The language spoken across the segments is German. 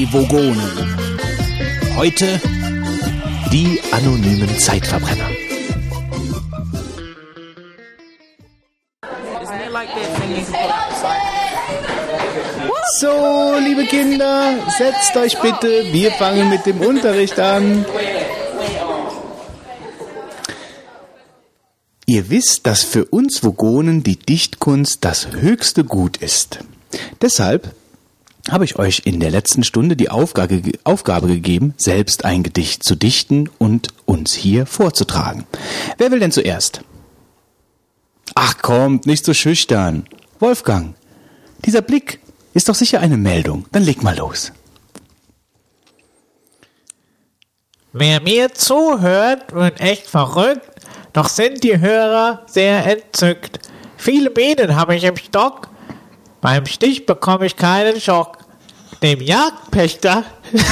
die Vogonen. Heute die anonymen Zeitverbrenner. So, liebe Kinder, setzt euch bitte. Wir fangen mit dem Unterricht an. Ihr wisst, dass für uns Vogonen die Dichtkunst das höchste Gut ist. Deshalb habe ich euch in der letzten Stunde die Aufgabe gegeben, selbst ein Gedicht zu dichten und uns hier vorzutragen. Wer will denn zuerst? Ach kommt, nicht so schüchtern. Wolfgang, dieser Blick ist doch sicher eine Meldung. Dann leg mal los. Wer mir zuhört, wird echt verrückt, doch sind die Hörer sehr entzückt. Viele Bienen habe ich im Stock, beim Stich bekomme ich keinen Schock. Dem Jagdpächter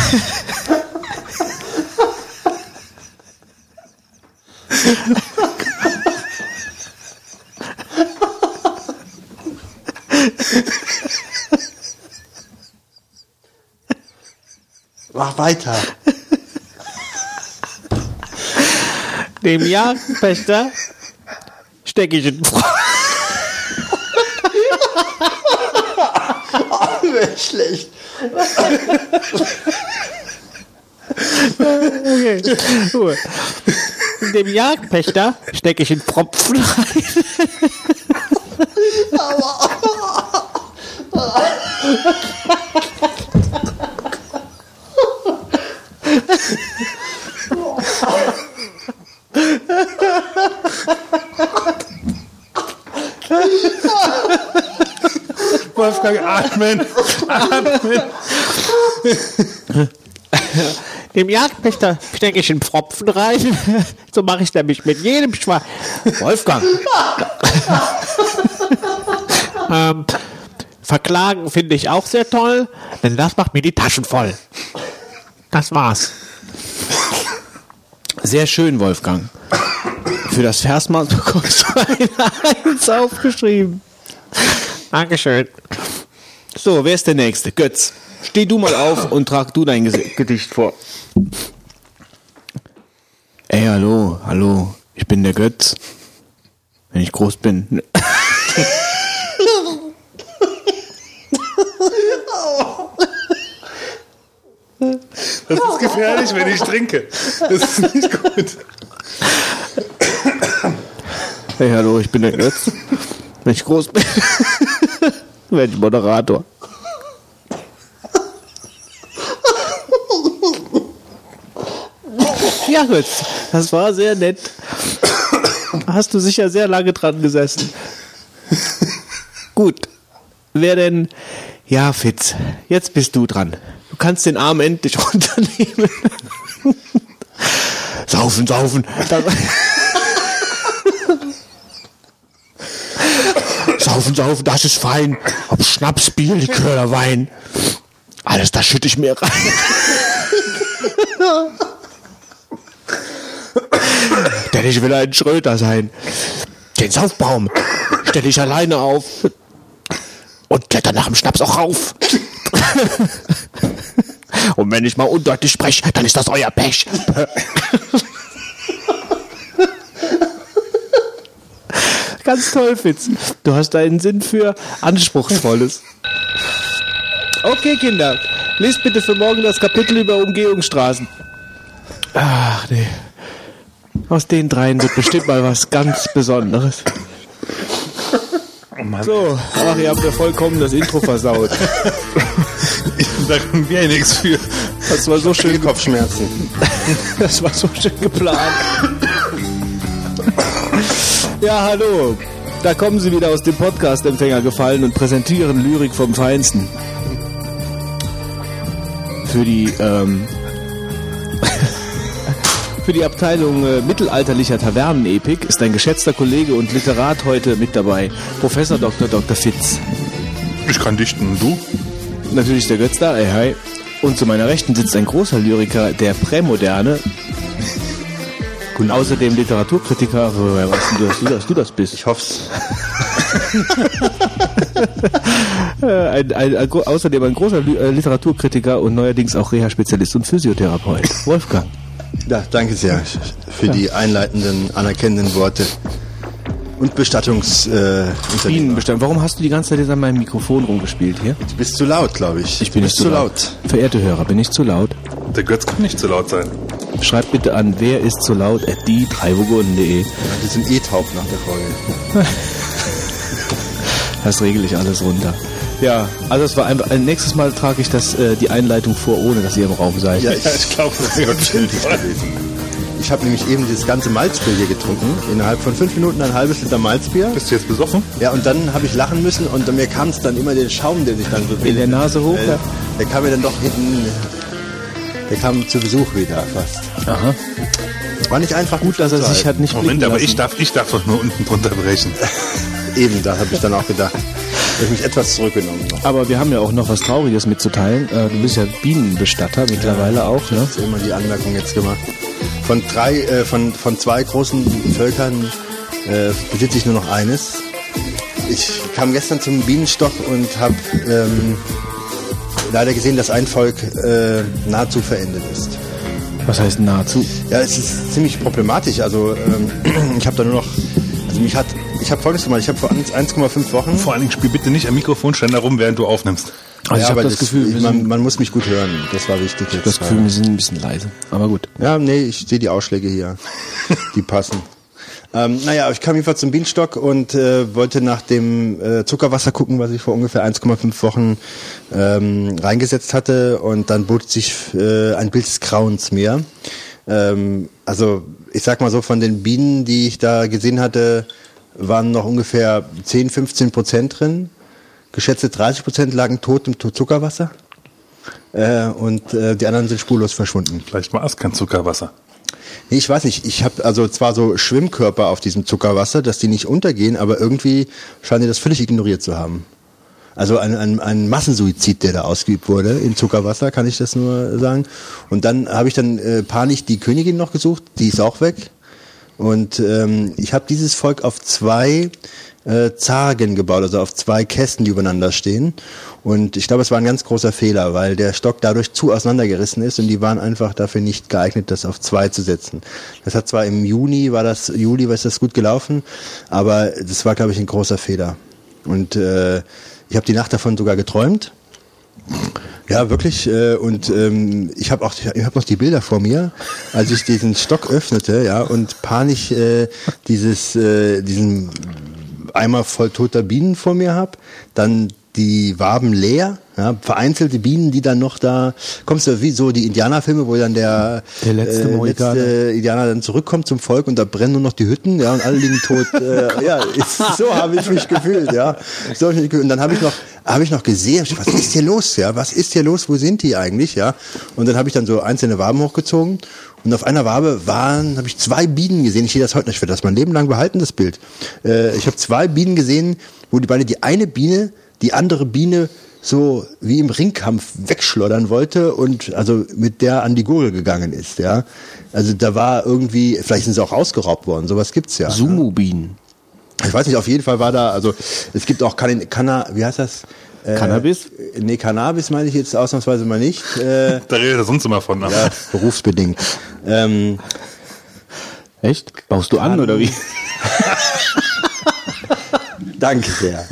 Mach weiter. Dem Jagdpächter stecke ich in den Wäre schlecht. Okay, Ruhe. Dem Jagdpächter stecke ich in Pfropfen rein. Wolfgang, atmen. Dem Jagdpächter stecke ich in Pfropfen rein. So mache ich nämlich mit jedem Schwein. Wolfgang. Verklagen finde ich auch sehr toll, denn das macht mir die Taschen voll. Das war's. Sehr schön, Wolfgang. Für das Versmaß bekommst du eine 1 aufgeschrieben. Dankeschön. So, wer ist der Nächste? Götz, steh du mal auf und trag du dein Gedicht vor. Ey, hallo, ich bin der Götz. Wenn ich groß bin. Das ist gefährlich, wenn ich trinke. Das ist nicht gut. Hey, hallo, ich bin der Götz. Wenn ich groß bin, werde ich Moderator. Ja, Götz, das war sehr nett. Hast du sicher sehr lange dran gesessen. Gut, wer denn? Ja, Fitz, jetzt bist du dran. Du kannst den Arm endlich runternehmen. Saufen. Saufen, das ist fein. Ob Schnaps, Bier, Likör oder Wein. Alles, das schütte ich mir rein. Denn ich will ein Schröter sein. Den Saufbaum stelle ich alleine auf. Und kletter nach dem Schnaps auch rauf. Und wenn ich mal undeutlich spreche, dann ist das euer Pech. Ganz toll, Fitz. Du hast einen Sinn für Anspruchsvolles. Okay, Kinder. Lest bitte für morgen das Kapitel über Umgehungsstraßen. Ach, nee. Aus den dreien wird bestimmt mal was ganz Besonderes. Oh Mann. So, ach, ihr habt ja vollkommen das Intro versaut. Da können wir ja nichts für. Das war so schön. Kopfschmerzen. Das war so schön geplant. Ja, hallo. Da kommen sie wieder aus dem Podcast-Empfänger gefallen und präsentieren Lyrik vom Feinsten. Für die Abteilung mittelalterlicher Tavernenepik ist ein geschätzter Kollege und Literat heute mit dabei, Professor Dr. Fitz. Ich kann dichten, und du? Natürlich der Götz da, hi. Und zu meiner Rechten sitzt ein großer Lyriker der Prämoderne. Und außerdem Literaturkritiker, weißt du, dass du das bist? Ich hoff's. Außerdem ein großer Literaturkritiker und neuerdings auch Reha-Spezialist und Physiotherapeut. Wolfgang. Ja, danke sehr für die einleitenden, anerkennenden Worte. Und Bienenbestand. Warum hast du die ganze Zeit jetzt an meinem Mikrofon rumgespielt hier? Du bist zu laut, glaube ich. Ich bin nicht zu laut. Verehrte Hörer, bin ich zu laut? Der Götz kann nicht zu laut sein. Schreibt bitte an, wer ist zu laut, @die3vogonen.de. Ja, die sind taub nach der Folge. Das regel ich alles runter. Ja, also es war einfach, nächstes Mal trage ich die Einleitung vor, ohne dass ihr im Raum seid. Ja, ich glaube, das wird schwierig gewesen. Ich habe nämlich eben dieses ganze Malzbier hier getrunken. Innerhalb von 5 Minuten ein halbes Liter Malzbier. Bist du jetzt besoffen? Ja, und dann habe ich lachen müssen und mir kam es dann immer den Schaum, der sich dann so in der Nase hoch. Der kam mir dann doch hinten. Der kam zu Besuch wieder fast. Aha. War nicht einfach gut, dass er sich hat nicht Moment, aber ich darf doch nur unten drunter brechen. Eben, da habe ich dann auch gedacht. Ich mich etwas zurückgenommen noch. Aber wir haben ja auch noch was Trauriges mitzuteilen. Du bist ja Bienenbestatter mittlerweile auch, ne? Ich habe immer die Anmerkung jetzt gemacht. Von 2 großen Völkern besitze ich nur noch eines. Ich kam gestern zum Bienenstock und habe leider gesehen, dass ein Volk nahezu verendet ist. Was heißt nahezu? Ja, es ist ziemlich problematisch. Also ich habe da nur noch... Ich habe Folgendes gemacht. Ich habe vor 1,5 Wochen... Vor allen Dingen spiel bitte nicht am Mikrofonständer rum, während du aufnimmst. Also ja, ich habe das Gefühl, man muss mich gut hören. Das war wichtig jetzt. Das Gefühl, wir sind ein bisschen leise. Aber gut. Ja, nee, ich sehe die Ausschläge hier. Die passen. Ich kam jedenfalls zum Bienenstock und wollte nach dem Zuckerwasser gucken, was ich vor ungefähr 1,5 Wochen reingesetzt hatte. Und dann bot sich ein Bild des Grauens mir. Also ich sag mal so, von den Bienen, die ich da gesehen hatte, waren noch ungefähr 10-15% drin. Geschätzte 30% lagen tot im Zuckerwasser. Und die anderen sind spurlos verschwunden. Vielleicht war es kein Zuckerwasser. Nee, ich weiß nicht. Ich habe also zwar so Schwimmkörper auf diesem Zuckerwasser, dass die nicht untergehen, aber irgendwie scheinen die das völlig ignoriert zu haben. Also ein Massensuizid, der da ausgeübt wurde in Zuckerwasser, kann ich das nur sagen. Und dann habe ich panisch die Königin noch gesucht, die ist auch weg. Und ich habe dieses Volk auf 2 Zargen gebaut, also auf 2 Kästen, die übereinander stehen. Und ich glaube, es war ein ganz großer Fehler, weil der Stock dadurch zu auseinandergerissen ist und die waren einfach dafür nicht geeignet, das auf 2 zu setzen. Das hat zwar im Juli war das gut gelaufen, aber das war, glaube ich, ein großer Fehler. Und ich habe die Nacht davon sogar geträumt. Ja, wirklich. Und ich habe noch die Bilder vor mir, als ich diesen Stock öffnete, ja, und panisch diesen Eimer voll toter Bienen vor mir habe, dann die Waben leer, ja, vereinzelte Bienen, die dann noch da, kommst du wie so die Indianerfilme, wo dann der letzte Indianer dann zurückkommt zum Volk und da brennen nur noch die Hütten, ja, und alle liegen tot. So habe ich mich gefühlt, ja. So habe ich mich gefühlt. Und dann habe ich noch gesehen, was ist hier los, ja? Was ist hier los? Wo sind die eigentlich, ja? Und dann habe ich dann so einzelne Waben hochgezogen. Und auf einer Wabe habe ich 2 Bienen gesehen. Ich sehe das heute nicht, ich werde das mein Leben lang behalten, das Bild. Ich habe 2 Bienen gesehen, wo die eine Biene die andere Biene so wie im Ringkampf wegschleudern wollte und also mit der an die Gurgel gegangen ist, ja. Also da war irgendwie, vielleicht sind sie auch ausgeraubt worden, sowas gibt's ja. Sumu-Bienen. Ich weiß nicht, auf jeden Fall war da, also es gibt auch wie heißt das? Cannabis? Nee, Cannabis meine ich jetzt ausnahmsweise mal nicht. Da redet er sonst immer von. Ne? Ja, berufsbedingt. Echt? Baust du an oder wie? Danke sehr.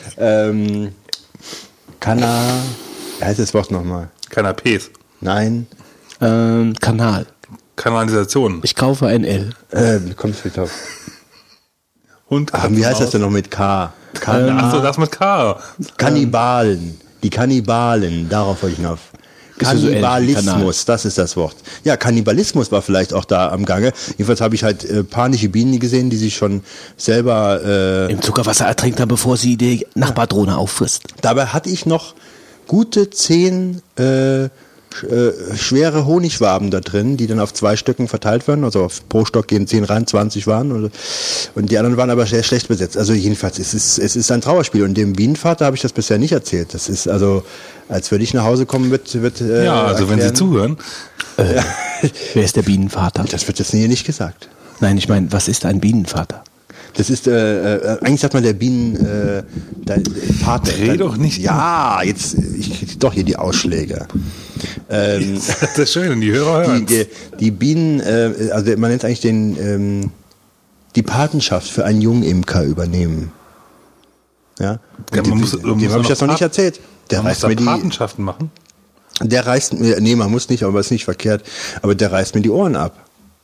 Heißt das Wort nochmal? Canapés. Nein. Kanal. Kanalisation. Ich kaufe ein L. Kommst du drauf? Und wie heißt das denn noch mit K? Achso, das mit K. Kannibalen. Die Kannibalen, darauf wollte ich hinauf. Kannibalismus, das ist das Wort. Ja, Kannibalismus war vielleicht auch da am Gange. Jedenfalls habe ich halt panische Bienen gesehen, die sich schon selber im Zuckerwasser ertränkt haben, bevor sie die Nachbardrohne auffrisst. Dabei hatte ich noch gute 10 schwere Honigwaben da drin, die dann auf 2 Stücken verteilt werden. Also pro Stock gehen 10 rein, 20 waren. Und die anderen waren aber sehr schlecht besetzt. Also jedenfalls, es ist ein Trauerspiel. Und dem Bienenvater habe ich das bisher nicht erzählt. Das ist also, als würde ich nach Hause kommen, wird ja, also erklären, wenn Sie zuhören. Wer ist der Bienenvater? Das wird jetzt hier nicht gesagt. Nein, ich meine, was ist ein Bienenvater? Das ist, eigentlich sagt man der Bienen, Partner. Dreh doch nicht. Ja, jetzt, ich krieg doch hier die Ausschläge. Das ist schön, die Hörer hören. Die Bienen, also man nennt eigentlich die Patenschaft für einen Jungimker übernehmen. Ja, Ja, dem habe ich das noch nicht erzählt. Der Man muss reißt da mir die, Patenschaften machen. der reißt mir, nee, man muss nicht, aber ist nicht verkehrt, aber der reißt mir die Ohren ab.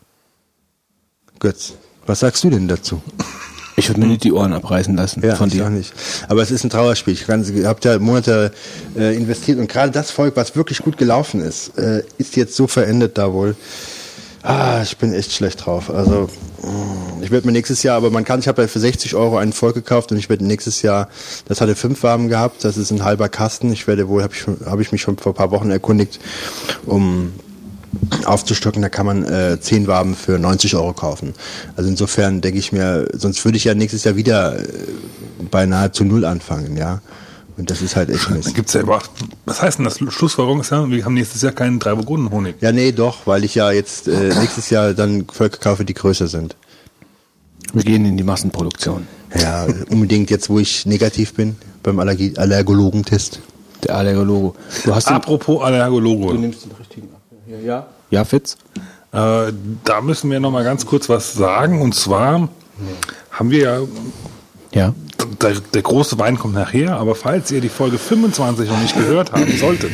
Götz, was sagst du denn dazu? Ich würde mir nicht die Ohren abreißen lassen Ja, von ich dir. auch nicht. Aber es ist ein Trauerspiel. Ich habe ja Monate investiert und gerade das Volk, was wirklich gut gelaufen ist jetzt so verendet da wohl. Ich bin echt schlecht drauf. Also ich werde mir nächstes Jahr, aber ich habe ja für 60 € einen Volk gekauft und ich werde nächstes Jahr, das hatte 5 Waben gehabt, das ist ein halber Kasten. Ich werde wohl, habe ich mich schon vor ein paar Wochen erkundigt, um aufzustocken, da kann man 10 Waben für 90 € kaufen. Also insofern denke ich mir, sonst würde ich ja nächstes Jahr wieder bei nahezu Null anfangen, ja. Und das ist halt echt Mist. Dann gibt's ja aber, was heißt denn das? Schlussfolgerung ist ja, wir haben nächstes Jahr keinen 3-Burgunden-Honig. Ja, nee, doch, weil ich ja jetzt nächstes Jahr dann Völker kaufe, die größer sind. Wir gehen in die Massenproduktion. Ja, unbedingt jetzt, wo ich negativ bin beim Allergologentest. Der Allergologo. Du hast Apropos Allergologo. nimmst den richtigen ab. Ja. Ja, Fitz? Da müssen wir noch mal ganz kurz was sagen. Und zwar haben wir ja, Ja. der große Wein kommt nachher, aber falls ihr die Folge 25 noch nicht gehört haben solltet,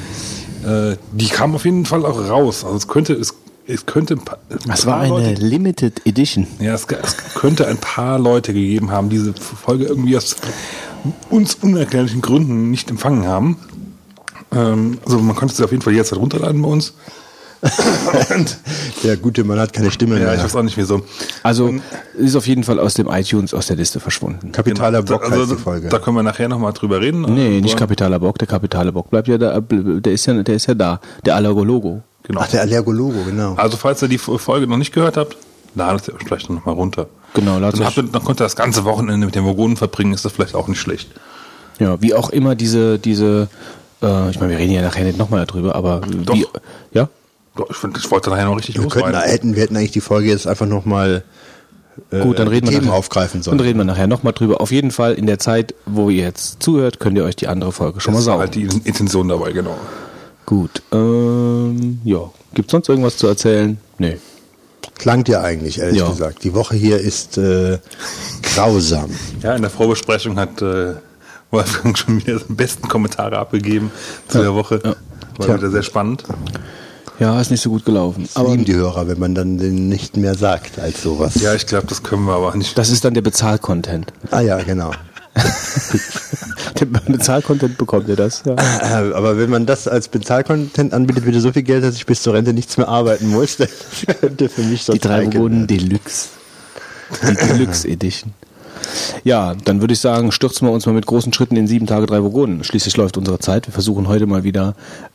die kam auf jeden Fall auch raus. Also es könnte ein paar, Das war eine Limited Edition. Ja, es könnte ein paar Leute gegeben haben, die diese Folge irgendwie aus uns unerklärlichen Gründen nicht empfangen haben. Also man konnte sie auf jeden Fall jetzt runterladen bei uns. Und, Der gute Mann hat keine Stimme ja, mehr. ich weiß auch nicht wieso. Also ist auf jeden Fall aus dem iTunes, aus der Liste verschwunden. Kapitaler Bock heißt Also die Folge. da können wir nachher nochmal drüber reden. Nee, nicht Aber- Kapitaler Bock. Der Kapitaler Bock bleibt ja da, der ist ja da. Der Allergologo. Genau. Ach, der Allergologo, genau. Also falls ihr die Folge noch nicht gehört habt, ladet sie vielleicht nochmal runter. Genau, ladet Dann, euch- dann könnt ihr das ganze Wochenende mit den Burgunden verbringen, ist das vielleicht auch nicht schlecht. Ja, wie auch immer diese, ich meine, wir reden ja nachher nicht nochmal darüber, aber Doch. wie, ja? Doch, ich wollte nachher noch richtig Wir losreiten. hätten eigentlich die Folge jetzt einfach nochmal Gut, dann reden wir Themen nachher, aufgreifen sollen. Dann reden wir nachher nochmal drüber. Auf jeden Fall in der Zeit, wo ihr jetzt zuhört, könnt ihr euch die andere Folge schon Das mal war saugen. halt die Intention dabei, genau. Gut, ja. Gibt's sonst irgendwas zu erzählen? Nee. Klangt ja eigentlich, ehrlich Ja. gesagt. Die Woche hier ist grausam. Ja, in der Vorbesprechung hat Wolfgang schon wieder die besten Kommentare abgegeben zu der Woche. Ja. War Tja. wieder sehr spannend. Ja, ist nicht so gut gelaufen. Aber Aber lieben die Hörer, wenn man dann den nicht mehr sagt als sowas. Ja, ich glaube, das können wir aber nicht. das ist dann der Bezahl-Content. Ah ja, genau. Den Bezahl-Content bekommt ihr das, ja. Aber wenn man das als Bezahlcontent anbietet, bitte so viel Geld, dass ich bis zur Rente nichts mehr arbeiten muss, das könnte für mich so Die 3 Burgunden Deluxe. Die Deluxe Edition. Ja, dann würde ich sagen, stürzen wir uns mal mit großen Schritten in 7 Tage 3 Burgunden. Schließlich läuft unsere Zeit. Wir versuchen heute mal wieder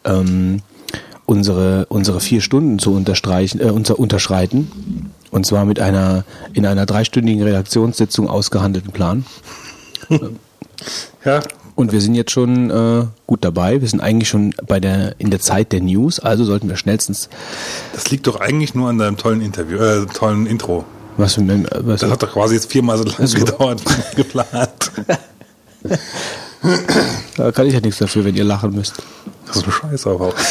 unsere 4 Stunden zu unterschreiten. Und zwar in einer 3-stündigen Redaktionssitzung ausgehandelten Plan. Ja, Und wir sind jetzt schon gut dabei. Wir sind eigentlich schon in der Zeit der News, also sollten wir schnellstens. das liegt doch eigentlich nur an deinem tollen tollen Intro. Was Das hat doch quasi jetzt 4-mal so lange gedauert wie geplant. da kann ich ja nichts dafür, wenn ihr lachen müsst. Das ist eine Scheiße, aber auch.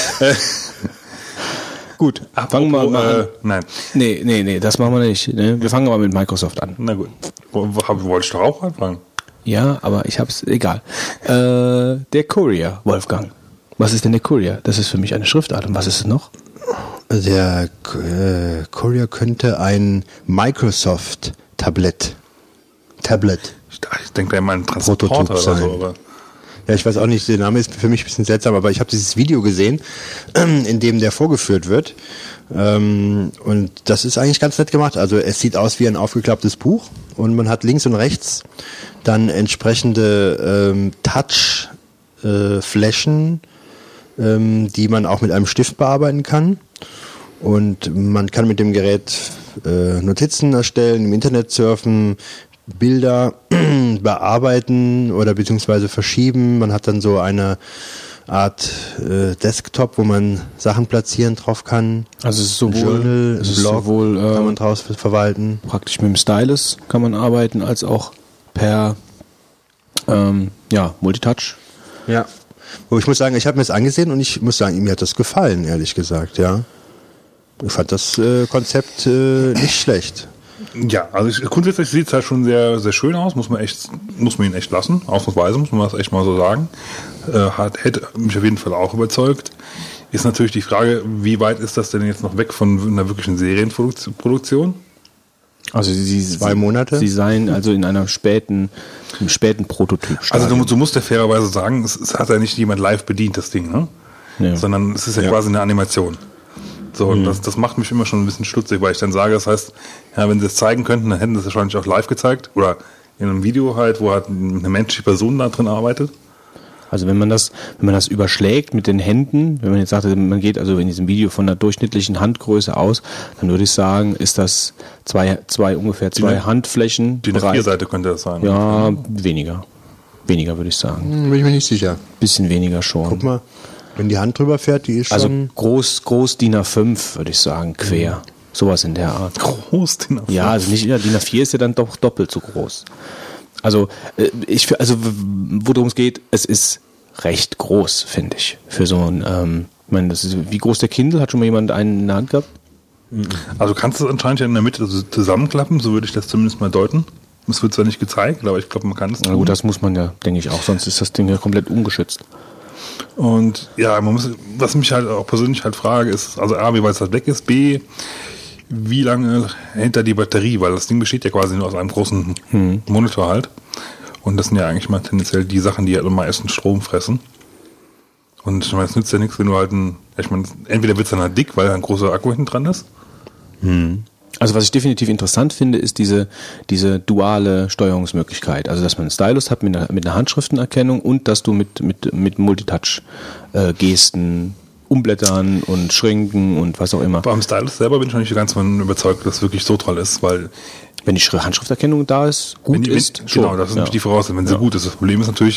Gut, fangen wir mal an. Nein, Nee, das machen wir nicht. Ne? Wir fangen aber mit Microsoft an. na gut. Wollte ich doch auch anfangen. Ja, aber ich hab's, egal. Der Courier, Wolfgang. Was ist denn der Courier? Das ist für mich eine Schriftart. Und was ist es noch? Der Courier könnte ein Microsoft-Tablet. Ich denke da immer an einen Transporter Prototyp oder sein. so. Aber Ja, ich weiß auch nicht, der Name ist für mich ein bisschen seltsam, aber ich habe dieses Video gesehen, in dem der vorgeführt wird. Und das ist eigentlich ganz nett gemacht. Also es sieht aus wie ein aufgeklapptes Buch und man hat links und rechts dann entsprechende Touch-Flächen, die man auch mit einem Stift bearbeiten kann. Und man kann mit dem Gerät Notizen erstellen, im Internet surfen, Bilder bearbeiten oder beziehungsweise verschieben. Man hat dann so eine Art Desktop, wo man Sachen platzieren drauf kann. Also es ist Ein Journal, es ein ist Blog sowohl kann man draus verwalten. praktisch mit dem Stylus kann man arbeiten, als auch per Multitouch. Ja. Wo ich muss sagen, ich habe mir das angesehen und ich muss sagen, mir hat das gefallen, ehrlich gesagt, ja. Ich fand das Konzept nicht schlecht. Ja, also grundsätzlich sieht es halt schon sehr, sehr schön aus, muss man ihn echt lassen, ausnahmsweise muss man das echt mal so sagen. Hätte mich auf jeden Fall auch überzeugt. Ist natürlich die Frage, wie weit ist das denn jetzt noch weg von einer wirklichen Serienproduktion? Also 2 Monate? Sie seien also in einem späten Prototyp. Also du musst ja fairerweise sagen, es hat ja nicht jemand live bedient, das Ding, ne? Ja. Sondern es ist ja quasi eine Animation. So, und das macht mich immer schon ein bisschen stutzig, weil ich dann sage, das heißt, ja, wenn sie es zeigen könnten, dann hätten sie es wahrscheinlich auch live gezeigt oder in einem Video halt, wo halt eine menschliche Person da drin arbeitet. Also wenn man das überschlägt mit den Händen, wenn man jetzt sagt, man geht also in diesem Video von einer durchschnittlichen Handgröße aus, dann würde ich sagen, ist das ungefähr zwei Handflächen Die breit. A4-Seite könnte das sein. Ja, weniger. Weniger würde ich sagen. Bin ich mir nicht sicher. Bisschen weniger schon. Guck mal, wenn die Hand drüber fährt, die ist Also schon... groß DIN A5 würde ich sagen, quer. Sowas in der Art. Groß, DIN A4. Ja, also nicht, DIN A4 ist ja dann doch doppelt so groß. Also worum es geht, es ist recht groß, finde ich. Für so ein, das ist, wie groß der Kindle? Hat schon mal jemand einen in der Hand gehabt? Also kannst du es anscheinend ja in der Mitte zusammenklappen, so würde ich das zumindest mal deuten. Es wird zwar nicht gezeigt, aber ich glaube, man kann es tun. Na gut, das muss man ja, denke ich auch, sonst ist das Ding ja komplett ungeschützt. Und ja, was mich halt auch persönlich halt frage, ist, also A, wie weit es halt weg ist, B, wie lange hält da die Batterie, weil das Ding besteht ja quasi nur aus einem großen Monitor halt. Und das sind ja eigentlich mal tendenziell die Sachen, die halt am meisten Strom fressen. Und ich meine, es nützt ja nichts, wenn du halt entweder wird es dann halt dick, weil ein großer Akku hinten dran ist. Also was ich definitiv interessant finde, ist diese duale Steuerungsmöglichkeit. Also dass man einen Stylus hat mit einer Handschriftenerkennung und dass du mit Multitouch-Gesten umblättern und schrinken und was auch immer. Beim Stylus selber bin ich noch nicht ganz von überzeugt, dass es wirklich so toll ist, weil wenn die Handschrifterkennung da ist, ist, schon. Genau, das ist nämlich die Voraussetzung, wenn sie gut ist. Das Problem ist natürlich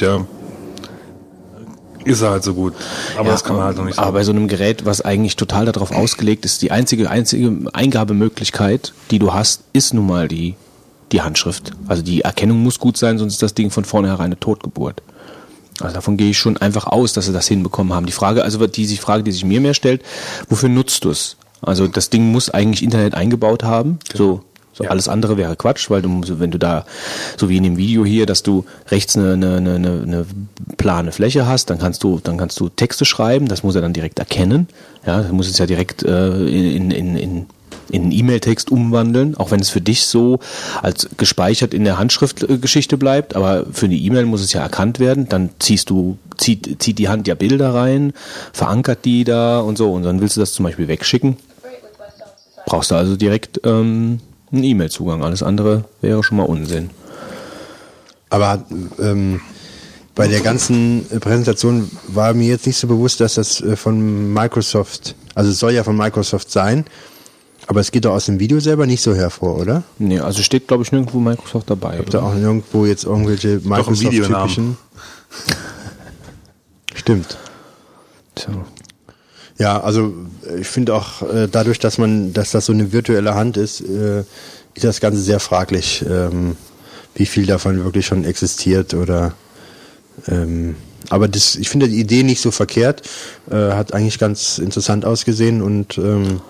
ist er halt so gut. Aber das kann man halt noch nicht sagen. Aber bei so einem Gerät, was eigentlich total darauf ausgelegt ist, die einzige Eingabemöglichkeit, die du hast, ist nun mal die Handschrift. Also die Erkennung muss gut sein, sonst ist das Ding von vornherein eine Totgeburt. Also davon gehe ich schon einfach aus, dass sie das hinbekommen haben. Die Frage, die sich mir mehr stellt, wofür nutzt du es? Also das Ding muss eigentlich Internet eingebaut haben. Genau. So ja. Alles andere wäre Quatsch, weil wenn du da, so wie in dem Video hier, dass du rechts eine plane Fläche hast, dann kannst du Texte schreiben, das muss er dann direkt erkennen. Ja, das muss es ja direkt in einen E-Mail-Text umwandeln, auch wenn es für dich so als gespeichert in der Handschriftgeschichte bleibt, aber für eine E-Mail muss es ja erkannt werden, dann zieht die Hand ja Bilder rein, verankert die da und so, und dann willst du das zum Beispiel wegschicken, brauchst du also direkt einen E-Mail-Zugang, alles andere wäre schon mal Unsinn. Aber bei der ganzen Präsentation war mir jetzt nicht so bewusst, dass das von Microsoft, also es soll ja von Microsoft sein, aber es geht doch aus dem Video selber nicht so hervor, oder? Nee, also steht, glaube ich, nirgendwo Microsoft dabei. Habt ihr auch nirgendwo jetzt irgendwelche Microsoft-typischen... Stimmt. So. Ja, also ich finde auch dadurch, dass das so eine virtuelle Hand ist, ist das Ganze sehr fraglich, wie viel davon wirklich schon existiert oder aber ich finde die Idee nicht so verkehrt, hat eigentlich ganz interessant ausgesehen und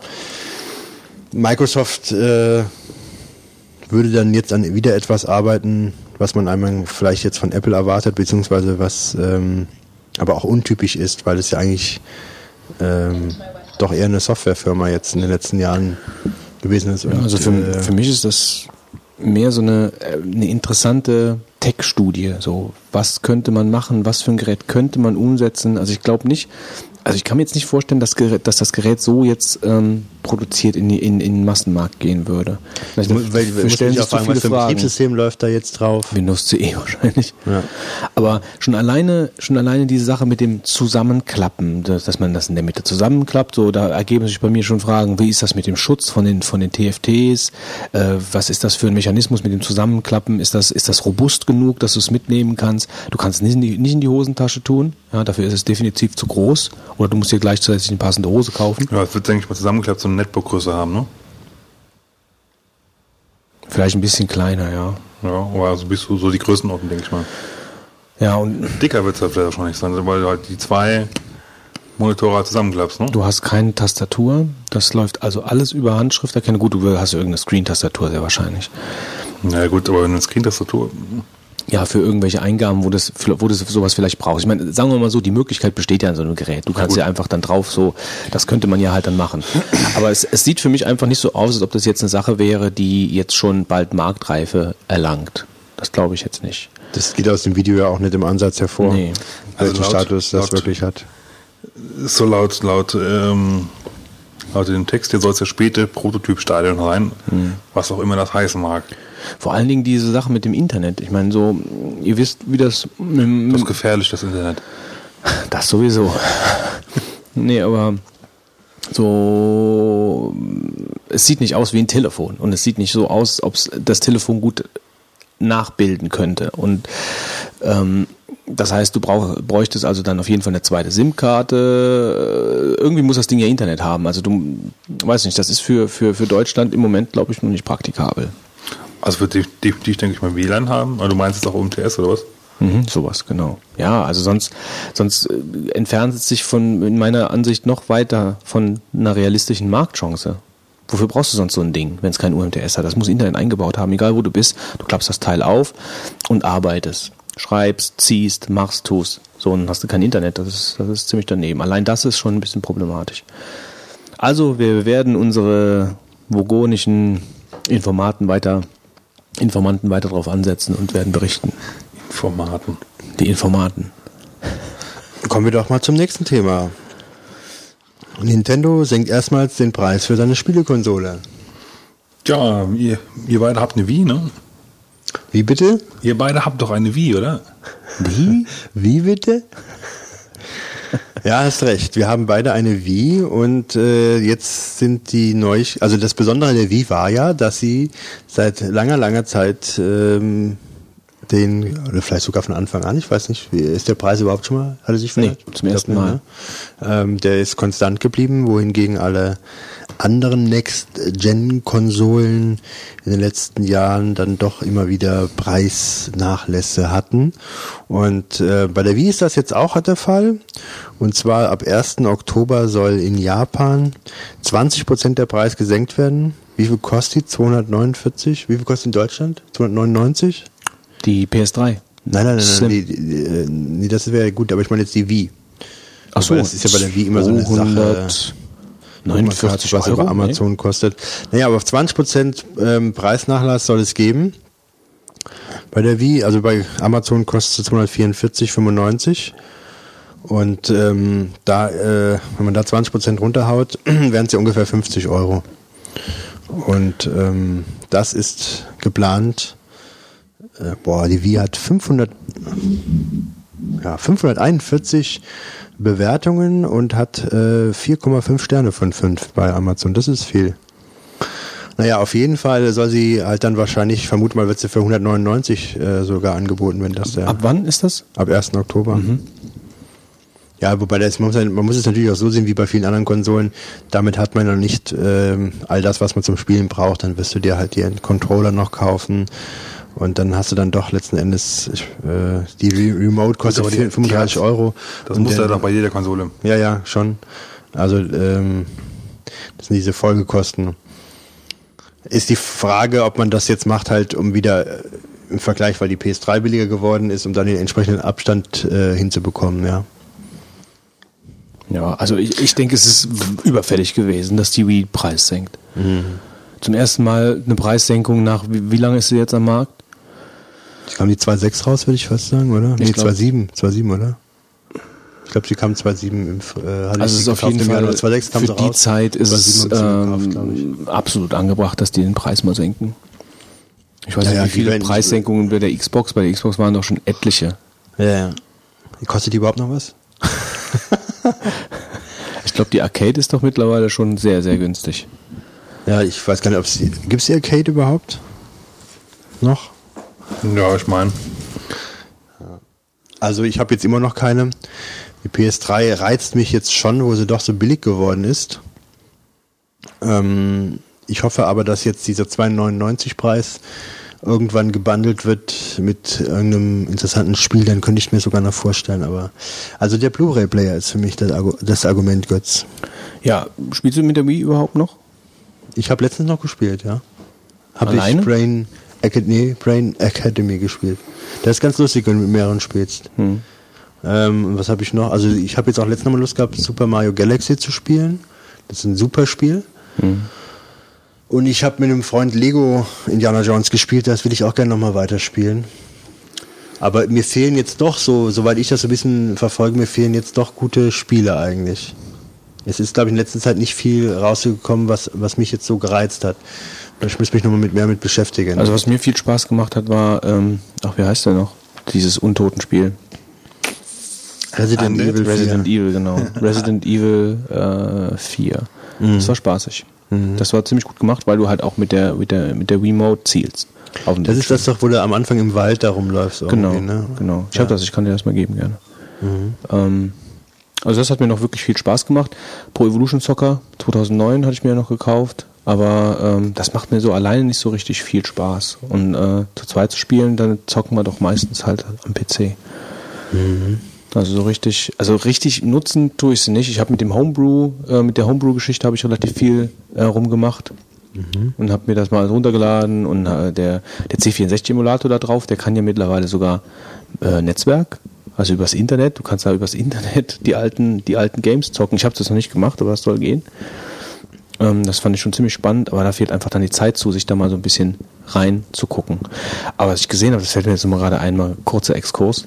Microsoft würde dann jetzt an wieder etwas arbeiten, was man einmal vielleicht jetzt von Apple erwartet, beziehungsweise was aber auch untypisch ist, weil es ja eigentlich doch eher eine Softwarefirma jetzt in den letzten Jahren gewesen ist. Und, also für mich ist das mehr so eine interessante Tech-Studie. So, was könnte man machen, was für ein Gerät könnte man umsetzen? Also ich glaube nicht, also ich kann mir jetzt nicht vorstellen, dass das Gerät so jetzt produziert in den Massenmarkt gehen würde. Wir stellen sich so viele Fragen. Betriebssystem läuft da jetzt drauf? Windows CE wahrscheinlich. Ja. Aber schon alleine diese Sache mit dem Zusammenklappen, dass man das in der Mitte zusammenklappt, so, da ergeben sich bei mir schon Fragen, wie ist das mit dem Schutz von den TFTs? Was ist das für ein Mechanismus mit dem Zusammenklappen? Ist das robust genug, dass du es mitnehmen kannst? Du kannst es nicht in die Hosentasche tun. Ja, dafür ist es definitiv zu groß. Oder du musst dir gleichzeitig eine passende Hose kaufen. Ja, es wird, denke ich mal, zusammengeklappt so eine Netbook-Größe haben, ne? Vielleicht ein bisschen kleiner, ja. Ja, aber also bist du so die Größenordnung, denke ich mal. Ja, und dicker wird es halt vielleicht wahrscheinlich sein, weil du halt die zwei Monitore halt zusammenklappst, ne? Du hast keine Tastatur. Das läuft also alles über Handschrifterkennung. Gut, du hast ja irgendeine Screen-Tastatur, sehr wahrscheinlich. Na gut, aber eine Screen-Tastatur... Ja, für irgendwelche Eingaben, wo du sowas vielleicht brauchst. Ich meine, sagen wir mal so, die Möglichkeit besteht ja an so einem Gerät. Du kannst ja einfach dann drauf so, das könnte man ja halt dann machen. Aber es sieht für mich einfach nicht so aus, als ob das jetzt eine Sache wäre, die jetzt schon bald Marktreife erlangt. Das glaube ich jetzt nicht. Das geht aus dem Video ja auch nicht im Ansatz hervor, nee. Welchen Status das wirklich hat. So laut dem Text, hier soll es ja späte Prototypstadion rein, was auch immer das heißen mag. Vor allen Dingen diese Sache mit dem Internet. Ich meine, so, ihr wisst, wie das... Das ist gefährlich, das Internet. Das sowieso. Nee, aber so... Es sieht nicht aus wie ein Telefon. Und es sieht nicht so aus, ob es das Telefon gut nachbilden könnte. Und das heißt, du bräuchtest also dann auf jeden Fall eine zweite SIM-Karte. Irgendwie muss das Ding ja Internet haben. Also du, weiß nicht, das ist für Deutschland im Moment, glaube ich, noch nicht praktikabel. Also wird definitiv, denke ich mal, WLAN haben. Aber du meinst jetzt auch UMTS oder was? Sowas, genau. Ja, also sonst entfernt es sich in meiner Ansicht noch weiter von einer realistischen Marktchance. Wofür brauchst du sonst so ein Ding, wenn es kein UMTS hat? Das muss Internet eingebaut haben, egal wo du bist. Du klappst das Teil auf und arbeitest. Schreibst, ziehst, machst, tust. So, und dann hast du kein Internet. Das ist ziemlich daneben. Allein das ist schon ein bisschen problematisch. Also, wir werden unsere vogonischen Informanten weiter drauf ansetzen und werden berichten. Die Informaten. Kommen wir doch mal zum nächsten Thema. Nintendo senkt erstmals den Preis für seine Spielekonsole. Ja, ihr beide habt eine Wii, ne? Wie bitte? Ihr beide habt doch eine Wii, oder? Wie bitte? Ja, hast recht. Wir haben beide eine Wii und jetzt sind die also das Besondere der Wii war ja, dass sie seit langer Zeit oder vielleicht sogar von Anfang an, ich weiß nicht, ist der Preis überhaupt schon mal, hat er sich verändert? Nee, zum ersten Mal. Ne? Der ist konstant geblieben, wohingegen alle anderen Next-Gen-Konsolen in den letzten Jahren dann doch immer wieder Preisnachlässe hatten. Und bei der Wii ist das jetzt auch der Fall. Und zwar ab 1. Oktober soll in Japan 20% der Preis gesenkt werden. Wie viel kostet die? 249? Wie viel kostet in Deutschland? 299? Die PS3? Nein, nee, das wäre gut, aber ich meine jetzt die Wii. Ach so, das ist ja bei der Wii immer so eine Sache. 49 was über Amazon kostet. Naja, aber auf 20% Preisnachlass soll es geben. Bei der Wii, also bei Amazon kostet es 244,95. Und wenn man da 20% runterhaut, wären es ja ungefähr 50 Euro. Und das ist geplant. Die Wii hat 541 Bewertungen und hat 4,5 Sterne von 5 bei Amazon. Das ist viel. Naja, auf jeden Fall soll sie halt dann wahrscheinlich, ich vermute mal, wird sie für 199 sogar angeboten, wenn das Ab wann ist das? Ab 1. Oktober. Ja, wobei man muss es natürlich auch so sehen wie bei vielen anderen Konsolen. Damit hat man noch nicht all das, was man zum Spielen braucht. Dann wirst du dir halt den Controller noch kaufen. Und dann hast du dann doch letzten Endes die Remote kostet 35 Euro. Das muss ja doch bei jeder Konsole. Ja, schon. Also das sind diese Folgekosten. Ist die Frage, ob man das jetzt macht, halt um wieder im Vergleich, weil die PS3 billiger geworden ist, um dann den entsprechenden Abstand hinzubekommen, ja. Ja, also ich denke, es ist überfällig gewesen, dass die Wii Preis senkt. Zum ersten Mal eine Preissenkung nach, wie lange ist sie jetzt am Markt? Kam die 2.6 raus, würde ich fast sagen, oder? Nee, 2.7, oder? Ich glaube, sie kam 2007 also es ist auf jeden Fall, 2006 kam für die raus. Zeit ist es gekauft, absolut angebracht, dass die den Preis mal senken. Ich weiß nicht, wie viele werden- Preissenkungen bei der Xbox waren doch schon etliche. Ja. Kostet die überhaupt noch was? Ich glaube, die Arcade ist doch mittlerweile schon sehr, sehr günstig. Ja, ich weiß gar nicht, gibt es die Arcade überhaupt? Noch? Ja, ich meine. Also ich habe jetzt immer noch keine. Die PS3 reizt mich jetzt schon, wo sie doch so billig geworden ist. Ich hoffe aber, dass jetzt dieser 2,99 Preis irgendwann gebundelt wird mit irgendeinem interessanten Spiel, dann könnte ich mir sogar noch vorstellen. Aber also der Blu-ray-Player ist für mich das Argument, Götz. Ja, spielst du mit der Wii überhaupt noch? Ich habe letztens noch gespielt, ja. Habe ich Alleine? Brain Academy gespielt. Das ist ganz lustig, wenn du mit mehreren spielst. Was habe ich noch? Also ich habe jetzt auch letztes Mal Lust gehabt, Super Mario Galaxy zu spielen. Das ist ein super Spiel. Und ich habe mit einem Freund Lego Indiana Jones gespielt, das will ich auch gerne nochmal weiterspielen. Aber mir fehlen jetzt doch soweit ich das so ein bisschen verfolge, mir fehlen jetzt doch gute Spiele eigentlich. Es ist, glaube ich, in letzter Zeit nicht viel rausgekommen, was mich jetzt so gereizt hat. Ich muss mich nochmal mehr mit beschäftigen. Also was mir viel Spaß gemacht hat, war, wie heißt der noch? Dieses Untotenspiel. Resident Evil 4. Resident Evil, genau. Resident Evil 4. Das war spaßig. Das war ziemlich gut gemacht, weil du halt auch mit der Wiimote zielst. Auf den Das ist das doch, wo du am Anfang im Wald da rumläufst. Genau, Ne? genau. Ich kann dir das mal geben gerne. Also das hat mir noch wirklich viel Spaß gemacht. Pro Evolution Soccer 2009 hatte ich mir ja noch gekauft, aber das macht mir so alleine nicht so richtig viel Spaß. Und zu zweit zu spielen, dann zocken wir doch meistens halt am PC. Also richtig nutzen tue ich sie nicht. Ich habe mit der Homebrew-Geschichte habe ich relativ viel rumgemacht und habe mir das mal runtergeladen und der C64-Emulator da drauf, der kann ja mittlerweile sogar Netzwerk, also übers Internet. Du kannst da übers Internet die alten Games zocken. Ich habe das noch nicht gemacht, aber das soll gehen. Das fand ich schon ziemlich spannend, aber da fehlt einfach dann die Zeit zu, sich da mal so ein bisschen rein zu gucken. Aber was ich gesehen habe, das fällt mir jetzt immer gerade einmal kurzer Exkurs,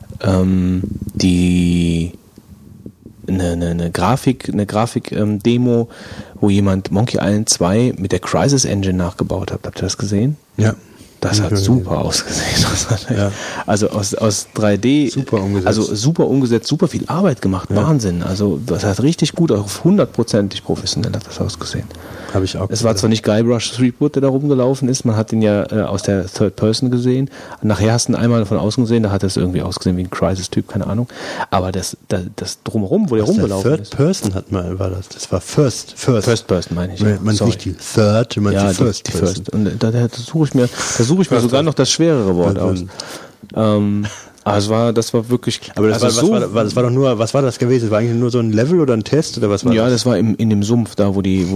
eine Grafik-Demo, wo jemand Monkey Island 2 mit der Crysis Engine nachgebaut hat. Habt ihr das gesehen? Ja. Das hat super ausgesehen. Ja. Also aus 3D. Super umgesetzt. Also super umgesetzt, super viel Arbeit gemacht. Ja. Wahnsinn. Also das hat richtig gut, auf 100%ig professionell hat das ausgesehen. Habe ich auch. Es war zwar nicht Guybrush Threepwood, der da rumgelaufen ist, man hat ihn ja aus der Third Person gesehen. Nachher hast du ihn einmal von außen gesehen, da hat es irgendwie ausgesehen wie ein Crysis-Typ, keine Ahnung. Aber das Drumherum, wo der rumgelaufen ist. Third Person war das. Das war First. First Person meine ich. Ja. Man nicht die Third, man die First Person. Und da suche ich mir sogar noch das schwerere Wort aus. Aber das war wirklich. Aber das war doch nur, was war das gewesen? Das war eigentlich nur so ein Level oder ein Test oder was war das? Ja, das war in dem Sumpf da, wo die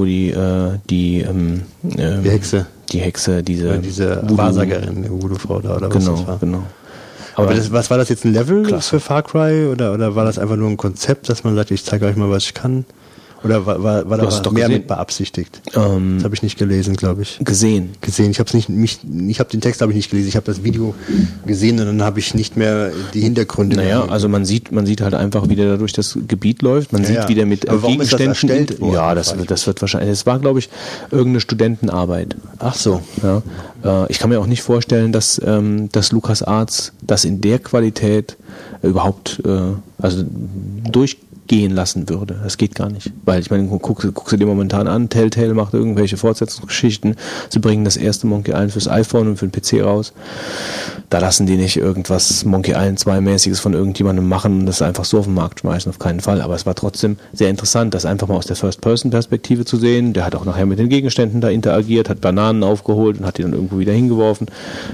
Hexe. Die Hexe, diese Wahrsagerin, die Voodoo-Frau da oder was das war. Genau. Aber was war das jetzt, ein Level klasse. für Far Cry oder war das einfach nur ein Konzept, dass man sagt, ich zeige euch mal, was ich kann? Oder war da mehr gesehen? mit beabsichtigt? Das habe ich nicht gelesen, glaube ich. Gesehen. Ich habe den Text habe ich nicht gelesen. Ich habe das Video gesehen und dann habe ich nicht mehr die Hintergründe. Naja, also man sieht halt einfach, wie der da durch das Gebiet läuft. Man sieht, wie der mit Gegenständen. Erstellt worden? Ja, das wird wahrscheinlich. Das war, glaube ich, irgendeine Studentenarbeit. Ach so. Ja. Ich kann mir auch nicht vorstellen, dass LucasArts das in der Qualität überhaupt durchgehen lassen würde. Das geht gar nicht. Weil ich meine, guckst du dir momentan an, Telltale macht irgendwelche Fortsetzungsgeschichten, sie bringen das erste Monkey Island fürs iPhone und für den PC raus. Da lassen die nicht irgendwas Monkey Island 2-mäßiges von irgendjemandem machen und das einfach so auf den Markt schmeißen, auf keinen Fall. Aber es war trotzdem sehr interessant, das einfach mal aus der First-Person-Perspektive zu sehen. Der hat auch nachher mit den Gegenständen da interagiert, hat Bananen aufgeholt und hat die dann irgendwo wieder hingeworfen.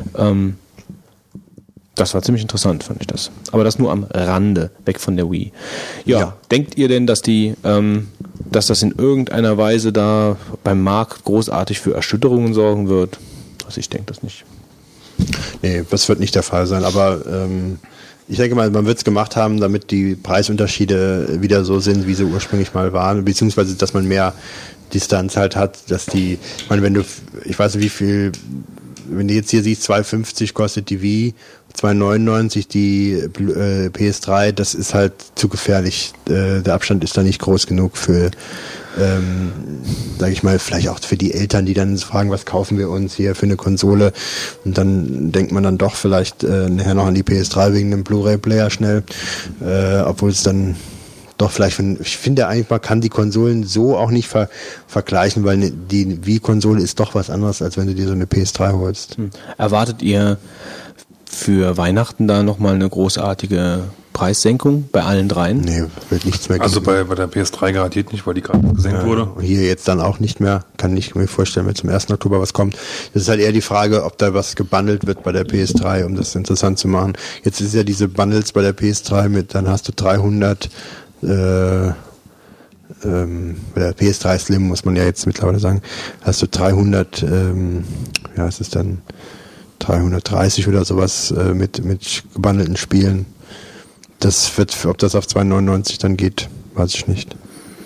Das war ziemlich interessant, fand ich das. Aber das nur am Rande, weg von der Wii. Ja. Denkt ihr denn, dass das in irgendeiner Weise da beim Markt großartig für Erschütterungen sorgen wird? Also ich denke das nicht. Nee, das wird nicht der Fall sein. Aber ich denke mal, man wird es gemacht haben, damit die Preisunterschiede wieder so sind, wie sie ursprünglich mal waren. Beziehungsweise, dass man mehr Distanz halt hat, dass ich meine, ich weiß nicht wie viel, wenn du jetzt hier siehst, 2,50 kostet die Wii, 2,99 die PS3, das ist halt zu gefährlich. Der Abstand ist da nicht groß genug für, sage ich mal, vielleicht auch für die Eltern, die dann fragen, was kaufen wir uns hier für eine Konsole, und dann denkt man dann doch vielleicht nachher noch an die PS3 wegen einem Blu-ray-Player schnell, obwohl es dann doch vielleicht, ich finde eigentlich, man kann die Konsolen so auch nicht vergleichen, weil die Wii-Konsole ist doch was anderes, als wenn du dir so eine PS3 holst. Erwartet ihr für Weihnachten da nochmal eine großartige Preissenkung bei allen dreien? Nee, wird nichts mehr geben. Also bei der PS3 garantiert nicht, weil die gerade gesenkt wurde. Hier jetzt dann auch nicht mehr. Kann ich mir vorstellen, wenn zum 1. Oktober was kommt. Das ist halt eher die Frage, ob da was gebundelt wird bei der PS3, um das interessant zu machen. Jetzt ist ja diese Bundles bei der PS3 mit, dann hast du 300 bei der PS3 Slim, muss man ja jetzt mittlerweile sagen, hast du 300, es ist dann 330 oder sowas mit gebundelten Spielen. Das wird, ob das auf 2,99 dann geht, weiß ich nicht.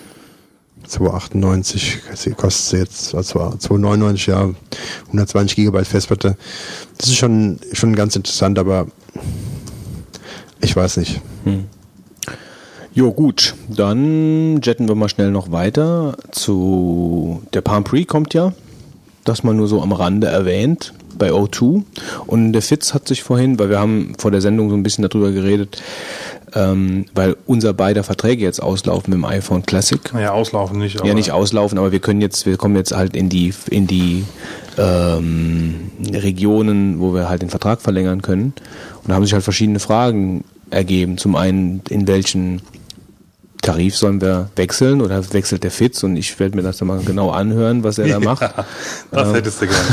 2,98 kostet sie jetzt, also 2,99, ja, 120 GB Festplatte. Das ist schon ganz interessant, aber ich weiß nicht. Jo, gut, dann jetten wir mal schnell noch weiter zu der Palm Pre kommt ja, das mal nur so am Rande erwähnt, bei O2, und der Fitz hat sich vorhin, weil wir haben vor der Sendung so ein bisschen darüber geredet, weil unser beider Verträge jetzt auslaufen mit dem iPhone Classic. Naja, auslaufen nicht. Ja, nicht auslaufen, aber wir kommen jetzt halt in die Regionen, wo wir halt den Vertrag verlängern können, und da haben sich halt verschiedene Fragen ergeben. Zum einen, in welchen Tarif sollen wir wechseln, oder wechselt der Fitz, und ich werde mir das dann mal genau anhören, was er da macht. Ja, das hättest du gerne.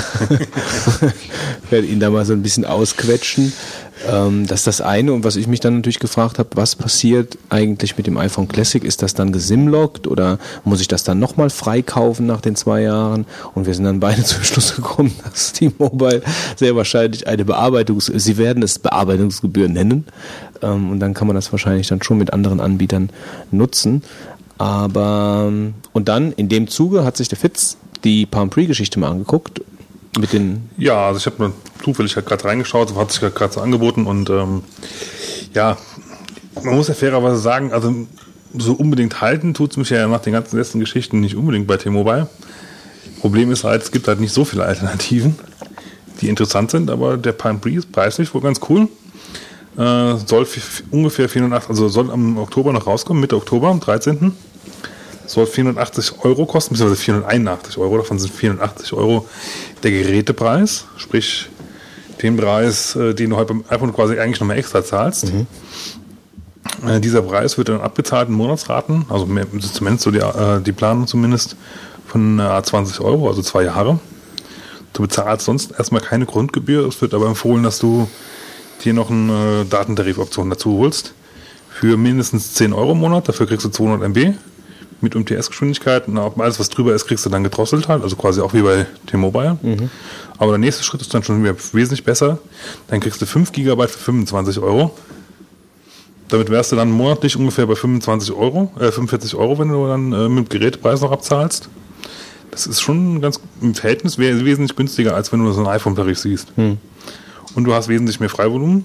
Ich werde ihn da mal so ein bisschen ausquetschen. Das ist das eine, und was ich mich dann natürlich gefragt habe, was passiert eigentlich mit dem iPhone Classic? Ist das dann gesimlockt oder muss ich das dann nochmal freikaufen nach den 2 Jahren? Und wir sind dann beide zum Schluss gekommen, dass T-Mobile sehr wahrscheinlich sie werden es Bearbeitungsgebühr nennen, und dann kann man das wahrscheinlich dann schon mit anderen Anbietern nutzen. Aber, und dann in dem Zuge hat sich der Fitz die Palm Pre-Geschichte mal angeguckt. Ja, also ich habe zufällig halt gerade reingeschaut, so hat sich gerade so angeboten, und ja, man muss ja fairerweise sagen, also so unbedingt halten tut es mich ja nach den ganzen letzten Geschichten nicht unbedingt bei T-Mobile. Problem ist halt, es gibt halt nicht so viele Alternativen, die interessant sind, aber der Palm Pre ist preislich wohl ganz cool. Soll ungefähr 480, also soll am Oktober noch rauskommen, Mitte Oktober, am 13. Soll 480 € kosten, beziehungsweise 481 €, davon sind 480 € der Gerätepreis, sprich den Preis, den du halt beim iPhone quasi eigentlich nochmal extra zahlst. Dieser Preis wird dann abbezahlt in Monatsraten, also zumindest so die Planung zumindest von 20 €, also 2 Jahre. Du bezahlst sonst erstmal keine Grundgebühr, es wird aber empfohlen, dass du dir noch eine Datentarifoption dazu holst für mindestens 10 € im Monat, dafür kriegst du 200 MB mit UMTS-Geschwindigkeit, und alles, was drüber ist, kriegst du dann gedrosselt halt, also quasi auch wie bei T-Mobile. Aber der nächste Schritt ist dann schon wieder wesentlich besser. Dann kriegst du 5 GB für 25 €. Damit wärst du dann monatlich ungefähr bei 45 €, wenn du dann mit dem Gerätepreis noch abzahlst. Das ist schon ganz im Verhältnis wesentlich günstiger, als wenn du so einen iPhone-Tarif siehst. Und du hast wesentlich mehr Freivolumen.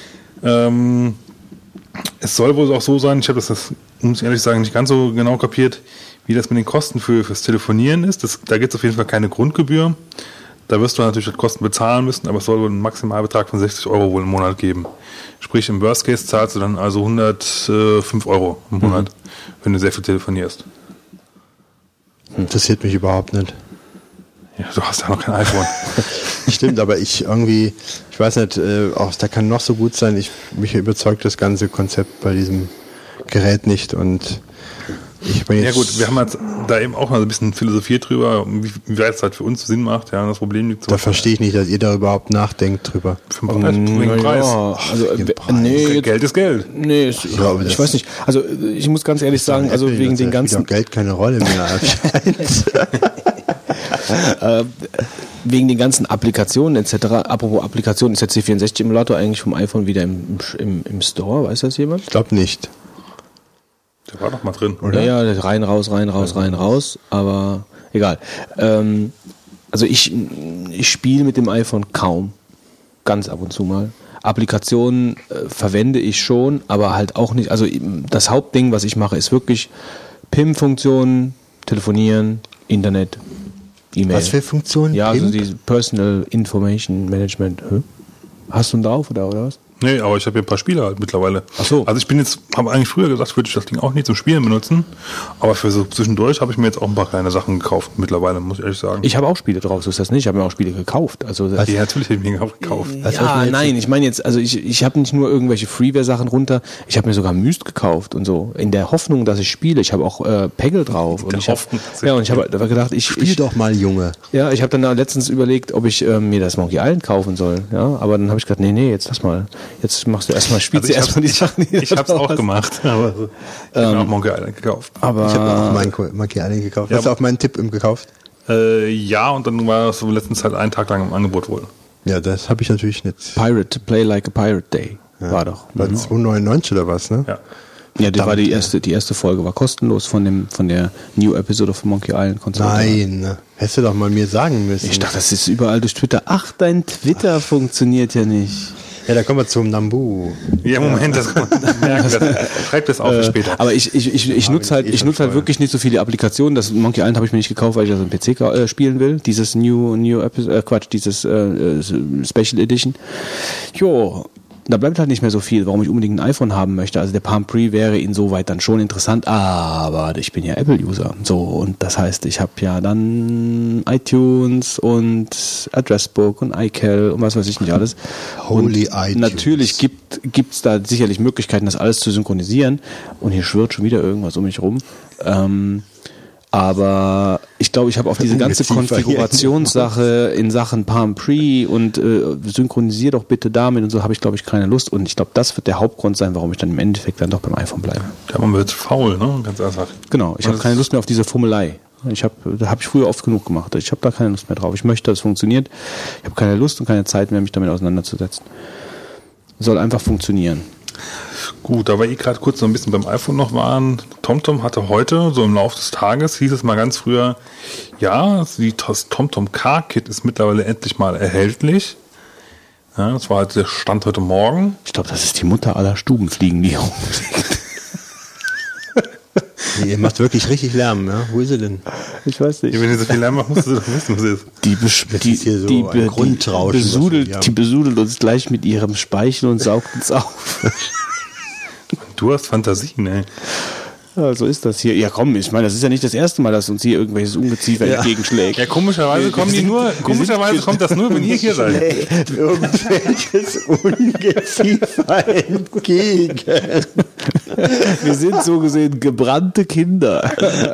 Es soll wohl auch so sein, ich habe das, muss ich ehrlich sagen, nicht ganz so genau kapiert, wie das mit den Kosten fürs Telefonieren ist. Da gibt es auf jeden Fall keine Grundgebühr. Da wirst du natürlich Kosten bezahlen müssen, aber es soll wohl einen Maximalbetrag von 60 € wohl im Monat geben. Sprich, im Worst Case zahlst du dann also 105 € im Monat, wenn du sehr viel telefonierst. Interessiert mich überhaupt nicht. Ja, du hast ja noch kein iPhone. Stimmt, aber ich weiß nicht, auch da kann noch so gut sein, mich überzeugt das ganze Konzept bei diesem Gerät nicht, und ich bin jetzt... Ja gut, wir haben jetzt da eben auch mal so ein bisschen philosophiert drüber, wie weit es halt für uns Sinn macht. Ja, das Problem liegt so. Da verstehe ich nicht, dass ihr da überhaupt nachdenkt drüber. Für den Preis. Ja, also, Geld ist Geld. Nee, ich weiß nicht. Also ich muss ganz ehrlich sagen, also wegen den ganzen... Spielt auch Geld keine Rolle mehr. Wegen den ganzen Applikationen etc. Apropos Applikationen, ist der C64-Emulator eigentlich vom iPhone wieder im Store? Weiß das jemand? Ich glaube nicht. Der war doch mal drin, oder? Ja, rein, raus, aber egal. Also ich spiele mit dem iPhone kaum. Ganz ab und zu mal. Applikationen verwende ich schon, aber halt auch nicht. Also das Hauptding, was ich mache, ist wirklich PIM-Funktionen, Telefonieren, Internet, E-Mail. Was für Funktionen? Ja, also PIM? die Personal Information Management. Hast du einen drauf oder was? Nee, aber ich habe hier ein paar Spiele halt mittlerweile. Ach so. Also habe eigentlich früher gesagt, würde ich das Ding auch nicht zum Spielen benutzen. Aber für so zwischendurch habe ich mir jetzt auch ein paar kleine Sachen gekauft mittlerweile, muss ich ehrlich sagen. Ich habe auch Spiele drauf, so ist das nicht. Ich habe mir auch Spiele gekauft. Also Ja, natürlich habe ich mir gekauft. Was ja, hast du jetzt- nein, ich meine jetzt, also ich habe nicht nur irgendwelche Freeware-Sachen runter, ich habe mir sogar Myst gekauft und so, in der Hoffnung, dass ich spiele. Ich habe auch Peggle drauf. Und Der ich hab, Hoffnung, dass ich ja, und ich habe gedacht, Spiel doch mal, Junge. ja, ich habe dann da letztens überlegt, ob ich mir das Monkey Island kaufen soll. Ja, aber dann habe ich gedacht, nee, jetzt lass mal. Jetzt machst du erstmal, spielst du erstmal die Sachen, die Ich habe es du auch hast. gemacht, aber ich habe auch Monkey Island gekauft. Aber Ich habe auch meinen Monkey Island gekauft. Ja, Hast du auch meinen Tipp gekauft? Ja, und dann war es so letztens halt einen Tag lang im Angebot wohl. Ja, das habe ich natürlich nicht. Pirate, Play Like a Pirate Day war doch. War 2,99 oder was, ne? Ja. Ja, die war die erste Folge war kostenlos von der New Episode von Monkey Island Konzert. Nein, ne? Hättest du doch mal mir sagen müssen. Ich dachte, das ist überall durch Twitter. Ach, dein Twitter funktioniert ja nicht. Ja, da kommen wir zum Nambu. Ja, Moment, das kann man merken. Schreibt das auf für später. Aber ich nutze halt, ich nutze halt wirklich nicht so viele Applikationen. Das Monkey Island habe ich mir nicht gekauft, weil ich das am PC spielen will. Dieses New Episode, dieses Special Edition. Jo, da bleibt halt nicht mehr so viel, warum ich unbedingt ein iPhone haben möchte. Also der Palm Pre wäre insoweit dann schon interessant, aber ich bin ja Apple-User. So, und das heißt, ich habe ja dann iTunes und Addressbook und iCal und was weiß ich nicht alles. Holy und iTunes. natürlich gibt's da sicherlich Möglichkeiten, das alles zu synchronisieren. Und hier schwirrt schon wieder irgendwas um mich rum. Aber ich glaube, ich habe auf diese ganze Konfigurationssache in Sachen Palm Pre und synchronisier doch bitte damit und so habe ich, glaube ich, keine Lust. Und ich glaube, das wird der Hauptgrund sein, warum ich dann im Endeffekt dann doch beim iPhone bleibe. Ja, man wird faul, ne? Ganz einfach. Genau, ich habe keine Lust mehr auf diese Fummelei. Da habe ich früher oft genug gemacht. Ich habe da keine Lust mehr drauf. Ich möchte, dass es funktioniert. Ich habe keine Lust und keine Zeit mehr, mich damit auseinanderzusetzen. Soll einfach funktionieren. Gut, da wir gerade kurz so ein bisschen beim iPhone noch waren, TomTom hatte heute, so im Laufe des Tages, hieß es mal ganz früher, ja, das TomTom Car Kit ist mittlerweile endlich mal erhältlich. Ja, das war halt der Stand heute Morgen. Ich glaube, das ist die Mutter aller Stubenfliegen, die hier rumfliegt. Ihr macht wirklich richtig Lärm, ja? Wo ist sie denn? Ich weiß nicht. Wenn ihr so viel Lärm macht, musst du doch wissen, was es ist. ist hier so ein Grundrauschen, was wir hier haben. Die besudelt uns gleich mit ihrem Speichel und saugt uns auf. Du hast Fantasie, ne? Ja, so ist das hier. Ja komm, ich meine, das ist ja nicht das erste Mal, dass uns hier irgendwelches Ungeziefer entgegenschlägt. Ja, komischerweise kommt das nur, wenn ihr hier seid. Irgendwelches Ungeziefer entgegen. Wir sind so gesehen gebrannte Kinder.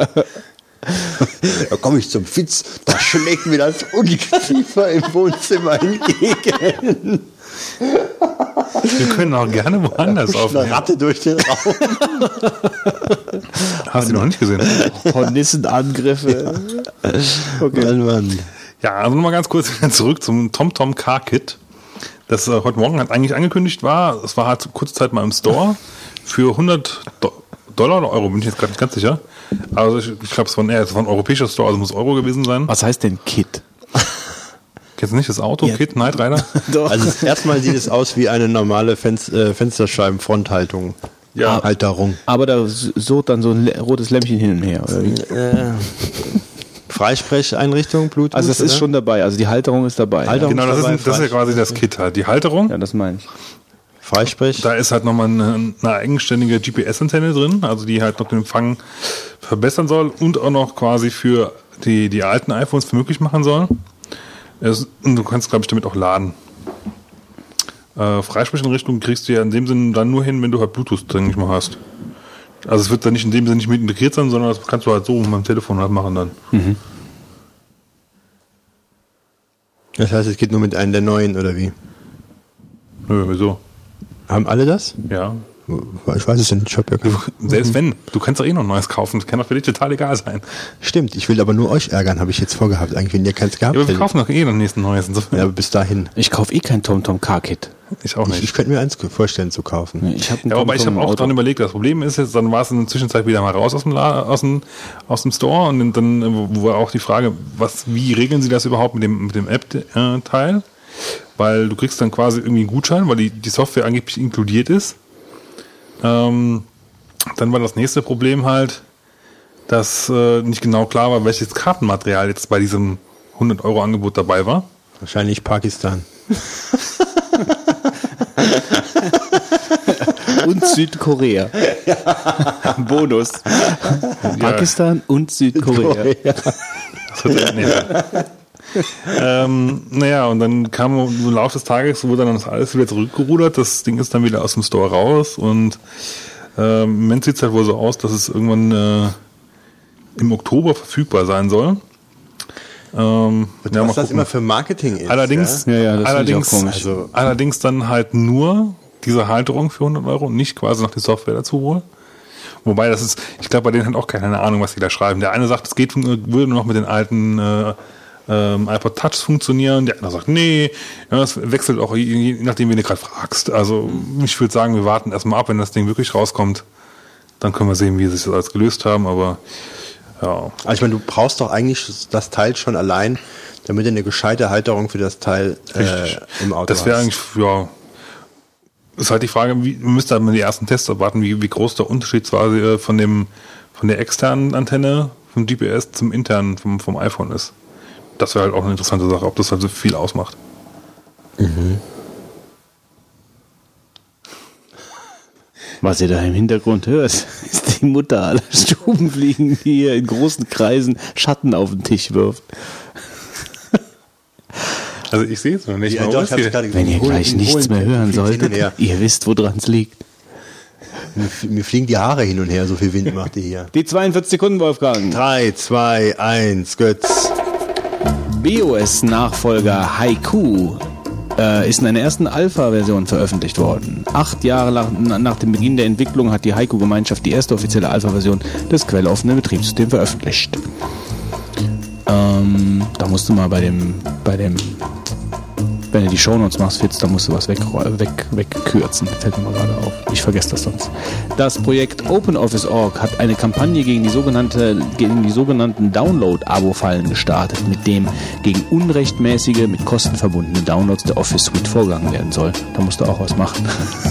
Da komme ich zum Fitz, da schlägt mir das Ungeziefer im Wohnzimmer entgegen. Wir können auch gerne woanders Eine aufnehmen. Ratte durch den Raum. Hast du noch nicht gesehen? Hornissenangriffe. Okay. Mann. Ja, also nochmal ganz kurz wieder zurück zum TomTom Car Kit. Das heute Morgen halt eigentlich angekündigt war. Es war halt kurze Zeit mal im Store für $100 oder Euro, bin ich jetzt gerade nicht ganz sicher. Also ich glaube, es war ein europäischer Store, also muss Euro gewesen sein. Was heißt denn Kit? Kennst du nicht das Auto? Ja. Kit, Knight Rider? Doch. Also erstmal sieht es aus wie eine normale Fensterscheibenfronthaltung. Ja. Halterung. Aber da so dann so ein rotes Lämpchen hin und her, oder wie? Freisprecheinrichtung, Bluetooth. Also das ist schon dabei, also die Halterung ist dabei. Halterung. Genau, das ist ja quasi das Kit halt. Die Halterung, Ja, das meine ich. Freisprech. da ist halt nochmal eine eigenständige GPS-Antenne drin, also die halt noch den Empfang verbessern soll und auch noch quasi für die alten iPhones für möglich machen soll. Und du kannst, glaube ich, damit auch laden. Freisprecheinrichtung kriegst du ja in dem Sinne dann nur hin, wenn du halt Bluetooth drin nicht mehr hast. Also es wird dann nicht in dem Sinne nicht mit integriert sein, sondern das kannst du halt so mit dem Telefon halt machen dann. Das heißt, es geht nur mit einem der neuen, oder wie? Nö, wieso? Haben alle das? Ja. Ich weiß es nicht. Ich hab ja keinen. Selbst wenn, du kannst doch eh noch ein neues kaufen. Das kann doch für dich total egal sein. Stimmt, ich will aber nur euch ärgern, habe ich jetzt vorgehabt. Eigentlich, wenn ihr keins gehabt Ja, aber wir hättet. kaufen doch eh das nächste Neues. Insofern. Ja, aber bis dahin. Ich kaufe eh kein TomTom Car Kit. Ich auch nicht. Ich könnte mir eins vorstellen zu kaufen. Ich habe Ja, aber ich habe auch dran überlegt, das Problem ist jetzt, dann war es in der Zwischenzeit wieder mal raus aus dem Store und dann war auch die Frage, wie regeln Sie das überhaupt mit dem App-Teil? weil du kriegst dann quasi irgendwie einen Gutschein, weil die Software angeblich inkludiert ist. Dann war das nächste Problem halt, dass nicht genau klar war, welches Kartenmaterial jetzt bei diesem 100-Euro-Angebot dabei war. Wahrscheinlich Pakistan. Und Südkorea. Bonus. Pakistan und Südkorea. Naja, und dann kam so im Laufe des Tages, wurde dann das alles wieder zurückgerudert. Das Ding ist dann wieder aus dem Store raus und im Moment sieht es halt wohl so aus, dass es irgendwann im Oktober verfügbar sein soll. Was das immer für Marketing ist. Allerdings, das allerdings, finde ich auch komisch. Allerdings dann halt nur diese Halterung für 100 Euro, nicht quasi noch die Software dazu wohl. Wobei das ist, ich glaube, bei denen hat auch keine Ahnung, was die da schreiben. Der eine sagt, es würde nur noch mit den alten iPod Touchs funktionieren. Der andere sagt, nee, das wechselt auch, je nachdem, wen du gerade fragst. Also ich würde sagen, wir warten erstmal ab, wenn das Ding wirklich rauskommt. Dann können wir sehen, wie sie sich das alles gelöst haben, aber ja. Also ich meine, du brauchst doch eigentlich das Teil schon allein, damit du eine gescheite Halterung für das Teil im Auto hast. Das wäre eigentlich, ja, ist halt die Frage, müsste halt mal die ersten Tests abwarten, wie groß der Unterschied quasi von der externen Antenne vom GPS zum internen vom iPhone ist. Das wäre halt auch eine interessante Sache, ob das halt so viel ausmacht. Mhm. Was ihr da im Hintergrund hört, ist die Mutter aller Stubenfliegen, die hier in großen Kreisen Schatten auf den Tisch wirft. Also ich sehe es noch nicht. Ja, doch, ich hab's gerade gesehen. Wenn ihr gleich nichts mehr hören solltet, ihr wisst, woran es liegt. Mir fliegen die Haare hin und her, so viel Wind macht ihr hier. Die 42 Sekunden, Wolfgang. 3, 2, 1, Götz. BOS-Nachfolger Haiku ist in einer ersten Alpha-Version veröffentlicht worden. 8 Jahre nach dem Beginn der Entwicklung hat die Haiku-Gemeinschaft die erste offizielle Alpha-Version des quelloffenen Betriebssystems veröffentlicht. Da musst du mal bei dem, wenn du die Shownotes machst, Fitz, da musst du was wegkürzen. Fällt mir mal gerade auf. Ich vergesse das sonst. Das Projekt OpenOffice.org hat eine Kampagne gegen die sogenannten Download-Abo-Fallen gestartet, mit dem gegen unrechtmäßige, mit Kosten verbundene Downloads der Office Suite vorgegangen werden soll. Da musst du auch was machen.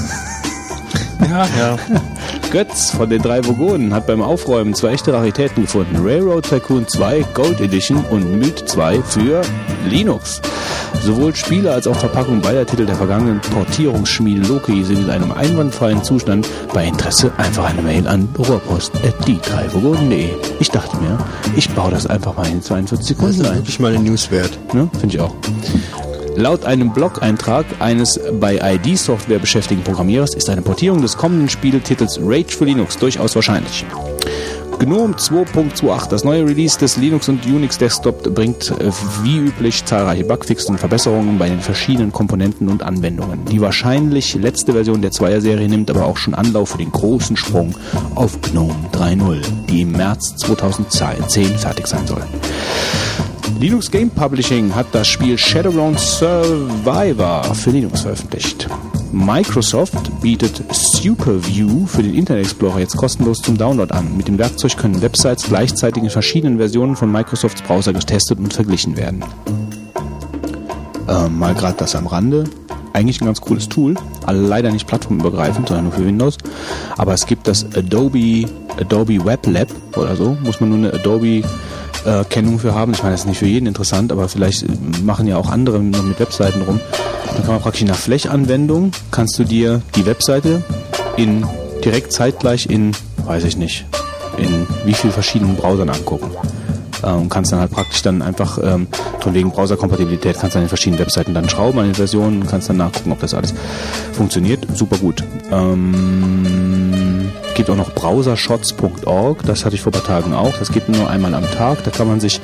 Ja. Götz von den 3 Vogonen hat beim Aufräumen 2 echte Raritäten gefunden. Railroad Tycoon 2 Gold Edition und Myth 2 für Linux. Sowohl Spiele als auch Verpackung beider Titel der vergangenen Portierungsschmiede Loki sind in einem einwandfreien Zustand. Bei Interesse einfach eine Mail an rohrpost@die3vogonen.de. Ich dachte mir, ich baue das einfach mal in 42 Sekunden ein. Das ist wirklich mal eine News wert. Ne? Finde ich auch. Laut einem Blog-Eintrag eines bei ID-Software beschäftigten Programmierers ist eine Portierung des kommenden Spieltitels Rage für Linux durchaus wahrscheinlich. GNOME 2.28, das neue Release des Linux und Unix Desktop, bringt wie üblich zahlreiche Bugfixes und Verbesserungen bei den verschiedenen Komponenten und Anwendungen. Die wahrscheinlich letzte Version der 2er-Serie nimmt aber auch schon Anlauf für den großen Sprung auf GNOME 3.0, die im März 2010 fertig sein soll. Linux Game Publishing hat das Spiel Shadowground Survivor für Linux veröffentlicht. Microsoft bietet SuperView für den Internet Explorer jetzt kostenlos zum Download an. Mit dem Werkzeug können Websites gleichzeitig in verschiedenen Versionen von Microsofts Browser getestet und verglichen werden. Mal gerade das am Rande. Eigentlich ein ganz cooles Tool, leider nicht plattformübergreifend, sondern nur für Windows. Aber es gibt das Adobe Web Lab oder so, muss man nur eine Adobe Kennung für haben. Ich meine, das ist nicht für jeden interessant, aber vielleicht machen ja auch andere noch mit Webseiten rum. Dann kann man praktisch nach Flächanwendung, kannst du dir die Webseite direkt zeitgleich in wie vielen verschiedenen Browsern angucken. Und kannst dann halt praktisch dann einfach von wegen Browserkompatibilität kannst du an den verschiedenen Webseiten dann schrauben an den Versionen und kannst dann nachgucken, ob das alles funktioniert. Super gut. Gibt auch noch browsershots.org, das hatte ich vor ein paar Tagen auch. Das geht nur einmal am Tag. Da kann man sich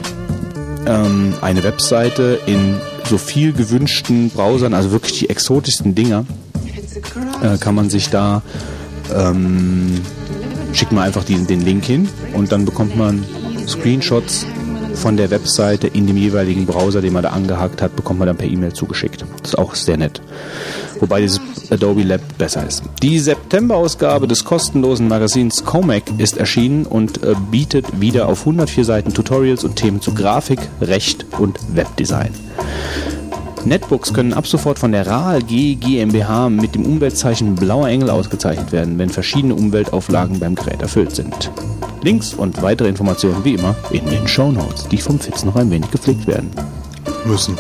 eine Webseite in so viel gewünschten Browsern, also wirklich die exotischsten Dinger, kann man sich da schickt man einfach den Link hin und dann bekommt man Screenshots von der Webseite in dem jeweiligen Browser, den man da angehakt hat, bekommt man dann per E-Mail zugeschickt. Das ist auch sehr nett. Wobei dieses Adobe Lab besser ist. Die September-Ausgabe des kostenlosen Magazins Comac ist erschienen und bietet wieder auf 104 Seiten Tutorials und Themen zu Grafik, Recht und Webdesign. Netbooks können ab sofort von der RAL G GmbH mit dem Umweltzeichen Blauer Engel ausgezeichnet werden, wenn verschiedene Umweltauflagen beim Gerät erfüllt sind. Links und weitere Informationen wie immer in den Shownotes, die vom Fitz noch ein wenig gepflegt werden Müssen.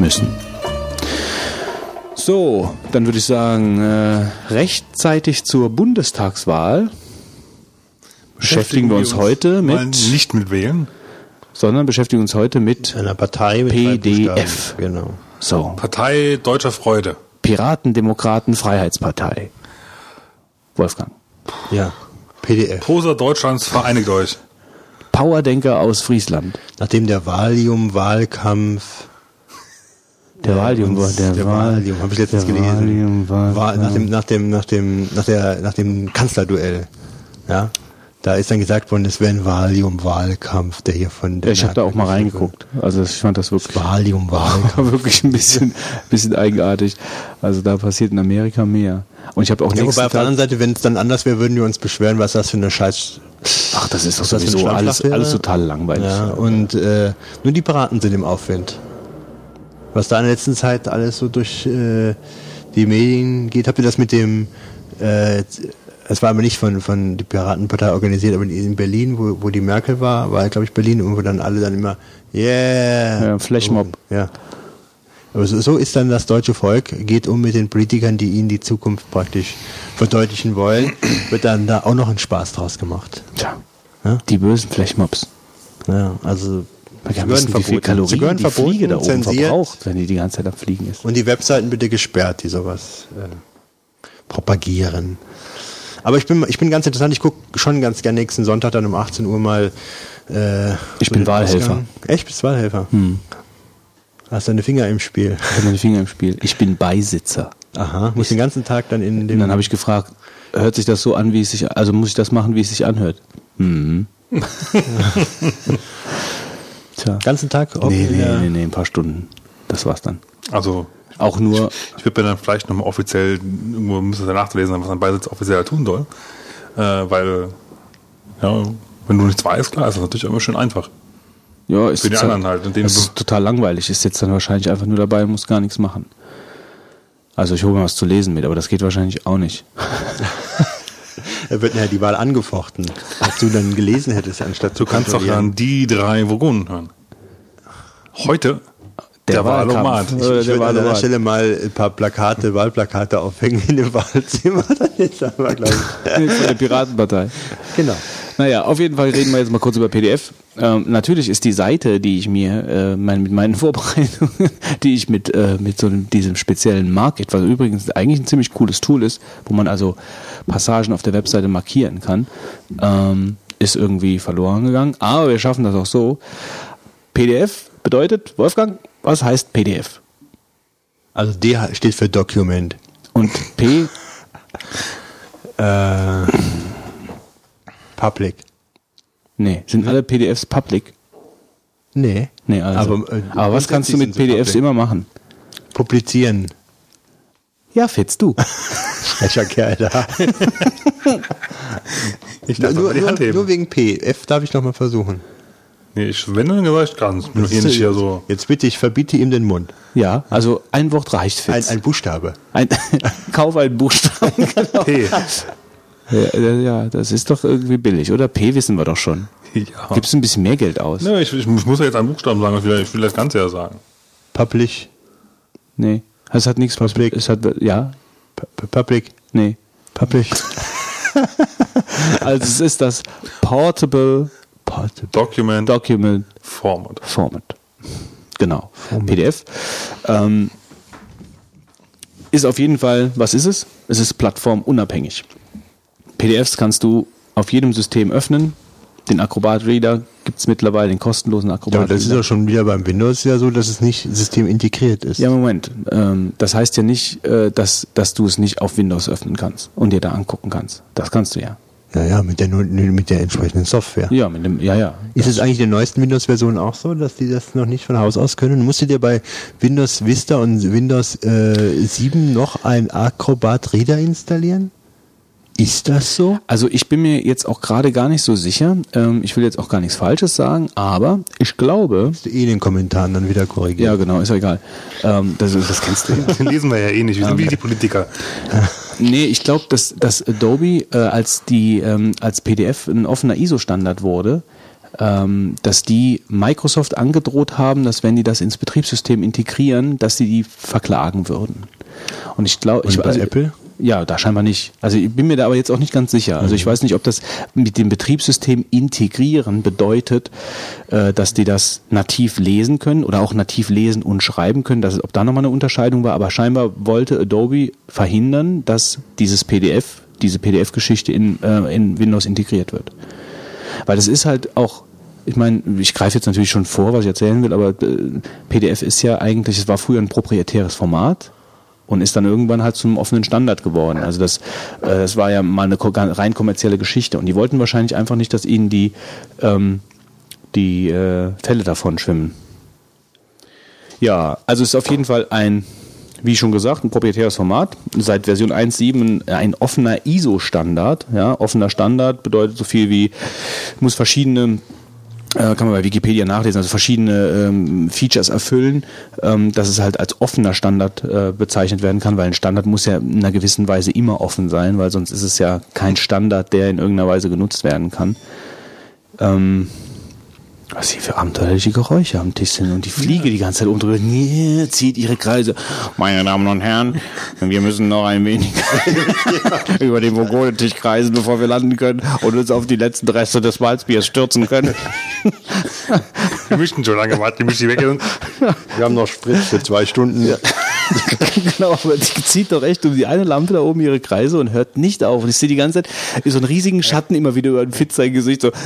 So, dann würde ich sagen, rechtzeitig zur Bundestagswahl beschäftigen wir uns heute Mal mit, nicht mit wählen. sondern beschäftigen uns heute mit Einer Partei mit PDF. Genau. So, Partei Deutscher Freude. Piraten, Demokraten, Freiheitspartei. Wolfgang. Ja. PDF. Poser Deutschlands, vereinigt euch. Powerdenker aus Friesland. Nachdem der Valium-Wahlkampf. Der Valium, habe ich letztens gelesen. War nach dem Kanzlerduell. Ja. Da ist dann gesagt worden, es wäre ein Valium-Wahlkampf, der hier von der. Ich habe da auch mal reingeguckt. Also ich fand das wirklich Valium-Wahlkampf. war wirklich ein bisschen eigenartig. Also da passiert in Amerika mehr. Und ich habe auch Ja, nächsten wobei auf der Tag, anderen Seite, wenn es dann anders wäre, würden wir uns beschweren, was das für eine Scheiß. ach, das ist doch was das für ein sowieso Schlammschlag wäre. alles total langweilig. Ja, und nur die Piraten sind im Aufwind. Was da in der letzten Zeit alles so durch die Medien geht, habt ihr das mit dem es war aber nicht von der Piratenpartei organisiert, aber in Berlin, wo die Merkel war glaube ich Berlin, und wo dann alle dann immer Ja, Flashmob. Ja. Aber so ist dann das deutsche Volk, geht um mit den Politikern, die ihnen die Zukunft praktisch verdeutlichen wollen, wird dann da auch noch ein Spaß draus gemacht. Tja, Ja? die bösen Flashmobs. Ja, also Wir haben wissen, wie viel Kalorien die Fliege da oben zensiert verbraucht, wenn die ganze Zeit am Fliegen ist. und die Webseiten bitte gesperrt, die sowas propagieren. Aber ich bin ganz interessant, ich gucke schon ganz gern nächsten Sonntag dann um 18 Uhr mal Ich bin Wahlhelfer. Echt, bist du Wahlhelfer? Hast deine Finger im Spiel. Ich habe meine Finger im Spiel. Ich bin Beisitzer. Aha, muss den ganzen Tag dann in dem... Und dann habe ich gefragt, hört sich das so an, wie es sich, also muss ich das machen, wie es sich anhört? Mhm. Tja. ganzen Tag? Nee, ein paar Stunden. Das war's dann. Also Auch nur, ich würde mir dann vielleicht nochmal offiziell, irgendwo müsste es ja nachlesen, was ein Beisitz offiziell tun soll. Weil, ja, wenn du nichts weißt, klar, ist das natürlich immer schön einfach. ja, ist Für die anderen halt. Und denen das ist total langweilig. Ist jetzt dann wahrscheinlich einfach nur dabei und muss gar nichts machen. Also ich hole mir was zu lesen mit, aber das geht wahrscheinlich auch nicht. Da wird ja die Wahl angefochten, was du dann gelesen hättest, anstatt Du kannst doch dann die 3 Vogonen hören. Heute der Wahlomat. Wahlkampf. Ich würde an Wahlomat. der Stelle mal ein paar Wahlplakate aufhängen in dem Wahlzimmer. Dann jetzt haben wir, glaube ich. Von der Piratenpartei. Genau. Naja, auf jeden Fall reden wir jetzt mal kurz über PDF. Natürlich ist die Seite, die ich mir mit meinen Vorbereitungen, die ich mit diesem speziellen Market, was übrigens eigentlich ein ziemlich cooles Tool ist, wo man also Passagen auf der Webseite markieren kann, ist irgendwie verloren gegangen. Aber wir schaffen das auch so. PDF bedeutet, Wolfgang, was heißt PDF? Also D steht für Document. Und P? Public. Nee, sind alle PDFs public? Nee. Nee, also. Aber was kannst du mit grundsätzlich sind sie PDFs immer machen? publizieren? Ja, Fitz, du. Frecher Kerl da. Ich darf nur die Hand heben. Nur wegen P. F darf ich noch mal versuchen. Nee, wenn dann gesagt, ich kann es. Bin doch hier nicht hier so. Jetzt bitte, ich verbiete ihm den Mund. Ja, also ein Wort reicht, Fitz. Ein Buchstabe. Kauf einen Buchstaben. Genau. P. Ja, das ist doch irgendwie billig, oder? P wissen wir doch schon. Ja. Gibst ein bisschen mehr Geld aus? Ne, ich muss ja jetzt einen Buchstaben sagen, ich will das Ganze ja sagen. Publish. Nee. Es hat nichts. Public. Es hat, ja. Public. Nee. Publish. Also es ist das Portable Document Format. Format. Genau. PDF. Ist auf jeden Fall, was ist es? Es ist plattformunabhängig. PDFs kannst du auf jedem System öffnen. Den Acrobat Reader gibt es mittlerweile, den kostenlosen Ja, Acrobat aber das ist Reader. ja schon wieder beim Windows ja so, dass es nicht systemintegriert ist. Ja, Moment. Das heißt ja nicht, dass du es nicht auf Windows öffnen kannst und dir da angucken kannst. Das kannst du ja. Ja, mit der entsprechenden Software. Ja, mit dem, ja. Ist es eigentlich in der neuesten Windows-Version auch so, dass die das noch nicht von Haus aus können? Musst du dir bei Windows Vista und Windows 7 noch ein Acrobat Reader installieren? Ist das so? Also ich bin mir jetzt auch gerade gar nicht so sicher. Ich will jetzt auch gar nichts Falsches sagen, aber ich glaube... Musst du in den Kommentaren dann wieder korrigieren. Ja, genau, ist ja egal. Das kennst du ja. Den lesen wir ja eh nicht. Wir sind wie die Politiker. Nee, ich glaube, dass Adobe als PDF ein offener ISO-Standard wurde, dass die Microsoft angedroht haben, dass wenn die das ins Betriebssystem integrieren, dass die verklagen würden. Und ich glaube... bei Apple? Ja, da scheinbar nicht. Also ich bin mir da aber jetzt auch nicht ganz sicher. Also ich weiß nicht, ob das mit dem Betriebssystem integrieren bedeutet, dass die das nativ lesen können oder auch nativ lesen und schreiben können, ob da nochmal eine Unterscheidung war. Aber scheinbar wollte Adobe verhindern, dass diese PDF-Geschichte in Windows integriert wird. Weil das ist halt auch, ich meine, ich greife jetzt natürlich schon vor, was ich erzählen will, aber PDF ist ja eigentlich, es war früher ein proprietäres Format. Und ist dann irgendwann halt zum offenen Standard geworden. Also das war ja mal eine rein kommerzielle Geschichte. Und die wollten wahrscheinlich einfach nicht, dass ihnen die Fälle davon schwimmen. Ja, also es ist auf jeden Fall wie schon gesagt, ein proprietäres Format. Seit Version 1.7 ein offener ISO-Standard. Ja, offener Standard bedeutet so viel wie, muss verschiedene... kann man bei Wikipedia nachlesen, also verschiedene Features erfüllen, dass es halt als offener Standard bezeichnet werden kann, weil ein Standard muss ja in einer gewissen Weise immer offen sein, weil sonst ist es ja kein Standard, der in irgendeiner Weise genutzt werden kann. Was hier für abenteuerliche Geräusche am Tisch sind und die Fliege die ganze Zeit oben drüber zieht ihre Kreise. Meine Damen und Herren, wir müssen noch ein wenig über den Vogonentisch kreisen, bevor wir landen können und uns auf die letzten Reste des Malzbiers stürzen können. Wir möchten schon lange warten, die müssen weg. Wir haben noch Sprit für 2 Stunden. Ja. Genau, aber die zieht doch echt um die eine Lampe da oben ihre Kreise und hört nicht auf. Und ich sehe die ganze Zeit so einen riesigen Schatten immer wieder über den Fitz sein Gesicht so.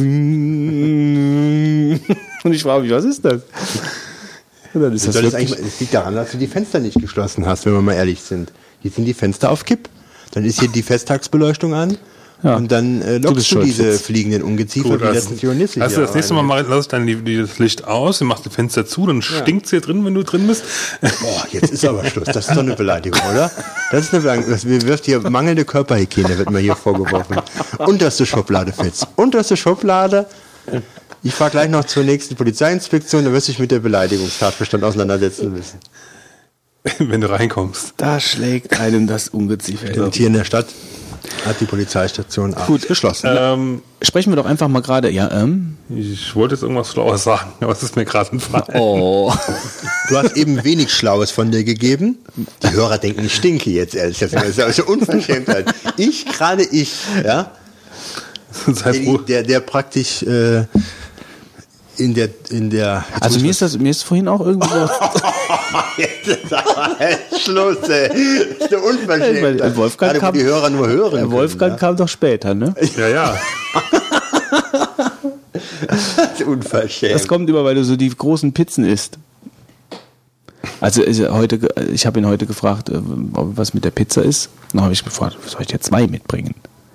Und ich frage mich, was ist das? Und dann ist das liegt daran, dass du die Fenster nicht geschlossen hast, wenn wir mal ehrlich sind. Hier sind die Fenster auf Kipp. Dann ist hier die Festtagsbeleuchtung an. Ja. Und dann lockst du diese fliegenden Ungeziefer, die letzten Zionisten. Hast du das nächste Mal lass dann das Licht aus, du machst die Fenster zu, dann stinkt's hier drin, wenn du drin bist. Boah, jetzt ist aber Schluss. Das ist doch eine Beleidigung, oder? Das ist eine Beleidigung. Das wirft hier mangelnde Körperhygiene, wird mir hier vorgeworfen. Unterste Schublade, Fitz. Unterste Schublade. Ich fahre gleich noch zur nächsten Polizeiinspektion, da wirst du dich mit der Beleidigungstatbestand auseinandersetzen müssen. Wenn du reinkommst. Da schlägt einem das Ungeziefer. Und hier in der Stadt hat die Polizeistation gut geschlossen. Sprechen wir doch einfach mal gerade. Ja, ich wollte jetzt irgendwas Schlaues sagen, aber es ist mir gerade entfallen. Oh. Du hast eben wenig Schlaues von dir gegeben. Die Hörer denken, ich stinke jetzt, ehrlich. Das ist also Unverschämtheit. Gerade ich, ja. Der praktisch in der also mir ist vorhin auch irgendwie so jetzt ist aber Schluss, ey. Das ist eine Unverschämtheit. Wolfgang kam, die Hörer nur hören können, Wolfgang kam doch später, ne? Ja. Das ist unverschämt. Das kommt immer, weil du so die großen Pizzen isst. Also ich habe ihn heute gefragt, was mit der Pizza ist. Dann habe ich gefragt, soll ich dir 2 mitbringen?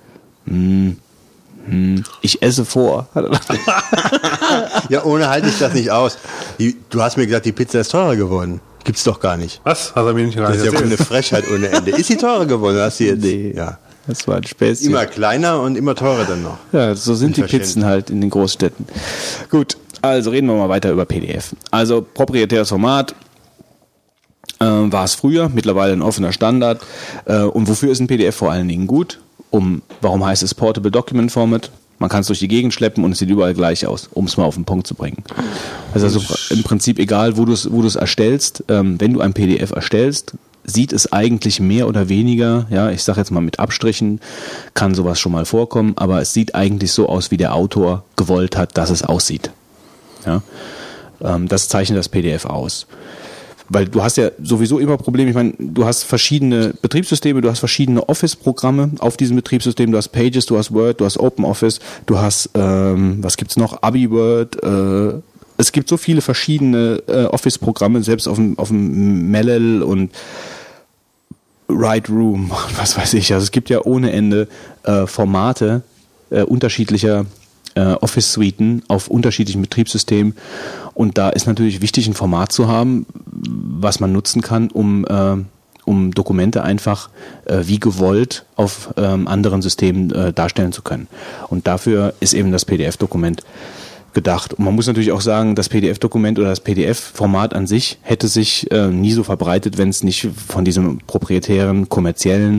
Ich esse vor. Ja, ohne halte ich das nicht aus. Du hast mir gesagt, die Pizza ist teurer geworden. Gibt's doch gar nicht. Was? Hat er mir nicht Das ist ja wohl eine Frechheit ohne Ende. Ist sie teurer geworden? Hast du jetzt? Nee. Ja. Das war ein Späßchen. Immer kleiner und immer teurer dann noch. Ja, so sind die Pizzen halt in den Großstädten. Gut, also reden wir mal weiter über PDF. Also proprietäres Format war es früher, mittlerweile ein offener Standard. Und wofür ist ein PDF vor allen Dingen gut? Warum heißt es Portable Document Format? Man kann es durch die Gegend schleppen und es sieht überall gleich aus, um es mal auf den Punkt zu bringen. Also im Prinzip egal, wo du es erstellst, wenn du ein PDF erstellst, sieht es eigentlich mehr oder weniger, ja, ich sage jetzt mal mit Abstrichen, kann sowas schon mal vorkommen, aber es sieht eigentlich so aus, wie der Autor gewollt hat, dass es aussieht. Ja? Das zeichnet das PDF aus. Weil du hast ja sowieso immer Probleme, ich meine, du hast verschiedene Betriebssysteme, du hast verschiedene Office-Programme auf diesem Betriebssystem, du hast Pages, du hast Word, du hast OpenOffice, du hast, was gibt's noch, AbiWord, es gibt so viele verschiedene Office-Programme, selbst auf dem Mellel und Write Room, was weiß ich, also es gibt ja ohne Ende Formate unterschiedlicher Office-Suiten auf unterschiedlichen Betriebssystemen und da ist natürlich wichtig, ein Format zu haben, was man nutzen kann, um um Dokumente einfach wie gewollt auf anderen Systemen darstellen zu können. Und dafür ist eben das PDF-Dokument gedacht. Und man muss natürlich auch sagen, das PDF-Dokument oder das PDF-Format an sich hätte sich nie so verbreitet, wenn es nicht von diesem proprietären, kommerziellen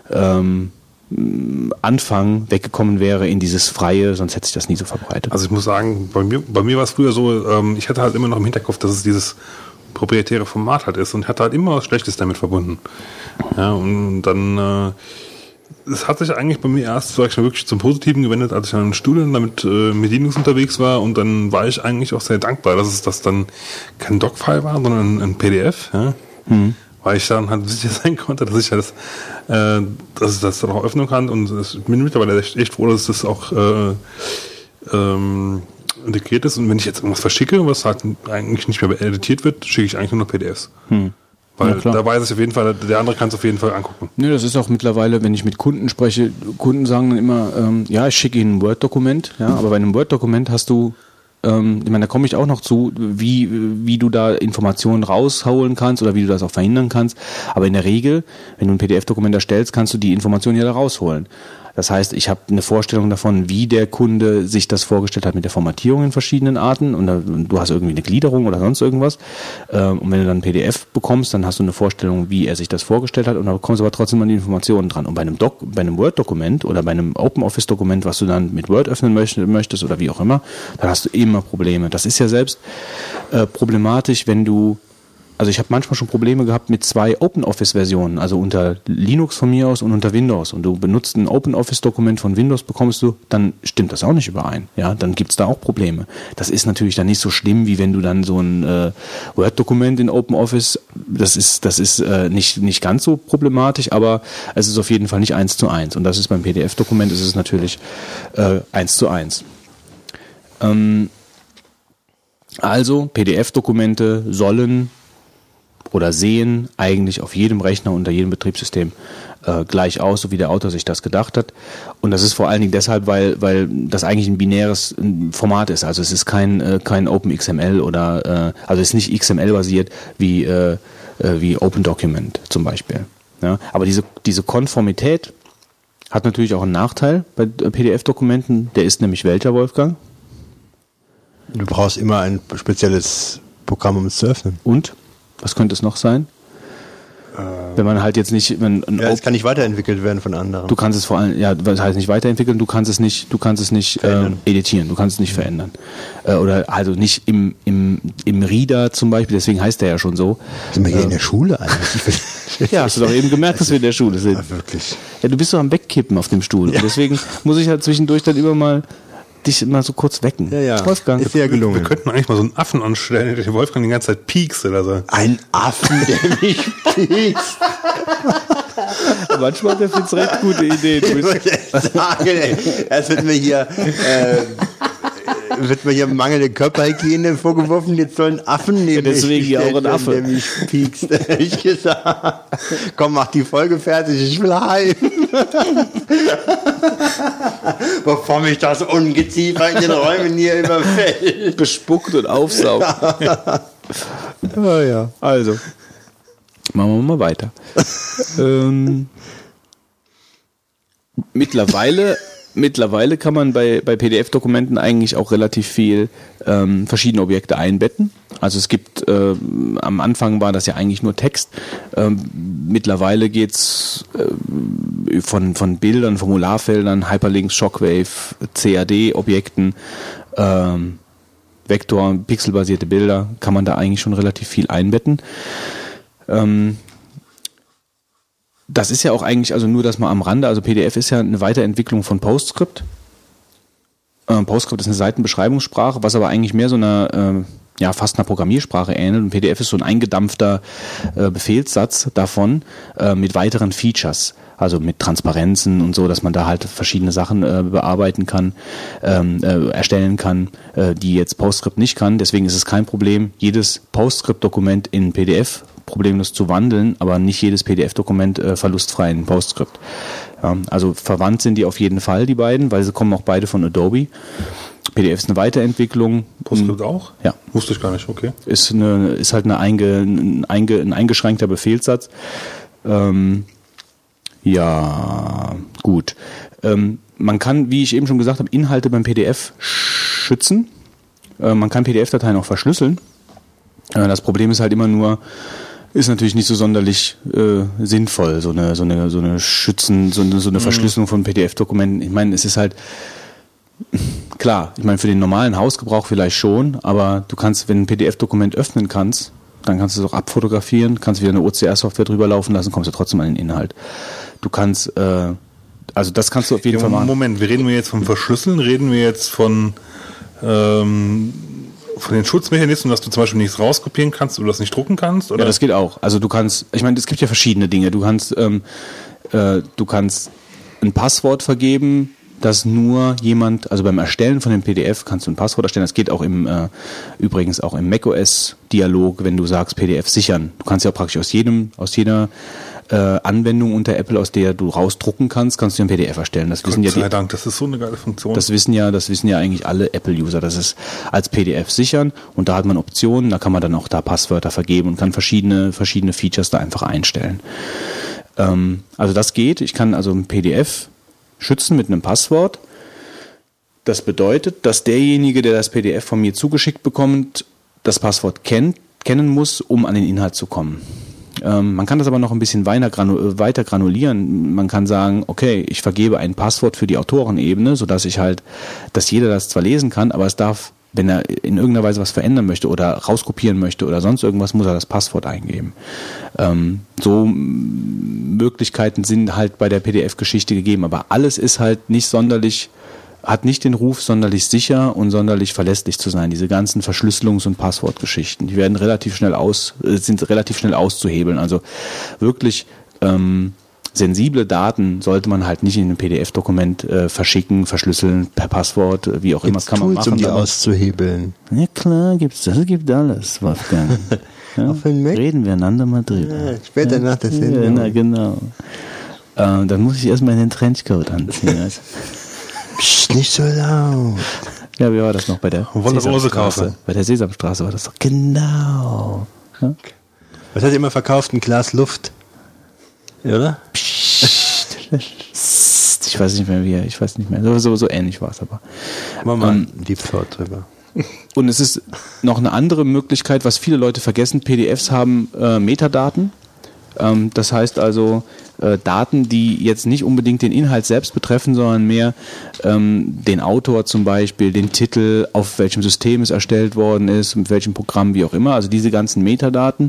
Anfang weggekommen wäre in dieses Freie, sonst hätte sich das nie so verbreitet. Also ich muss sagen, bei mir war es früher so, ich hatte halt immer noch im Hinterkopf, dass es dieses proprietäre Format halt ist und hatte halt immer was Schlechtes damit verbunden. Ja, und dann es hat sich eigentlich bei mir erst, sag ich mal, wirklich zum Positiven gewendet, als ich an einem Studium damit mit Linux unterwegs war, und dann war ich eigentlich auch sehr dankbar, dass es das dann kein Doc-File war, sondern ein PDF, ja? Weil ich dann halt sicher sein konnte, dass ich das dann auch öffnen kann, und ich bin mittlerweile echt froh, dass das auch integriert ist, und wenn ich jetzt irgendwas verschicke, was halt eigentlich nicht mehr editiert wird, schicke ich eigentlich nur noch PDFs. Weil da weiß ich auf jeden Fall, der andere kann es auf jeden Fall angucken. Nö, das ist auch mittlerweile, wenn ich mit Kunden spreche, Kunden sagen dann immer, ja, ich schicke ihnen ein Word-Dokument, ja, aber bei einem Word-Dokument hast du, ich meine, da komme ich auch noch zu, wie du da Informationen rausholen kannst oder wie du das auch verhindern kannst. Aber in der Regel, wenn du ein PDF-Dokument erstellst, kannst du die Informationen ja da rausholen. Das heißt, ich habe eine Vorstellung davon, wie der Kunde sich das vorgestellt hat mit der Formatierung in verschiedenen Arten, und du hast irgendwie eine Gliederung oder sonst irgendwas. Und wenn du dann ein PDF bekommst, dann hast du eine Vorstellung, wie er sich das vorgestellt hat, und dann bekommst du aber trotzdem mal die Informationen dran. Und bei einem Word-Dokument oder bei einem OpenOffice-Dokument, was du dann mit Word öffnen möchtest oder wie auch immer, dann hast du immer Probleme. Das ist ja selbst problematisch, wenn du, also ich habe manchmal schon Probleme gehabt mit 2 OpenOffice-Versionen, also unter Linux von mir aus und unter Windows, und du benutzt ein OpenOffice-Dokument von Windows, bekommst du, dann stimmt das auch nicht überein. Ja, dann gibt's da auch Probleme. Das ist natürlich dann nicht so schlimm, wie wenn du dann so ein Word-Dokument in OpenOffice, das ist nicht ganz so problematisch, aber es ist auf jeden Fall nicht 1:1. Und das ist beim PDF-Dokument, ist es natürlich 1:1. Also PDF-Dokumente sollen oder sehen eigentlich auf jedem Rechner unter jedem Betriebssystem gleich aus, so wie der Autor sich das gedacht hat. Und das ist vor allen Dingen deshalb, weil das eigentlich ein binäres Format ist. Also es ist kein OpenXML oder also es ist nicht XML-basiert wie OpenDocument zum Beispiel. Ja? Aber diese Konformität hat natürlich auch einen Nachteil bei PDF-Dokumenten. Der ist nämlich welcher, Wolfgang? Du brauchst immer ein spezielles Programm, um es zu öffnen. Und? Was könnte es noch sein? Wenn man halt jetzt nicht... es kann nicht weiterentwickelt werden von anderen. Du kannst es vor allem, ja, das heißt nicht weiterentwickeln, du kannst es nicht editieren, du kannst es nicht verändern. Oder also nicht im Reader zum Beispiel, deswegen heißt der ja schon so. Sind wir hier in der Schule eigentlich? Ja, hast du doch eben gemerkt, dass wir in der Schule sind. Ja, wirklich. Ja, du bist doch am Wegkippen auf dem Stuhl. Ja. Und deswegen muss ich halt zwischendurch dann immer mal dich mal so kurz wecken. Ja. Wolfgang. Ist ja gelungen. Wir könnten eigentlich mal so einen Affen anstellen, der Wolfgang die ganze Zeit piekst oder so. Ein Affen, der mich piekst. Manchmal hat er jetzt recht gute Ideen. Ich muss echt sagen, erst wird mir hier mangelnde Körperhygiene vorgeworfen, jetzt soll ein Affen neben mich deswegen ja auch ein Affe, der mich piekst. Ich gesagt, komm, mach die Folge fertig, ich will heim. Bevor mich das Ungeziefer in den Räumen hier überfällt. Bespuckt und aufsaugt. Ja. Also, machen wir mal weiter. Mittlerweile kann man bei PDF-Dokumenten eigentlich auch relativ viel verschiedene Objekte einbetten. Also es gibt, am Anfang war das ja eigentlich nur Text. Mittlerweile geht's von Bildern, Formularfeldern, Hyperlinks, Shockwave, CAD-Objekten, Vektor, pixelbasierte Bilder, kann man da eigentlich schon relativ viel einbetten. Das ist ja auch eigentlich, also nur das mal am Rande, also PDF ist ja eine Weiterentwicklung von PostScript. PostScript ist eine Seitenbeschreibungssprache, was aber eigentlich mehr so einer, fast einer Programmiersprache ähnelt. Und PDF ist so ein eingedampfter Befehlssatz davon mit weiteren Features, also mit Transparenzen und so, dass man da halt verschiedene Sachen bearbeiten kann, erstellen kann, die jetzt PostScript nicht kann. Deswegen ist es kein Problem, jedes PostScript-Dokument in PDF problemlos zu wandeln, aber nicht jedes PDF-Dokument verlustfrei in PostScript. Ja, also verwandt sind die auf jeden Fall, die beiden, weil sie kommen auch beide von Adobe. PDF ist eine Weiterentwicklung. PostScript auch? Ja. Wusste ich gar nicht, okay. Ist halt ein eingeschränkter Befehlssatz. Ja, gut. Man kann, wie ich eben schon gesagt habe, Inhalte beim PDF schützen. Man kann PDF-Dateien auch verschlüsseln. Das Problem ist halt immer nur, ist natürlich nicht so sonderlich sinnvoll, so eine Verschlüsselung von PDF-Dokumenten. Ich meine, es ist halt klar, ich meine, für den normalen Hausgebrauch vielleicht schon, aber du kannst, wenn du ein PDF-Dokument öffnen kannst, dann kannst du es auch abfotografieren, kannst wieder eine OCR-Software drüber laufen lassen, kommst du trotzdem an den Inhalt. Du kannst, also das kannst du auf jeden Fall machen. Moment, reden wir jetzt vom Verschlüsseln, reden wir jetzt von den Schutzmechanismen, dass du zum Beispiel nichts rauskopieren kannst oder das nicht drucken kannst? Oder? Ja, das geht auch. Also du kannst, ich meine, es gibt ja verschiedene Dinge. Du kannst ein Passwort vergeben, dass nur jemand, also beim Erstellen von dem PDF kannst du ein Passwort erstellen. Das geht auch übrigens auch im macOS-Dialog, wenn du sagst PDF sichern. Du kannst ja auch praktisch aus jeder Anwendung unter Apple, aus der du rausdrucken kannst du ein PDF erstellen. Das wissen Gott sei Dank, das ist so eine geile Funktion. Das wissen ja eigentlich alle Apple-User. Das ist als PDF sichern und da hat man Optionen, da kann man dann auch da Passwörter vergeben und kann verschiedene Features da einfach einstellen. Also das geht. Ich kann also ein PDF schützen mit einem Passwort. Das bedeutet, dass derjenige, der das PDF von mir zugeschickt bekommt, das Passwort kennen muss, um an den Inhalt zu kommen. Man kann das aber noch ein bisschen weiter granulieren. Man kann sagen, okay, ich vergebe ein Passwort für die Autorenebene, sodass dass jeder das zwar lesen kann, aber es darf, wenn er in irgendeiner Weise was verändern möchte oder rauskopieren möchte oder sonst irgendwas, muss er das Passwort eingeben. So Möglichkeiten sind halt bei der PDF-Geschichte gegeben, aber alles ist halt hat nicht den Ruf, sonderlich sicher und sonderlich verlässlich zu sein. Diese ganzen Verschlüsselungs- und Passwortgeschichten, die werden sind relativ schnell auszuhebeln. Also wirklich sensible Daten sollte man halt nicht in einem PDF-Dokument verschicken, verschlüsseln, per Passwort, wie auch immer. Gibt's kann man Tools, machen, um die auszuhebeln? Ja klar, gibt alles, Wolfgang. Ja, reden wir einander mal drüber. Ja, später nach der Sendung. Ja, genau. Dann muss ich erstmal den Trenchcoat anziehen. Psst, nicht so laut. Ja, wie war das noch bei der Sesamstraße? Bei der Sesamstraße war das doch. Genau. Ja? Was hat ihr immer verkauft? Ein Glas Luft? Oder? Psst. Ich weiß nicht mehr. So ähnlich war es aber. Machen wir mal einen Deep Thought drüber. Und es ist noch eine andere Möglichkeit, was viele Leute vergessen. PDFs haben Metadaten. Das heißt also Daten, die jetzt nicht unbedingt den Inhalt selbst betreffen, sondern mehr den Autor zum Beispiel, den Titel, auf welchem System es erstellt worden ist, mit welchem Programm, wie auch immer. Also diese ganzen Metadaten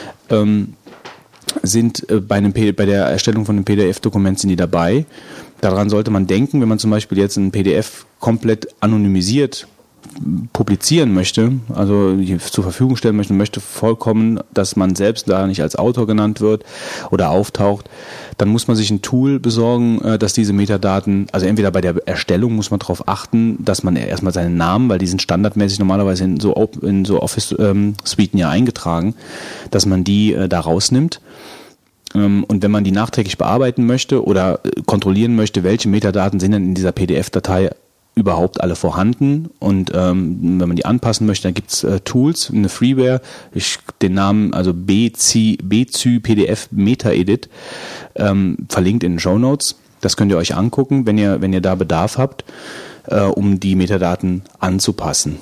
sind bei der Erstellung von einem PDF-Dokument sind die dabei. Daran sollte man denken, wenn man zum Beispiel jetzt ein PDF komplett anonymisiert publizieren möchte, also zur Verfügung stellen möchte vollkommen, dass man selbst da nicht als Autor genannt wird oder auftaucht, dann muss man sich ein Tool besorgen, dass diese Metadaten, also entweder bei der Erstellung muss man darauf achten, dass man erstmal seinen Namen, weil die sind standardmäßig normalerweise in so Office-Suiten ja eingetragen, dass man die da rausnimmt. Und wenn man die nachträglich bearbeiten möchte oder kontrollilen möchte, welche Metadaten sind denn in dieser PDF-Datei überhaupt alle vorhanden und wenn man die anpassen möchte, dann gibt es Tools, eine Freeware, den Namen, also BZY PDF Meta Edit, verlinkt in den Shownotes. Das könnt ihr euch angucken, wenn ihr da Bedarf habt, um die Metadaten anzupassen.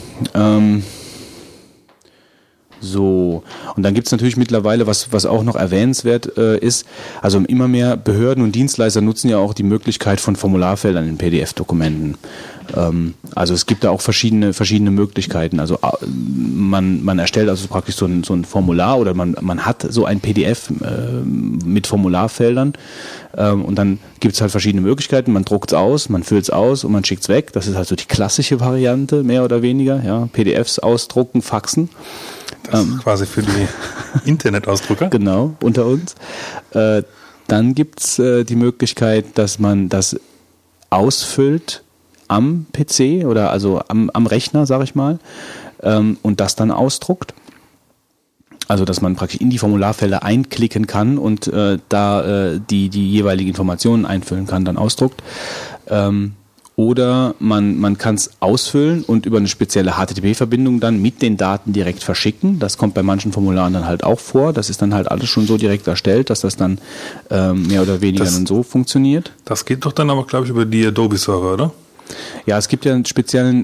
So, und dann gibt es natürlich mittlerweile, was auch noch erwähnenswert ist, also immer mehr Behörden und Dienstleister nutzen ja auch die Möglichkeit von Formularfeldern in PDF-Dokumenten. Also es gibt da auch verschiedene Möglichkeiten. Also man erstellt also praktisch so ein Formular oder man hat so ein PDF mit Formularfeldern und dann gibt es halt verschiedene Möglichkeiten. Man druckt es aus, man füllt es aus und man schickt es weg. Das ist halt so die klassische Variante, mehr oder weniger. Ja, PDFs ausdrucken, faxen. Das ist quasi für die Internetausdrucker. Genau, unter uns. Dann gibt es die Möglichkeit, dass man das ausfüllt am PC oder also am Rechner, sag ich mal, und das dann ausdruckt. Also, dass man praktisch in die Formularfelder einklicken kann und da die jeweiligen Informationen einfüllen kann, dann ausdruckt. Oder man kann es ausfüllen und über eine spezielle HTTP-Verbindung dann mit den Daten direkt verschicken. Das kommt bei manchen Formularen dann halt auch vor. Das ist dann halt alles schon so direkt erstellt, dass das dann mehr oder weniger dann so funktioniert. Das geht doch dann aber, glaube ich, über die Adobe-Server, oder? Ja, es gibt ja einen speziellen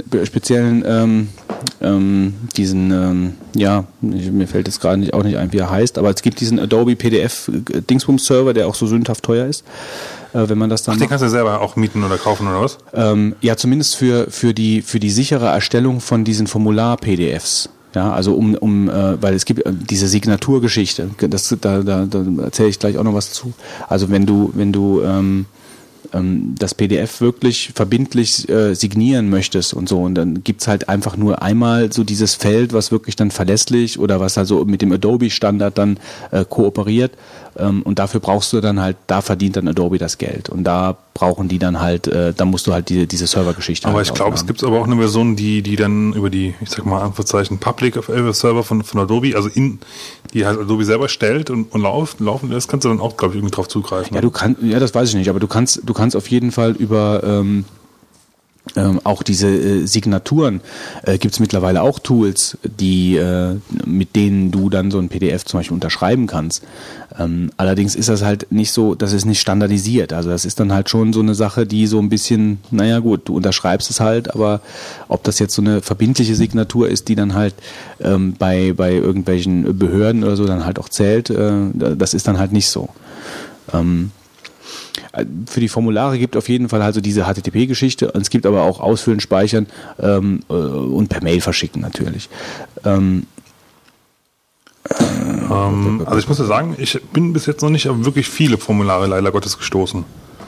mir fällt jetzt gerade auch nicht ein, wie er heißt, aber es gibt diesen Adobe PDF Dingsbums-Server, der auch so sündhaft teuer ist. Wenn man das dann den kannst du selber auch mieten oder kaufen oder was? Ja, zumindest für die sichere Erstellung von diesen Formular-PDFs. Ja, also weil es gibt diese Signaturgeschichte. Da erzähle ich gleich auch noch was zu. Also wenn du das PDF wirklich verbindlich signieren möchtest und so, und dann gibt's halt einfach nur einmal so dieses Feld, was wirklich dann verlässlich oder was also mit dem Adobe-Standard dann kooperiert, und dafür brauchst du dann halt, da verdient dann Adobe das Geld und da brauchen die dann halt, da musst du halt diese Servergeschichte. Aber halt ich glaube, es gibt aber auch eine Version, die dann über die, ich sag mal, Anführungszeichen Public Server von Adobe, also die halt Adobe selber stellt und laufen, das kannst du dann auch, glaube ich, irgendwie drauf zugreifen. Ja, das weiß ich nicht, aber du kannst auf jeden Fall über auch diese Signaturen gibt es mittlerweile auch Tools, die mit denen du dann so ein PDF zum Beispiel unterschreiben kannst. Allerdings ist das halt nicht so, das ist nicht standardisiert. Also das ist dann halt schon so eine Sache, die so ein bisschen, naja gut, du unterschreibst es halt, aber ob das jetzt so eine verbindliche Signatur ist, die dann halt bei irgendwelchen Behörden oder so dann halt auch zählt, das ist dann halt nicht so. Für die Formulare gibt auf jeden Fall also diese HTTP-Geschichte. Es gibt aber auch Ausfüllen, Speichern und per Mail verschicken natürlich. Also ich muss ja sagen, ich bin bis jetzt noch nicht auf wirklich viele Formulare leider Gottes gestoßen.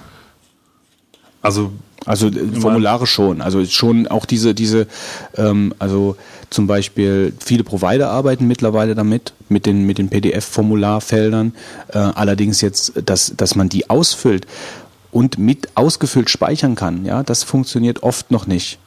Also Formulare schon. Also schon auch diese also zum Beispiel viele Provider arbeiten mittlerweile damit, mit den PDF-Formularfeldern. Allerdings jetzt, dass man die ausfüllt und mit ausgefüllt speichern kann, ja, das funktioniert oft noch nicht.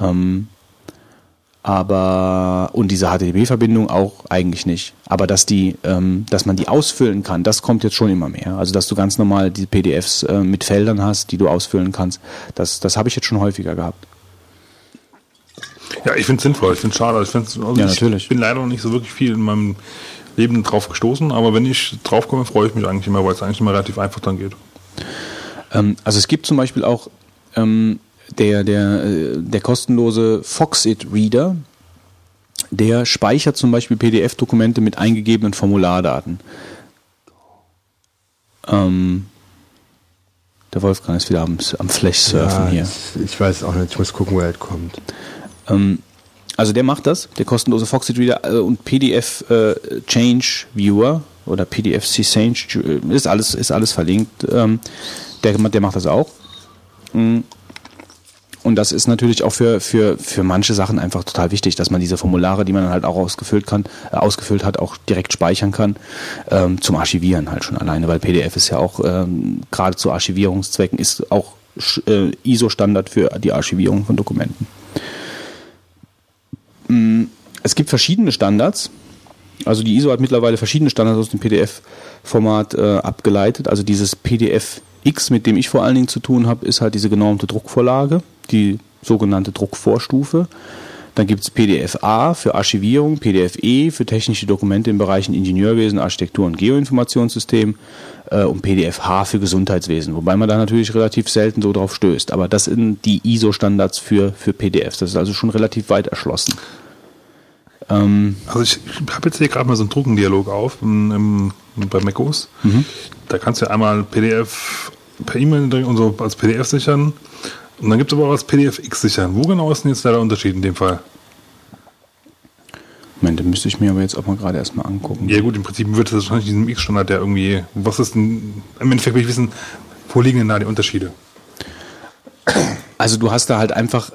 Und diese HTTP-Verbindung auch eigentlich nicht. Aber dass man die ausfüllen kann, das kommt jetzt schon immer mehr. Also dass du ganz normal die PDFs mit Feldern hast, die du ausfüllen kannst, das habe ich jetzt schon häufiger gehabt. Ja, ich finde es sinnvoll, ich finde es schade. Natürlich. Ich bin leider noch nicht so wirklich viel in meinem Leben drauf gestoßen, aber wenn ich drauf komme, freue ich mich eigentlich immer, weil es eigentlich immer relativ einfach dann geht. Also es gibt zum Beispiel auch der kostenlose Foxit Reader, der speichert zum Beispiel PDF-Dokumente mit eingegebenen Formulardaten. Der Wolfgang ist wieder am Flash-Surfen hier. Ich weiß auch nicht, ich muss gucken, woher er kommt. Also der macht das, der kostenlose Foxit Reader und PDF Change Viewer oder PDF Change ist alles verlinkt. Der macht das auch. Und das ist natürlich auch für manche Sachen einfach total wichtig, dass man diese Formulare, die man dann halt auch ausgefüllt hat, auch direkt speichern kann, zum Archivieren halt schon alleine, weil PDF ist ja auch gerade zu Archivierungszwecken ist auch ISO-Standard für die Archivierung von Dokumenten. Es gibt verschiedene Standards. Also die ISO hat mittlerweile verschiedene Standards aus dem PDF-Format abgeleitet. Also dieses PDF-X, mit dem ich vor allen Dingen zu tun habe, ist halt diese genormte Druckvorlage, die sogenannte Druckvorstufe. Dann gibt es PDF-A für Archivierung, PDF-E für technische Dokumente in Bereichen Ingenieurwesen, Architektur und Geoinformationssystem und PDF-H für Gesundheitswesen. Wobei man da natürlich relativ selten so drauf stößt. Aber das sind die ISO-Standards für PDFs. Das ist also schon relativ weit erschlossen. Also ich habe jetzt hier gerade mal so einen Druckendialog auf bei macOS. Da kannst du ja einmal PDF per E-Mail und so als PDF sichern. Und dann gibt es aber auch als PDF-X sichern. Wo genau ist denn jetzt der Unterschied in dem Fall? Moment, den müsste ich mir aber jetzt auch mal gerade erstmal angucken. Ja gut, im Prinzip wird es wahrscheinlich diesem X-Standard, der irgendwie, was ist denn, im Endeffekt will ich wissen, wo liegen denn da die Unterschiede? Also du hast da halt einfach,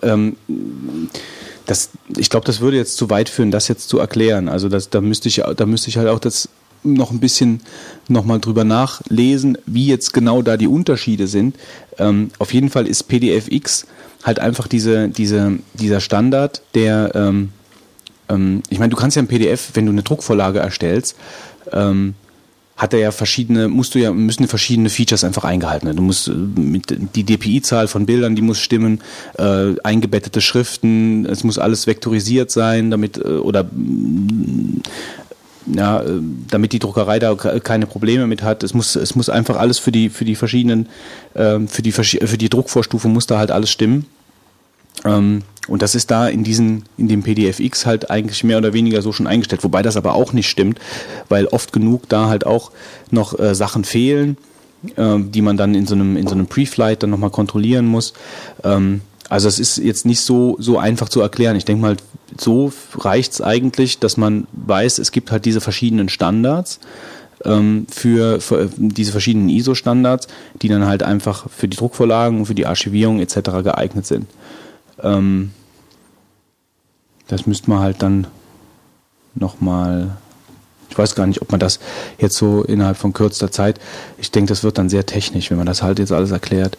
ich glaube, das würde jetzt zu weit führen, das jetzt zu erklären. Also da müsste ich halt auch das noch ein bisschen nochmal drüber nachlesen, wie jetzt genau da die Unterschiede sind. Auf jeden Fall ist PDF-X halt einfach dieser Standard, der, ich meine, du kannst ja ein PDF, wenn du eine Druckvorlage erstellst, müssen verschiedene Features einfach eingehalten werden. Du musst die DPI-Zahl von Bildern, die muss stimmen, eingebettete Schriften, es muss alles vektorisiert sein, damit damit die Druckerei da keine Probleme mit hat. Es muss einfach alles für die verschiedenen, für die Druckvorstufe muss da halt alles stimmen. Und das ist da in dem PDF-X halt eigentlich mehr oder weniger so schon eingestellt, wobei das aber auch nicht stimmt, weil oft genug da halt auch noch Sachen fehlen, die man dann in so einem Pre-Flight dann nochmal kontrollieren muss. Also es ist jetzt nicht so einfach zu erklären. Ich denke mal, so reicht es eigentlich, dass man weiß, es gibt halt diese verschiedenen Standards, für diese verschiedenen ISO-Standards, die dann halt einfach für die Druckvorlagen und für die Archivierung etc. geeignet sind. Das müsste man halt dann nochmal, ich weiß gar nicht, ob man das jetzt so innerhalb von kürzester Zeit, ich denke, das wird dann sehr technisch, wenn man das halt jetzt alles erklärt.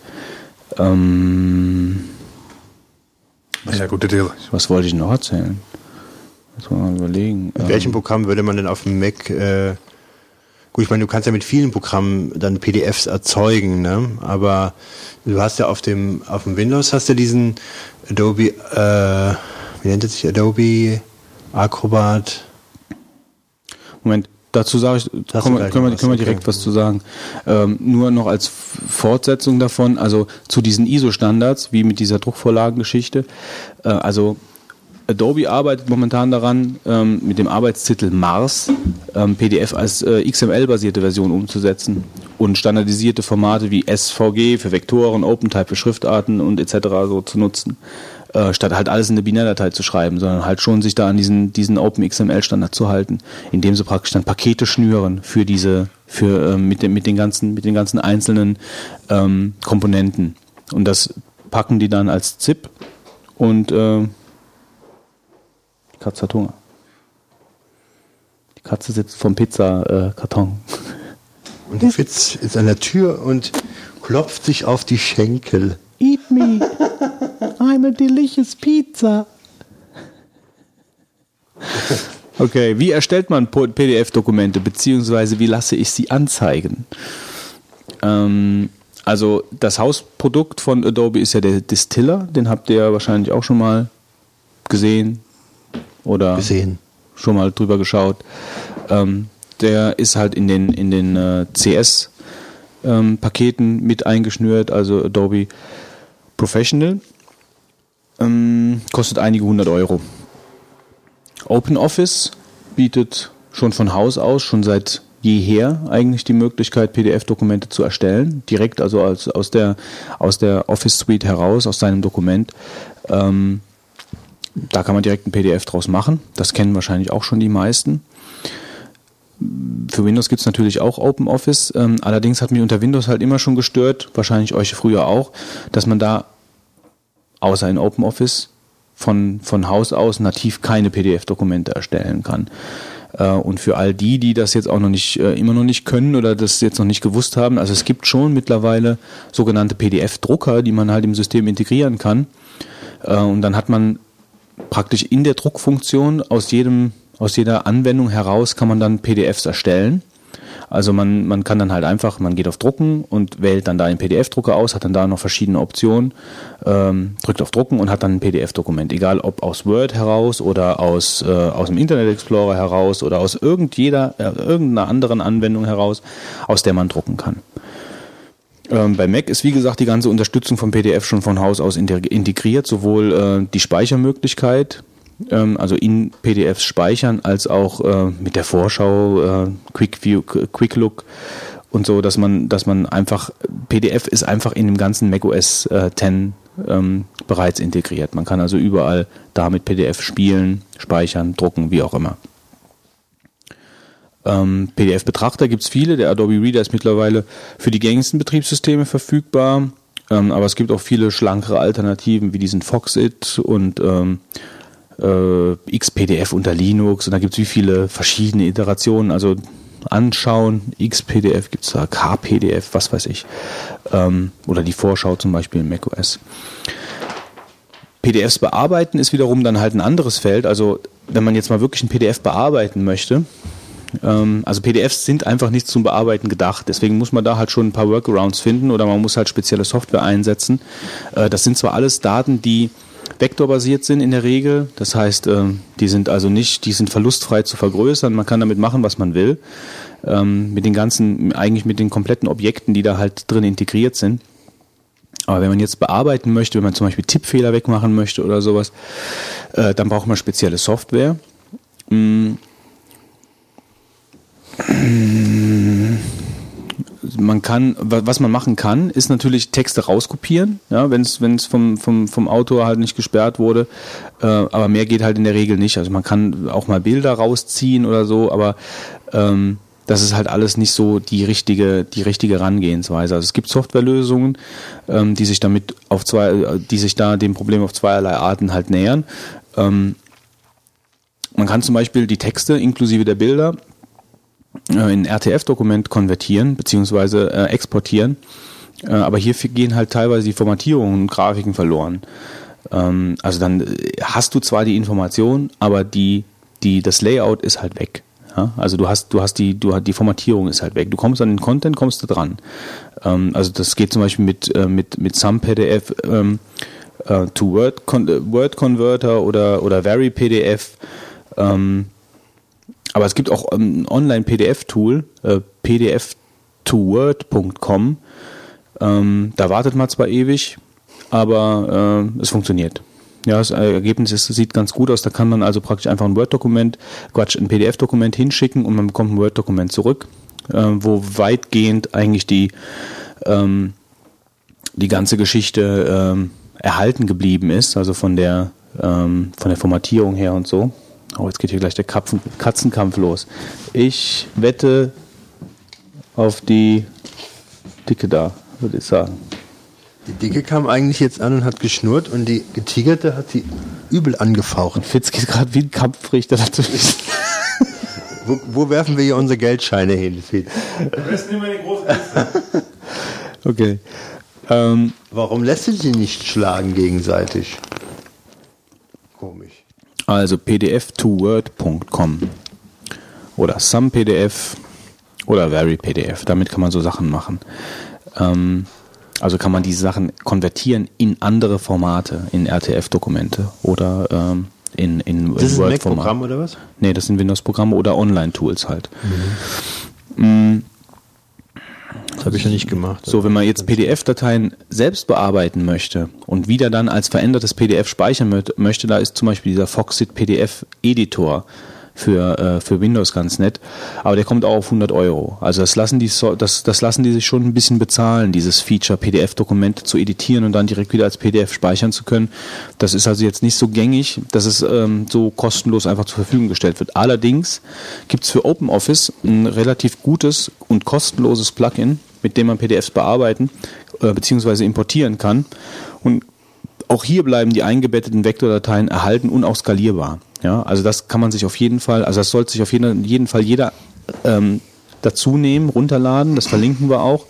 Was wollte ich noch erzählen? Muss man mal überlegen. Mit welchem Programm würde man denn auf dem Mac, gut, ich meine, du kannst ja mit vielen Programmen dann PDFs erzeugen, ne? Aber du hast ja auf dem Windows hast du diesen Adobe, wie nennt es sich, Adobe Acrobat. Moment, dazu sage ich, können wir direkt was zu sagen. Nur noch als Fortsetzung davon, also zu diesen ISO-Standards, wie mit dieser Druckvorlagengeschichte. Also Adobe arbeitet momentan daran, mit dem Arbeitstitel Mars PDF als XML-basierte Version umzusetzen und standardisierte Formate wie SVG für Vektoren, OpenType für Schriftarten und etc. so zu nutzen, statt halt alles in eine Binärdatei zu schreiben, sondern halt schon sich da an diesen OpenXML-Standard zu halten, indem sie praktisch dann Pakete schnüren mit den ganzen einzelnen Komponenten. Und das packen die dann als ZIP und die Katze hat Hunger. Die Katze sitzt vom Pizzakarton. Und der Fitz ist an der Tür und klopft sich auf die Schenkel. Eat me. I'm a delicious pizza. Okay, wie erstellt man PDF-Dokumente, beziehungsweise wie lasse ich sie anzeigen? Also das Hausprodukt von Adobe ist ja der Distiller, den habt ihr wahrscheinlich auch schon mal gesehen oder schon mal drüber geschaut. Der ist halt in den CS Paketen mit eingeschnürt, also Adobe Professional. Kostet einige 100 €. OpenOffice bietet schon von Haus aus, schon seit jeher eigentlich die Möglichkeit, PDF-Dokumente zu erstellen, direkt also aus der Office Suite heraus, aus seinem Dokument. Da kann man direkt ein PDF draus machen. Das kennen wahrscheinlich auch schon die meisten. Für Windows gibt es natürlich auch OpenOffice. Allerdings hat mich unter Windows halt immer schon gestört, wahrscheinlich euch früher auch, dass man da außer in OpenOffice von Haus aus nativ keine PDF-Dokumente erstellen kann. Und für all die das jetzt auch immer noch nicht können oder das jetzt noch nicht gewusst haben, also es gibt schon mittlerweile sogenannte PDF-Drucker, die man halt im System integrieren kann. Und dann hat man praktisch in der Druckfunktion aus jeder Anwendung heraus kann man dann PDFs erstellen. Also man kann dann halt einfach, man geht auf Drucken und wählt dann da einen PDF-Drucker aus, hat dann da noch verschiedene Optionen, drückt auf Drucken und hat dann ein PDF-Dokument. Egal ob aus Word heraus oder aus dem Internet Explorer heraus oder aus irgendeiner anderen Anwendung heraus, aus der man drucken kann. Bei Mac ist wie gesagt die ganze Unterstützung von PDF schon von Haus aus integriert, sowohl die Speichermöglichkeit, also in PDFs speichern, als auch mit der Vorschau, Quick View, Quick Look und so, dass man einfach, PDF ist einfach in dem ganzen macOS 10 bereits integriert. Man kann also überall damit PDF spielen, speichern, drucken, wie auch immer. PDF-Betrachter gibt es viele, der Adobe Reader ist mittlerweile für die gängigsten Betriebssysteme verfügbar, aber es gibt auch viele schlankere Alternativen wie diesen Foxit und XPDF unter Linux und da gibt es wie viele verschiedene Iterationen, also anschauen, XPDF gibt es da, KPDF, was weiß ich, oder die Vorschau zum Beispiel in macOS. PDFs bearbeiten ist wiederum dann halt ein anderes Feld, also wenn man jetzt mal wirklich ein PDF bearbeiten möchte, Also PDFs sind einfach nicht zum Bearbeiten gedacht. Deswegen muss man da halt schon ein paar Workarounds finden oder man muss halt spezielle Software einsetzen. Das sind zwar alles Daten, die vektorbasiert sind in der Regel. Das heißt, die sind verlustfrei zu vergrößern. Man kann damit machen, was man will. Mit den kompletten Objekten, die da halt drin integriert sind. Aber wenn man jetzt bearbeiten möchte, wenn man zum Beispiel Tippfehler wegmachen möchte oder sowas, dann braucht man spezielle Software. Was man machen kann, ist natürlich Texte rauskopieren, ja, wenn es vom Autor halt nicht gesperrt wurde, aber mehr geht halt in der Regel nicht. Also man kann auch mal Bilder rausziehen oder so, aber das ist halt alles nicht so die richtige Herangehensweise. Also es gibt Softwarelösungen, die sich da dem Problem auf zweierlei Arten halt nähern. Man kann zum Beispiel die Texte inklusive der Bilder in RTF-Dokument konvertieren bzw. exportieren, aber hierfür gehen halt teilweise die Formatierungen und Grafiken verloren. Also dann hast du zwar die Information, aber das Layout ist halt weg. Ja? Also die Formatierung ist halt weg. Du kommst an den Content, kommst du dran. Also das geht zum Beispiel mit SumPDF to Word Converter oder Vary PDF. Aber es gibt auch ein Online-PDF-Tool, pdf-to-word.com. Da wartet man zwar ewig, aber es funktioniert. Ja, das Ergebnis sieht ganz gut aus. Da kann man also praktisch einfach ein ein PDF-Dokument hinschicken und man bekommt ein Word-Dokument zurück, wo weitgehend eigentlich die ganze Geschichte erhalten geblieben ist, also von der Formatierung her und so. Oh, jetzt geht hier gleich der Katzenkampf los. Ich wette auf die Dicke da, würde ich sagen. Die Dicke kam eigentlich jetzt an und hat geschnurrt und die Getigerte hat sie übel angefaucht. Und Fitz geht gerade wie ein Kampfrichter dazwischen. Wo werfen wir hier unsere Geldscheine hin, Fitz? Am besten immer die große Liste. Okay. Warum lässt du sie nicht schlagen gegenseitig? Komisch. Also pdf-to-word.com oder SumPDF oder VaryPDF. Damit kann man so Sachen machen. Also kann man diese Sachen konvertieren in andere Formate, in RTF-Dokumente oder in das ist ein Word-Format. Mac-Programm oder was? Nee, das sind Windows-Programme oder Online-Tools halt. Das habe ich ja nicht gemacht. So, wenn man jetzt PDF-Dateien selbst bearbeiten möchte und wieder dann als verändertes PDF speichern möchte, da ist zum Beispiel dieser Foxit PDF-Editor für Windows ganz nett, aber der kommt auch auf 100 €. Also das lassen die sich schon ein bisschen bezahlen, dieses Feature, PDF-Dokumente zu editieren und dann direkt wieder als PDF speichern zu können. Das ist also jetzt nicht so gängig, dass es so kostenlos einfach zur Verfügung gestellt wird. Allerdings gibt es für OpenOffice ein relativ gutes und kostenloses Plugin, mit dem man PDFs bearbeiten bzw. importieren kann. Und auch hier bleiben die eingebetteten Vektordateien erhalten und auch skalierbar. Ja, also das kann man sich auf jeden Fall, also das sollte sich auf jeden Fall jeder dazu nehmen, runterladen, das verlinken wir auch.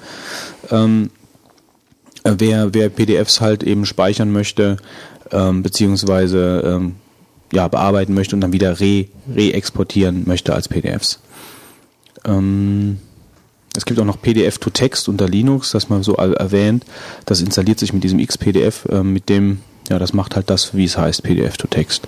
Wer PDFs halt eben speichern möchte, beziehungsweise bearbeiten möchte und dann wieder re-exportieren möchte als PDFs. Es gibt auch noch PDF-to-Text unter Linux, das mal so erwähnt. Das installiert sich mit diesem XPDF, das macht halt das, wie es heißt, PDF-to-Text.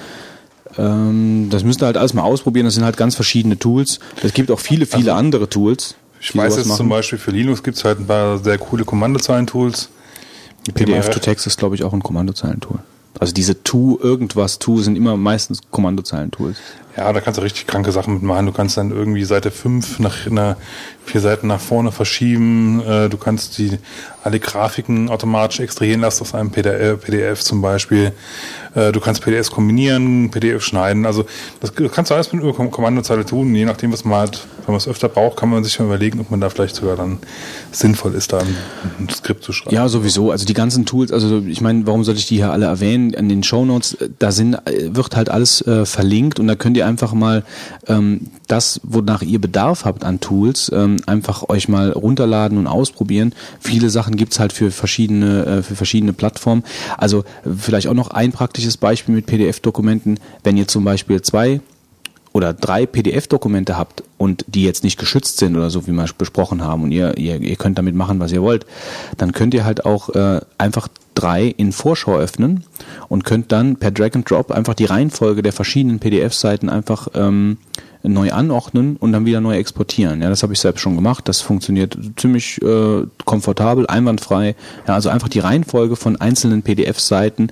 Das müsst ihr halt alles mal ausprobieren. Das sind halt ganz verschiedene Tools. Es gibt auch viele andere Tools. Ich weiß jetzt zum Beispiel, für Linux gibt es halt ein paar sehr coole Kommandozeilen-Tools. PDF-to-Text ist, glaube ich, auch ein Kommandozeilen-Tool. Also diese To sind immer meistens Kommandozeilen-Tools. Ja, da kannst du richtig kranke Sachen mitmachen. Du kannst dann irgendwie Seite 5 4 Seiten nach vorne verschieben. Du kannst alle Grafiken automatisch extrahieren lassen aus einem PDF zum Beispiel. Du kannst PDFs kombinieren, PDF schneiden. Also das kannst du alles mit über Kommandozeile tun. Je nachdem, was man halt, wenn man es öfter braucht, kann man sich mal überlegen, ob man da vielleicht sogar dann sinnvoll ist, da ein Skript zu schreiben. Ja, sowieso. Also die ganzen Tools, also ich meine, warum sollte ich die hier alle erwähnen? In den Shownotes, wird halt alles verlinkt und da könnt ihr einfach mal das, wonach ihr Bedarf habt an Tools, einfach euch mal runterladen und ausprobieren. Viele Sachen gibt's halt für verschiedene Plattformen. Also vielleicht auch noch ein praktisches Beispiel mit PDF-Dokumenten. Wenn ihr zum Beispiel 2 oder 3 PDF-Dokumente habt und die jetzt nicht geschützt sind oder so, wie wir besprochen haben, und ihr könnt damit machen, was ihr wollt, dann könnt ihr halt auch einfach 3 in Vorschau öffnen und könnt dann per Drag and Drop einfach die Reihenfolge der verschiedenen PDF-Seiten einfach neu anordnen und dann wieder neu exportieren. Ja, das habe ich selbst schon gemacht. Das funktioniert ziemlich komfortabel, einwandfrei. Ja, also einfach die Reihenfolge von einzelnen PDF-Seiten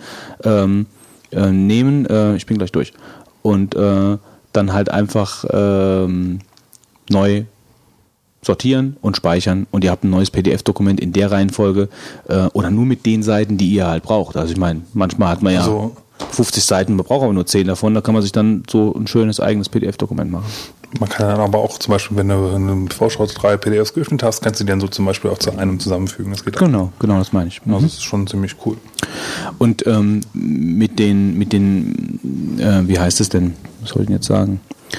nehmen. Ich bin gleich durch. Und dann halt einfach neu sortieren und speichern und ihr habt ein neues PDF-Dokument in der Reihenfolge oder nur mit den Seiten, die ihr halt braucht. Also ich meine, manchmal hat man ja 50 Seiten, man braucht aber nur 10 davon, da kann man sich dann so ein schönes eigenes PDF-Dokument machen. Man kann dann aber auch zum Beispiel, wenn du eine Vorschau 3 PDFs geöffnet hast, kannst du die dann so zum Beispiel auch zu einem zusammenfügen. Das geht genau, das meine ich. Also das ist schon ziemlich cool. Und mit den wie heißt es denn? Was soll ich denn jetzt sagen?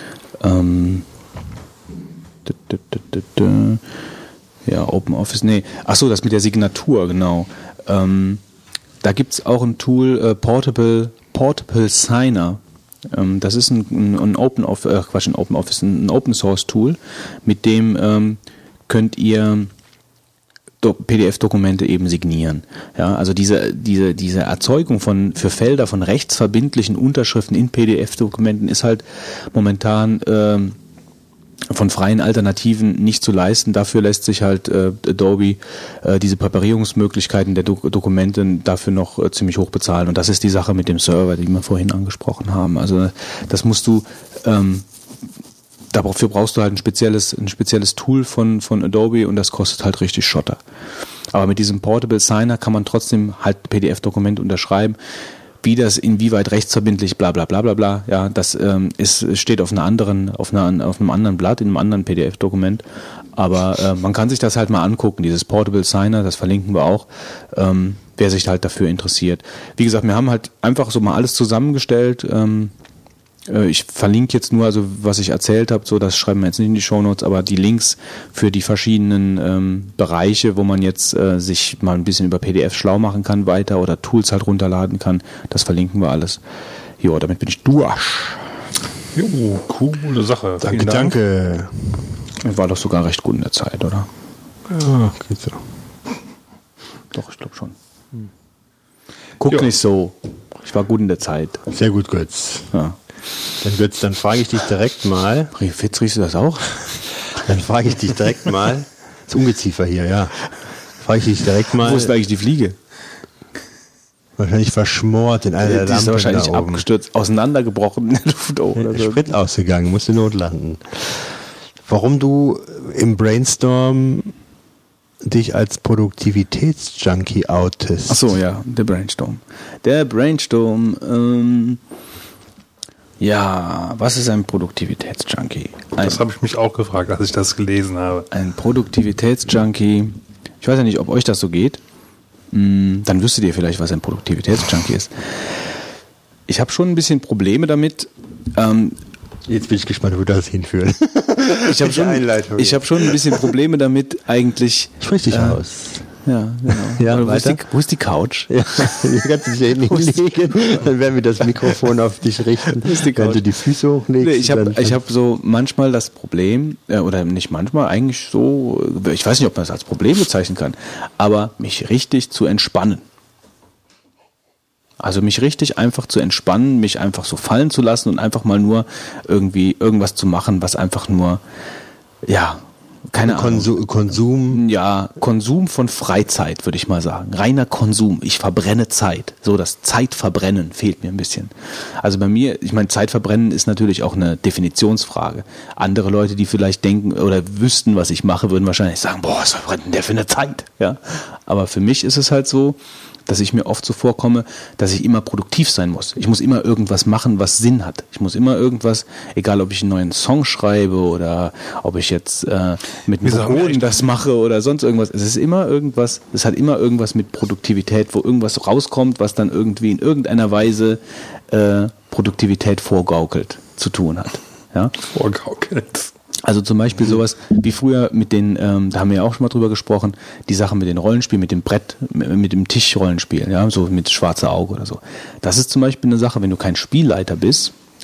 Ja, Open Office, nee. Achso, das mit der Signatur, genau. Da gibt es auch ein Tool, Portable Signer. Das ist ein Open Source Tool, mit dem könnt ihr PDF-Dokumente eben signieren. Ja, also diese Erzeugung für Felder von rechtsverbindlichen Unterschriften in PDF-Dokumenten ist halt momentan von freien Alternativen nicht zu leisten. Dafür lässt sich halt Adobe diese Präparierungsmöglichkeiten der Dokumente dafür noch ziemlich hoch bezahlen. Und das ist die Sache mit dem Server, die wir vorhin angesprochen haben. Also das musst du dafür brauchst du halt ein spezielles Tool von Adobe und das kostet halt richtig Schotter. Aber mit diesem Portable Signer kann man trotzdem halt PDF-Dokument unterschreiben. Wie das inwieweit rechtsverbindlich bla bla bla bla bla, ja, das steht auf einem anderen Blatt, in einem anderen PDF-Dokument. Aber man kann sich das halt mal angucken, dieses Portable Signer, das verlinken wir auch, wer sich halt dafür interessiert. Wie gesagt, wir haben halt einfach so mal alles zusammengestellt. Ich verlinke jetzt nur, also was ich erzählt habe, so das schreiben wir jetzt nicht in die Shownotes, aber die Links für die verschiedenen Bereiche, wo man jetzt sich mal ein bisschen über PDF schlau machen kann weiter oder Tools halt runterladen kann, das verlinken wir alles. Jo, damit bin ich durch. Jo, coole Sache. Danke. War doch sogar recht gut in der Zeit, oder? Ja, geht so. Doch, ich glaube schon. Guck nicht so. Ich war gut in der Zeit. Sehr gut, Götz. Ja. Dann Götz, dann frage ich dich direkt mal. Fitz, riechst du das auch? Dann frage ich dich direkt mal. Das Ungeziefer hier, ja. Frage ich dich direkt mal. Wo ist eigentlich die Fliege? Wahrscheinlich verschmort in einer der Lampen. Die ist wahrscheinlich abgestürzt, auseinandergebrochen in der Luft. Oder so. Sprit ausgegangen, musste notlanden. Warum du im Brainstorm dich als Produktivitätsjunkie outest? Ach so, ja, der Brainstorm. Ja, was ist ein Produktivitätsjunkie? Das habe ich mich auch gefragt, als ich das gelesen habe. Ein Produktivitätsjunkie, ich weiß ja nicht, ob euch das so geht, dann wüsstet ihr vielleicht, was ein Produktivitätsjunkie ist. Ich habe schon ein bisschen Probleme damit. Jetzt bin ich gespannt, wo das hinführt. Ich habe schon ein bisschen Probleme damit, eigentlich. Sprich dich aus. Ja, genau. Ja, wo ist die Couch? Ja, du kannst dich hinlegen, dann werden wir das Mikrofon auf dich richten. Wenn du die Füße hochlegst. Nee, ich hab so manchmal das Problem, oder nicht manchmal, eigentlich so, ich weiß nicht, ob man das als Problem bezeichnen kann, aber mich richtig zu entspannen. Also mich richtig einfach zu entspannen, mich einfach so fallen zu lassen und einfach mal nur irgendwie irgendwas zu machen, was einfach nur, ja, keine Ahnung. Konsum? Ja, Konsum von Freizeit, würde ich mal sagen. Reiner Konsum. Ich verbrenne Zeit. So, das Zeitverbrennen fehlt mir ein bisschen. Also bei mir, ich meine, Zeitverbrennen ist natürlich auch eine Definitionsfrage. Andere Leute, die vielleicht denken oder wüssten, was ich mache, würden wahrscheinlich sagen, boah, was verbrennt denn der für eine Zeit? Ja. Aber für mich ist es halt so, dass ich mir oft so vorkomme, dass ich immer produktiv sein muss. Ich muss immer irgendwas machen, was Sinn hat. Ich muss immer irgendwas, egal ob ich einen neuen Song schreibe oder ob ich jetzt mit einem Boden das mache oder sonst irgendwas. Es ist immer irgendwas, es hat immer irgendwas mit Produktivität, wo irgendwas rauskommt, was dann irgendwie in irgendeiner Weise Produktivität vorgaukelt zu tun hat. Ja? Vorgaukelt. Also zum Beispiel sowas wie früher mit den, da haben wir ja auch schon mal drüber gesprochen, die Sache mit den Rollenspielen, mit dem Brett, mit dem Tischrollenspiel, ja, so mit Schwarze Auge oder so. Das ist zum Beispiel eine Sache, wenn du kein Spielleiter bist,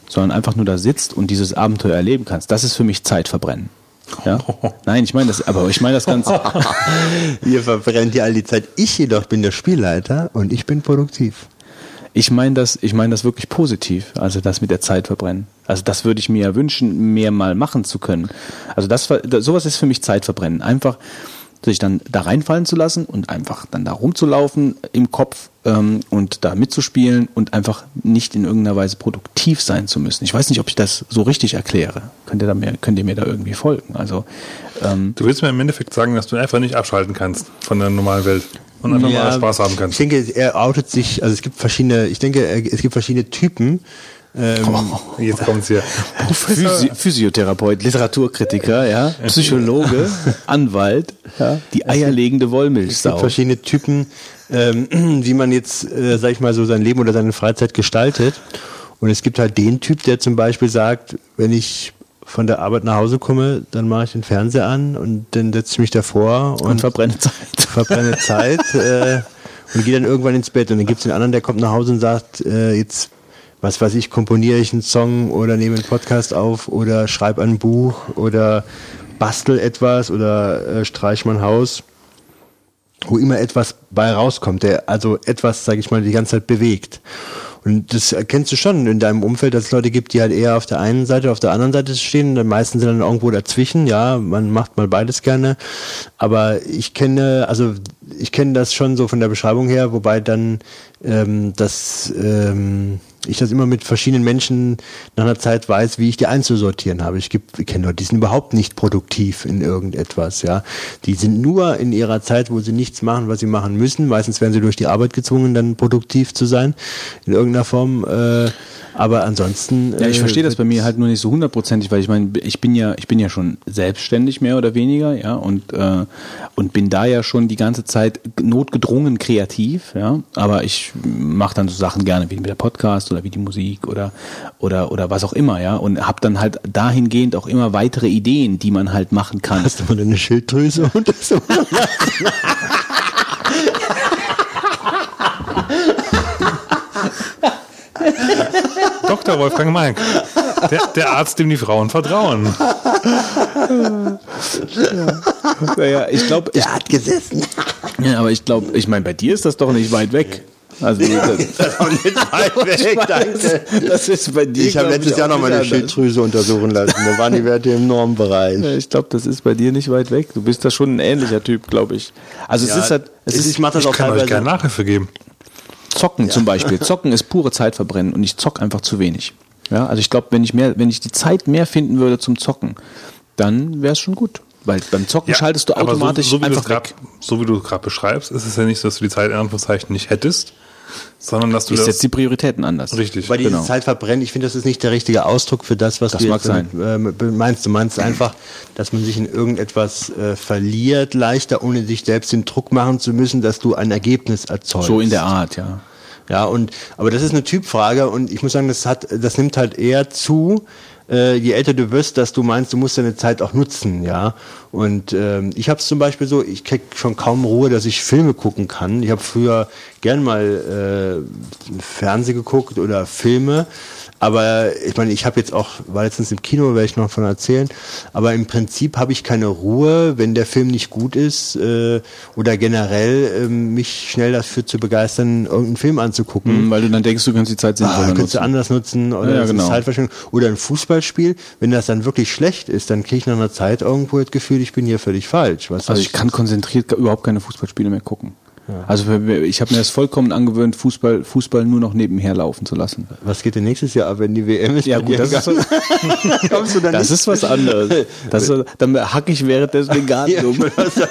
sondern einfach nur da sitzt und dieses Abenteuer erleben kannst, das ist für mich Zeitverbrennen. Ja? Nein, ich meine das ganz... Ihr verbrennt ja all die Zeit. Ich jedoch bin der Spielleiter und ich bin produktiv. Ich meine das wirklich positiv, also das mit der Zeit verbrennen. Also das würde ich mir ja wünschen, mehr mal machen zu können. Also sowas ist für mich Zeitverbrennen. Einfach sich dann da reinfallen zu lassen und einfach dann da rumzulaufen im Kopf und da mitzuspielen und einfach nicht in irgendeiner Weise produktiv sein zu müssen. Ich weiß nicht, ob ich das so richtig erkläre. Könnt ihr mir da irgendwie folgen? Also du willst mir im Endeffekt sagen, dass du einfach nicht abschalten kannst von der normalen Welt und einfach mal Spaß haben kannst. Ich denke, er outet sich, also es gibt verschiedene Typen. Jetzt kommt's hier. Physiotherapeut, Literaturkritiker, ja, Psychologe, Anwalt, ja, die eierlegende Wollmilchsau. Es gibt verschiedene Typen, wie man jetzt, sag ich mal, so sein Leben oder seine Freizeit gestaltet. Und es gibt halt den Typ, der zum Beispiel sagt, wenn ich von der Arbeit nach Hause komme, dann mache ich den Fernseher an und dann setze ich mich davor und verbrenne Zeit und gehe dann irgendwann ins Bett. Und dann gibt es den anderen, der kommt nach Hause und sagt, jetzt, was weiß ich, komponiere ich einen Song oder nehme einen Podcast auf oder schreibe ein Buch oder bastel etwas oder streich mein Haus, wo immer etwas bei rauskommt, der also etwas, sage ich mal, die ganze Zeit bewegt. Und das erkennst du schon in deinem Umfeld, dass es Leute gibt, die halt eher auf der einen Seite, auf der anderen Seite stehen. Die meisten sind dann irgendwo dazwischen. Ja, man macht mal beides gerne. Aber ich kenne das schon so von der Beschreibung her, wobei dann ich das immer mit verschiedenen Menschen nach einer Zeit weiß, wie ich die einzusortieren habe. Ich kenne Leute, die sind überhaupt nicht produktiv in irgendetwas, ja. Die sind nur in ihrer Zeit, wo sie nichts machen, was sie machen müssen. Meistens werden sie durch die Arbeit gezwungen, dann produktiv zu sein, in irgendeiner Form. Aber ansonsten... Ja, ich verstehe das bei mir halt nur nicht so 100%, weil ich meine, ich bin ja schon selbstständig, mehr oder weniger, ja, und bin da ja schon die ganze Zeit notgedrungen kreativ, ja, aber ich mache dann so Sachen gerne wie der Podcast oder wie die Musik oder was auch immer, ja, und habe dann halt dahingehend auch immer weitere Ideen, die man halt machen kann. Hast du mal eine Schilddrüse untersucht? Dr. Wolfgang Meink, der Arzt, dem die Frauen vertrauen. Naja, ich glaube... Der hat gesessen. Ja, aber ich meine, bei dir ist das doch nicht weit weg. Also das ist auch nicht weit weg, danke. Das ist bei dir. Ich habe letztes Jahr noch meine Schilddrüse untersuchen lassen. Da waren die Werte im Normbereich. Ja, ich glaube, das ist bei dir nicht weit weg. Du bist da schon ein ähnlicher Typ, glaube ich. Also ja, es ist halt... Ich mache das auch kann teilweise. euch gerne Nachhilfe geben. Zocken zum Beispiel. Zocken ist pure Zeitverbrennen und ich zock einfach zu wenig. Ja, also ich glaube, wenn ich die Zeit mehr finden würde zum Zocken, dann wäre es schon gut. Weil beim Zocken schaltest du automatisch einfach weg. So wie du es gerade beschreibst, ist es ja nicht so, dass du die Zeit in Anführungszeichen nicht hättest, sondern dass du ist jetzt die Prioritäten anders. Richtig. Weil dieses Zeitverbrennen, ich finde, das ist nicht der richtige Ausdruck für das, was das du mag jetzt meinst. Du meinst einfach, dass man sich in irgendetwas verliert, leichter, ohne sich selbst den Druck machen zu müssen, dass du ein Ergebnis erzeugst. So in der Art, ja. Ja, aber das ist eine Typfrage und ich muss sagen, das nimmt halt eher zu, je älter du wirst, dass du meinst, du musst deine Zeit auch nutzen, ja. Und ich habe es zum Beispiel so, ich krieg schon kaum Ruhe, dass ich Filme gucken kann. Ich habe früher gern mal Fernsehen geguckt oder Filme. Aber ich meine, war letztens im Kino, werde ich noch von erzählen, aber im Prinzip habe ich keine Ruhe, wenn der Film nicht gut ist oder generell mich schnell dafür zu begeistern, irgendeinen Film anzugucken. Weil du dann denkst, du kannst die Zeit sinnvoller nutzen. Könntest du anders nutzen oder Zeitverschwendung. Oder ein Fußballspiel, wenn das dann wirklich schlecht ist, dann kriege ich nach einer Zeit irgendwo das Gefühl, ich bin hier völlig falsch. Also ich kann konzentriert überhaupt keine Fußballspiele mehr gucken. Ja. Also ich habe mir das vollkommen angewöhnt, Fußball nur noch nebenher laufen zu lassen. Was geht denn nächstes Jahr ab, wenn die WM ist? Ja gut, das ist was anderes. Dann hacke ich währenddessen den Garten um.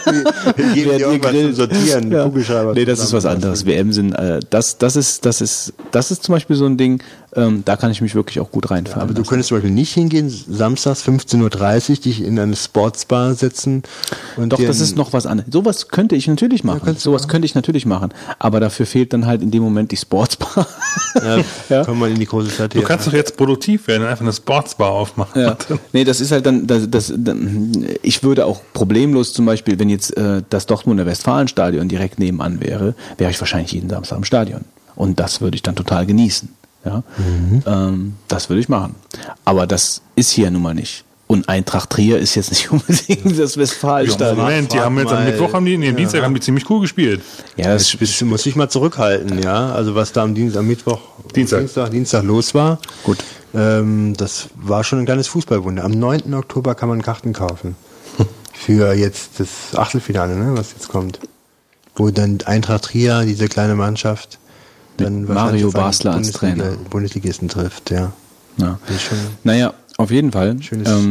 Sortieren, ja. Kugelschreiber. Nee, das ist was anderes. WM sind, das ist zum Beispiel so ein Ding, da kann ich mich wirklich auch gut reinfahren. Aber du könntest zum Beispiel nicht hingehen, samstags 15:30 Uhr, dich in eine Sportsbar setzen. Und doch, das ist noch was anderes. Sowas könnte ich natürlich machen. Aber dafür fehlt dann halt in dem Moment die Sportsbar. Ja. Kommen wir in die große Stadt hier. Du kannst doch jetzt produktiv werden und einfach eine Sportsbar aufmachen. Ja. Nee, das ist halt dann, ich würde auch problemlos zum Beispiel, wenn jetzt das Dortmunder Westfalenstadion direkt nebenan wäre ich wahrscheinlich jeden Samstag im Stadion. Und das würde ich dann total genießen. Ja? Das würde ich machen. Aber das ist hier nun mal nicht. Und Eintracht Trier ist jetzt nicht unbedingt das Westfalenstadion. Moment, die haben jetzt am Mittwoch, am Dienstag haben die ziemlich cool gespielt. Ja, das Muss ich mal zurückhalten, ja. Also was da am Mittwoch, Dienstag los war. Gut. Das war schon ein kleines Fußballwunder. Am 9. Oktober kann man Karten kaufen. Für jetzt das Achtelfinale, ne, was jetzt kommt. Wo dann Eintracht Trier, diese kleine Mannschaft, dann Mario Basler als Trainer. Bundesligisten trifft, ja. Ja. Das ist schon Naja, auf jeden Fall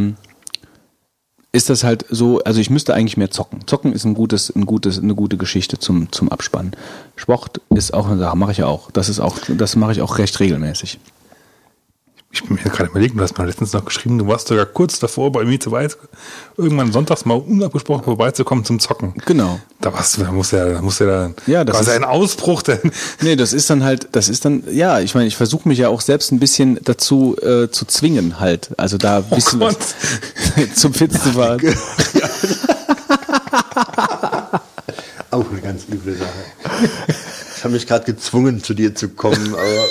ist das halt so, also ich müsste eigentlich mehr zocken. Zocken ist eine gute Geschichte zum Abspannen. Sport ist auch eine Sache, mache ich ja auch. Das mache ich auch recht regelmäßig. Ich bin mir gerade überlegen, du hast mir letztens noch geschrieben, du warst sogar kurz davor, bei mir irgendwann sonntags mal unabgesprochen vorbeizukommen zum Zocken. Genau. Da muss ja das quasi ist ein Ausbruch. Nee, ja, ich meine, ich versuche mich ja auch selbst ein bisschen dazu zu zwingen halt. Also da ein bisschen zum Fitz zu fahren. auch eine ganz üble Sache. Ich habe mich gerade gezwungen, zu dir zu kommen, aber...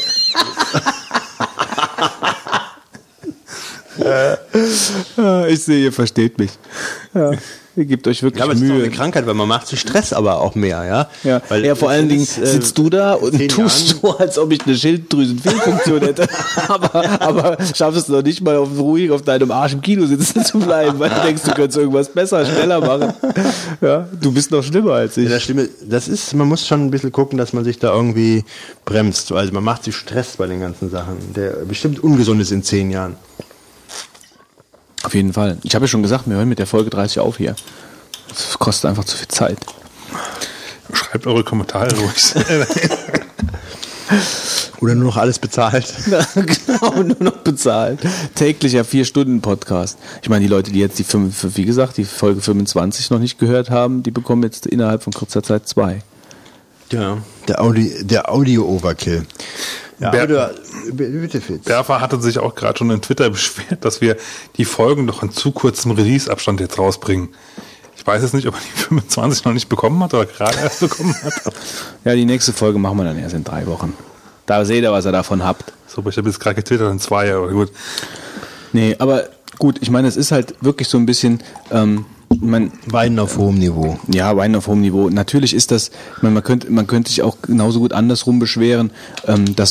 Ich sehe, ihr versteht mich. Ja. Ihr gebt euch wirklich aber es Mühe. ist doch eine Krankheit, weil man macht sich Stress aber auch mehr, ja. Ja, weil vor allen Dingen sitzt du da und tust so, als ob ich eine Schilddrüsenfehlfunktion hätte. aber schaffst es noch nicht mal ruhig auf deinem Arsch im Kino sitzen zu bleiben, weil du denkst, du könntest irgendwas besser, schneller machen. Ja, du bist noch schlimmer als ich. Ja, das Schlimme, man muss schon ein bisschen gucken, dass man sich da irgendwie bremst. Also man macht sich Stress bei den ganzen Sachen, der bestimmt ungesund ist in 10 Jahren. Auf jeden Fall. Ich habe ja schon gesagt, wir hören mit der Folge 30 auf hier. Das kostet einfach zu viel Zeit. Schreibt eure Kommentare ruhig. Oder nur noch alles bezahlt. Genau, nur noch bezahlt. Täglicher 4-Stunden-Podcast. Ich meine, die Leute, die jetzt die Folge 25 noch nicht gehört haben, die bekommen jetzt innerhalb von kurzer Zeit 2. Ja, der Audio-Overkill. Ja, bitte Fitz. Berfer hatte sich auch gerade schon in Twitter beschwert, dass wir die Folgen doch in zu kurzem Release-Abstand jetzt rausbringen. Ich weiß jetzt nicht, ob er die 25 noch nicht bekommen hat oder gerade erst bekommen hat. Ja, die nächste Folge machen wir dann erst in 3 Wochen. Da seht ihr, was ihr davon habt. So, aber ich habe jetzt gerade getwittert in 2, aber gut. Nee, aber gut, ich meine, es ist halt wirklich so ein bisschen... Weinen auf hohem Niveau. Ja, Weinen auf hohem Niveau. Natürlich ist das, man könnte sich auch genauso gut andersrum beschweren, dass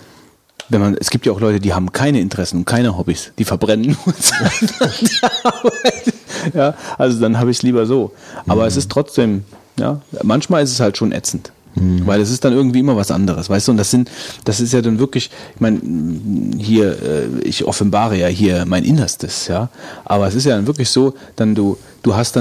es gibt ja auch Leute, die haben keine Interessen und keine Hobbys, die verbrennen nur Zeit an der Arbeit. Ja, also dann habe ich es lieber so. Aber es ist trotzdem, ja, manchmal ist es halt schon ätzend. Weil es ist dann irgendwie immer was anderes, weißt du, und das ist ja dann wirklich, ich meine, hier, ich offenbare ja hier mein Innerstes, ja, aber es ist ja dann wirklich so, dann du hast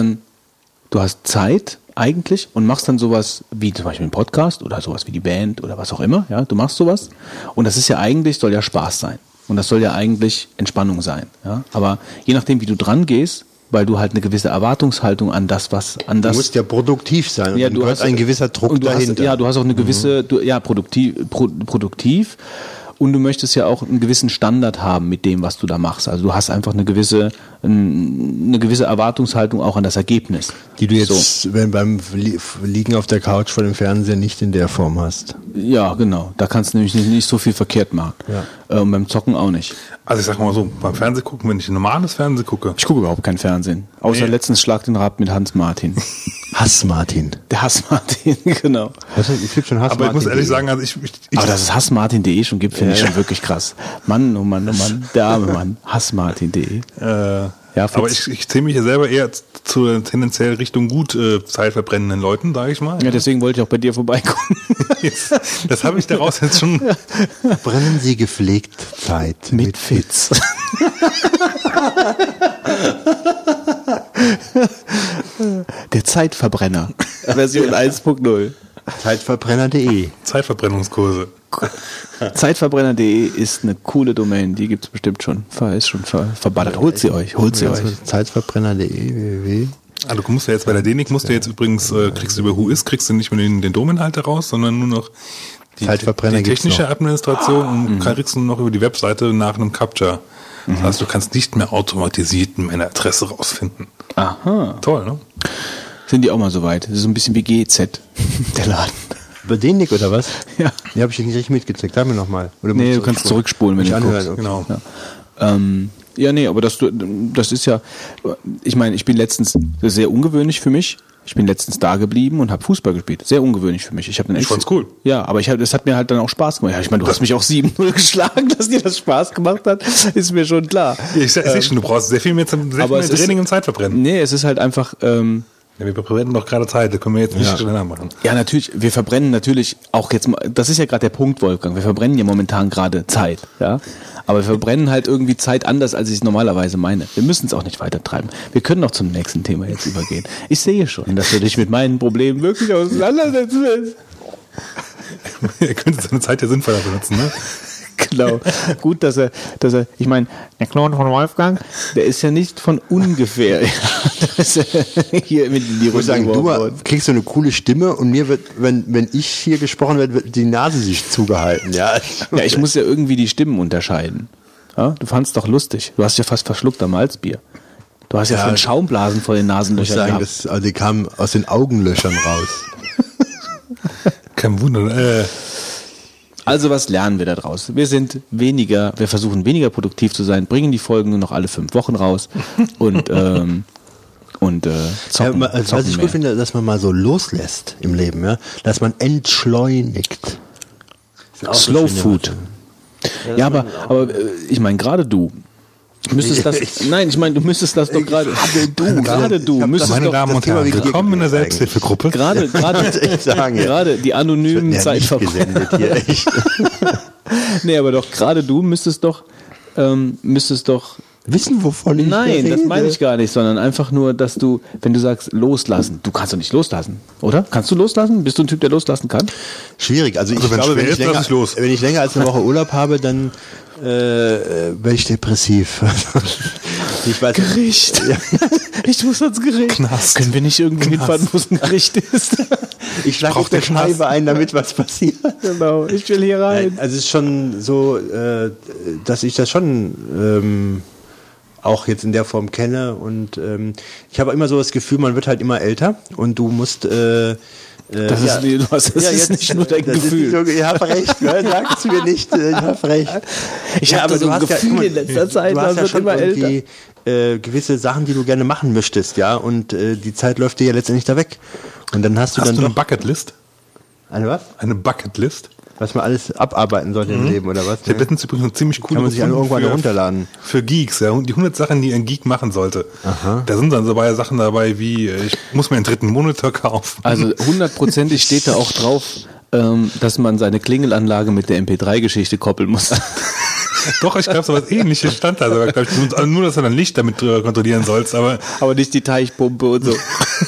Zeit eigentlich und machst dann sowas wie zum Beispiel einen Podcast oder sowas wie die Band oder was auch immer, ja, du machst sowas und das ist ja eigentlich, soll ja Spaß sein und das soll ja eigentlich Entspannung sein, ja, aber je nachdem, wie du dran gehst, weil du halt eine gewisse Erwartungshaltung an das. Du musst ja produktiv sein und ja, du hast ein gewisser Druck dahinter. Du hast auch eine gewisse, produktiv und du möchtest ja auch einen gewissen Standard haben mit dem, was du da machst. Also du hast einfach eine gewisse Erwartungshaltung auch an das Ergebnis. Die du jetzt beim Liegen auf der Couch vor dem Fernseher nicht in der Form hast. Ja, genau. Da kannst du nämlich nicht so viel verkehrt machen. Ja. Und beim Zocken auch nicht. Also ich sag mal so, beim Fernsehen gucken, wenn ich ein normales Fernsehen gucke. Ich gucke überhaupt kein Fernsehen. Außer letztens Schlag den Rab mit Hans Martin. Hass-Martin. Der Hass-Martin, genau. Es gibt schon Hass-Martin. Aber ich muss ehrlich sagen, also aber dass es Hassmartin.de schon gibt, finde ich schon wirklich krass. Mann, oh Mann, oh Mann, der arme Mann. Hassmartin.de. Ja, aber ich zähle mich ja selber eher zu tendenziell Richtung gut zeitverbrennenden Leuten, sage ich mal. Ja, deswegen wollte ich auch bei dir vorbeikommen. Das habe ich daraus jetzt schon. Brennen Sie gepflegt Zeit mit Fitz. Der Zeitverbrenner. Version 1.0. Zeitverbrenner.de. Zeitverbrennungskurse. Zeitverbrenner.de ist eine coole Domain, die gibt es bestimmt schon. Ist schon verballert. Holt sie euch. Zeitverbrenner.de, www. Also du musst ja jetzt bei der DENIC, kriegst du über Whois, kriegst du nicht mehr den Domainhalter raus, sondern nur noch die technische Administration und kriegst du nur noch über die Webseite nach einem Captcha. Das heißt, du kannst nicht mehr automatisiert meine Adresse rausfinden. Aha. Toll, ne? Sind die auch mal so weit? Das ist so ein bisschen wie GZ, der Laden. Bei denen, Nick, oder was? Ja. Die habe ich nicht richtig mitgezickt. Sag mir nochmal. Nee, du kannst zurückspulen, wenn du anhören. guckst. Genau. Ja, nee, aber das ist ja, ich meine, ich bin letztens, das ist sehr ungewöhnlich für mich, ich bin letztens da geblieben und habe Fußball gespielt. Sehr ungewöhnlich für mich. Ich fand's cool. Ja, aber das hat mir halt dann auch Spaß gemacht. Ja, ich meine, du hast mich auch 7-0 geschlagen, dass dir das Spaß gemacht hat, ist mir schon klar. Ja, ich sehe schon, du brauchst sehr viel mehr Training und Zeit verbrennen. Nee, es ist halt einfach... Ja, wir verbrennen doch gerade Zeit, da können wir jetzt nicht schneller machen. Ja, natürlich, wir verbrennen natürlich auch jetzt mal, das ist ja gerade der Punkt, Wolfgang, wir verbrennen ja momentan gerade Zeit, ja. Aber wir verbrennen halt irgendwie Zeit anders, als ich es normalerweise meine. Wir müssen es auch nicht weiter treiben. Wir können noch zum nächsten Thema jetzt übergehen. Ich sehe schon, dass du dich mit meinen Problemen wirklich auseinandersetzen willst. Ihr könnt seine Zeit ja sinnvoller benutzen, ne? Genau. Gut, dass er, ich meine, der Klon von Wolfgang, der ist ja nicht von ungefähr hier mit in die Ich muss sagen, du kriegst so eine coole Stimme und mir wird, wenn ich hier gesprochen werde, wird die Nase sich zugehalten. Ja, ich muss ja irgendwie die Stimmen unterscheiden. Ja, du fandst doch lustig. Du hast ja fast verschluckt am Malzbier. Du hast ja schon Schaumblasen vor den Nasenlöchern gehabt. Die kamen aus den Augenlöchern raus. Kein Wunder. Also was lernen wir da draus? Wir versuchen weniger produktiv zu sein, bringen die Folgen nur noch alle 5 Wochen raus und zocken. Was ich gut finde, dass man mal so loslässt im Leben, ja, dass man entschleunigt. Slow Food. Ja, aber ich meine, gerade du müsstest das. Nein, ich meine, du müsstest das doch gerade. Gerade du müsstest meine doch. Damen und Herren, willkommen in der Selbsthilfegruppe. Gerade die anonymen Zeitverbrecher hier echt. Nee, aber doch gerade du müsstest doch wissen, wovon ich Nein, rede. das meine ich gar nicht, sondern einfach nur, dass du, wenn du sagst loslassen, du kannst doch nicht loslassen, oder? Kannst du loslassen? Bist du ein Typ, der loslassen kann? Schwierig. Also ich glaube, wenn ich länger als eine Woche Urlaub habe, dann werde ich depressiv. Ich weiß, Gericht. Ja. Ich muss ans Gericht. Knast. Können wir nicht irgendwo hinfahren, wo es ein Gericht ist? Ich schlage auf der Scheibe ein, damit was passiert. Genau, ich will hier rein. Also es ist schon so, dass ich das schon auch jetzt in der Form kenne und ich habe immer so das Gefühl, man wird halt immer älter und du musst das ist nicht nur dein Gefühl. Ich habe recht, ne? Sag es mir nicht, ich habe recht. Ich habe so ein Gefühl in letzter Zeit, du hast ja schon immer älter. Gewisse Sachen, die du gerne machen möchtest, ja, und die Zeit läuft dir ja letztendlich da weg. Und dann hast du dann eine Bucketlist? Eine was? Eine Bucketlist? Was man alles abarbeiten sollte im Leben, oder was? Der Bitten ist übrigens eine ziemlich coole. Kann man sich irgendwann runterladen. Für Geeks, ja. Die 100 Sachen, die ein Geek machen sollte. Aha. Da sind dann so Sachen dabei wie, ich muss mir einen 3. Monitor kaufen. Also 100%ig steht da auch drauf, dass man seine Klingelanlage mit der MP3-Geschichte koppeln muss. Doch, ich glaube, so was Ähnliches stand da sogar. Also nur, dass du dann Licht damit kontrollieren sollst, aber nicht die Teichpumpe und so.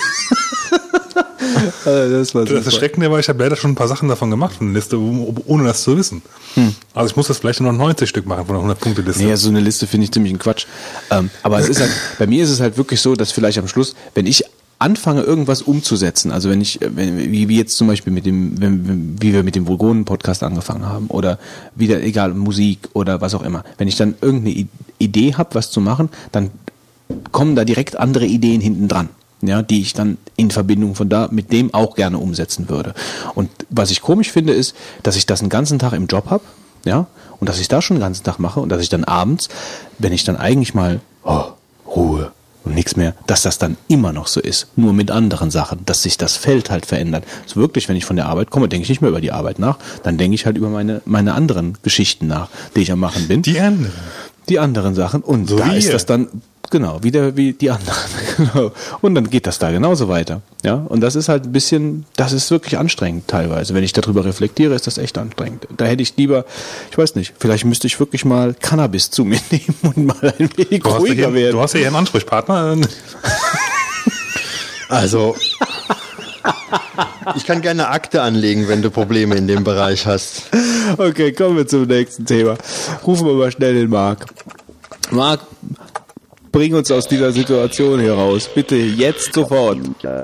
Das Erschreckende war, ich habe leider schon ein paar Sachen davon gemacht von der Liste, ohne das zu wissen. Also ich muss das vielleicht nur noch 90 Stück machen von der 100-Punkte-Liste. Nee, so eine Liste finde ich ziemlich ein Quatsch. Aber es ist halt, bei mir ist es halt wirklich so, dass vielleicht am Schluss, wenn ich anfange, irgendwas umzusetzen, also wie jetzt zum Beispiel wie wir mit dem Vogonen-Podcast angefangen haben oder wieder, egal, Musik oder was auch immer, wenn ich dann irgendeine Idee habe, was zu machen, dann kommen da direkt andere Ideen hinten dran. Ja, die ich dann in Verbindung mit dem auch gerne umsetzen würde. Und was ich komisch finde, ist, dass ich das einen ganzen Tag im Job habe, ja, und dass ich da schon den ganzen Tag mache und dass ich dann abends, wenn ich dann eigentlich mal Ruhe und nichts mehr, dass das dann immer noch so ist, nur mit anderen Sachen, dass sich das Feld halt verändert. Also wirklich, wenn ich von der Arbeit komme, denke ich nicht mehr über die Arbeit nach, dann denke ich halt über meine anderen Geschichten nach, die ich am machen bin. Die anderen Sachen. Und so da ist das dann genau, wieder wie die anderen. Genau. Und dann geht das da genauso weiter. Ja, und das ist halt ein bisschen, das ist wirklich anstrengend teilweise. Wenn ich darüber reflektiere, ist das echt anstrengend. Da hätte ich lieber, ich weiß nicht, vielleicht müsste ich wirklich mal Cannabis zu mir nehmen und mal ein wenig ruhiger werden. Du hast ja hier einen Ansprechpartner. Also, ich kann gerne Akte anlegen, wenn du Probleme in dem Bereich hast. Okay, kommen wir zum nächsten Thema. Rufen wir mal schnell den Marc. Marc, bring uns aus dieser Situation hier raus. Bitte, jetzt sofort.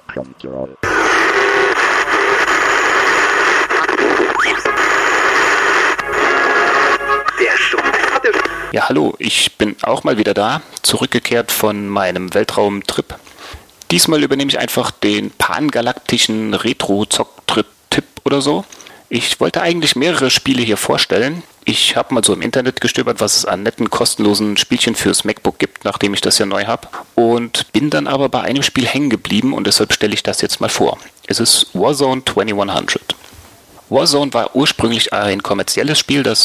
Ja, hallo, ich bin auch mal wieder da, zurückgekehrt von meinem Weltraumtrip. Diesmal übernehme ich einfach den pangalaktischen Retro-Zock-Trip-Tipp oder so. Ich wollte eigentlich mehrere Spiele hier vorstellen. Ich habe mal so im Internet gestöbert, was es an netten, kostenlosen Spielchen fürs MacBook gibt, nachdem ich das ja neu habe. Und bin dann aber bei einem Spiel hängen geblieben und deshalb stelle ich das jetzt mal vor. Es ist Warzone 2100. Warzone war ursprünglich ein kommerzielles Spiel, das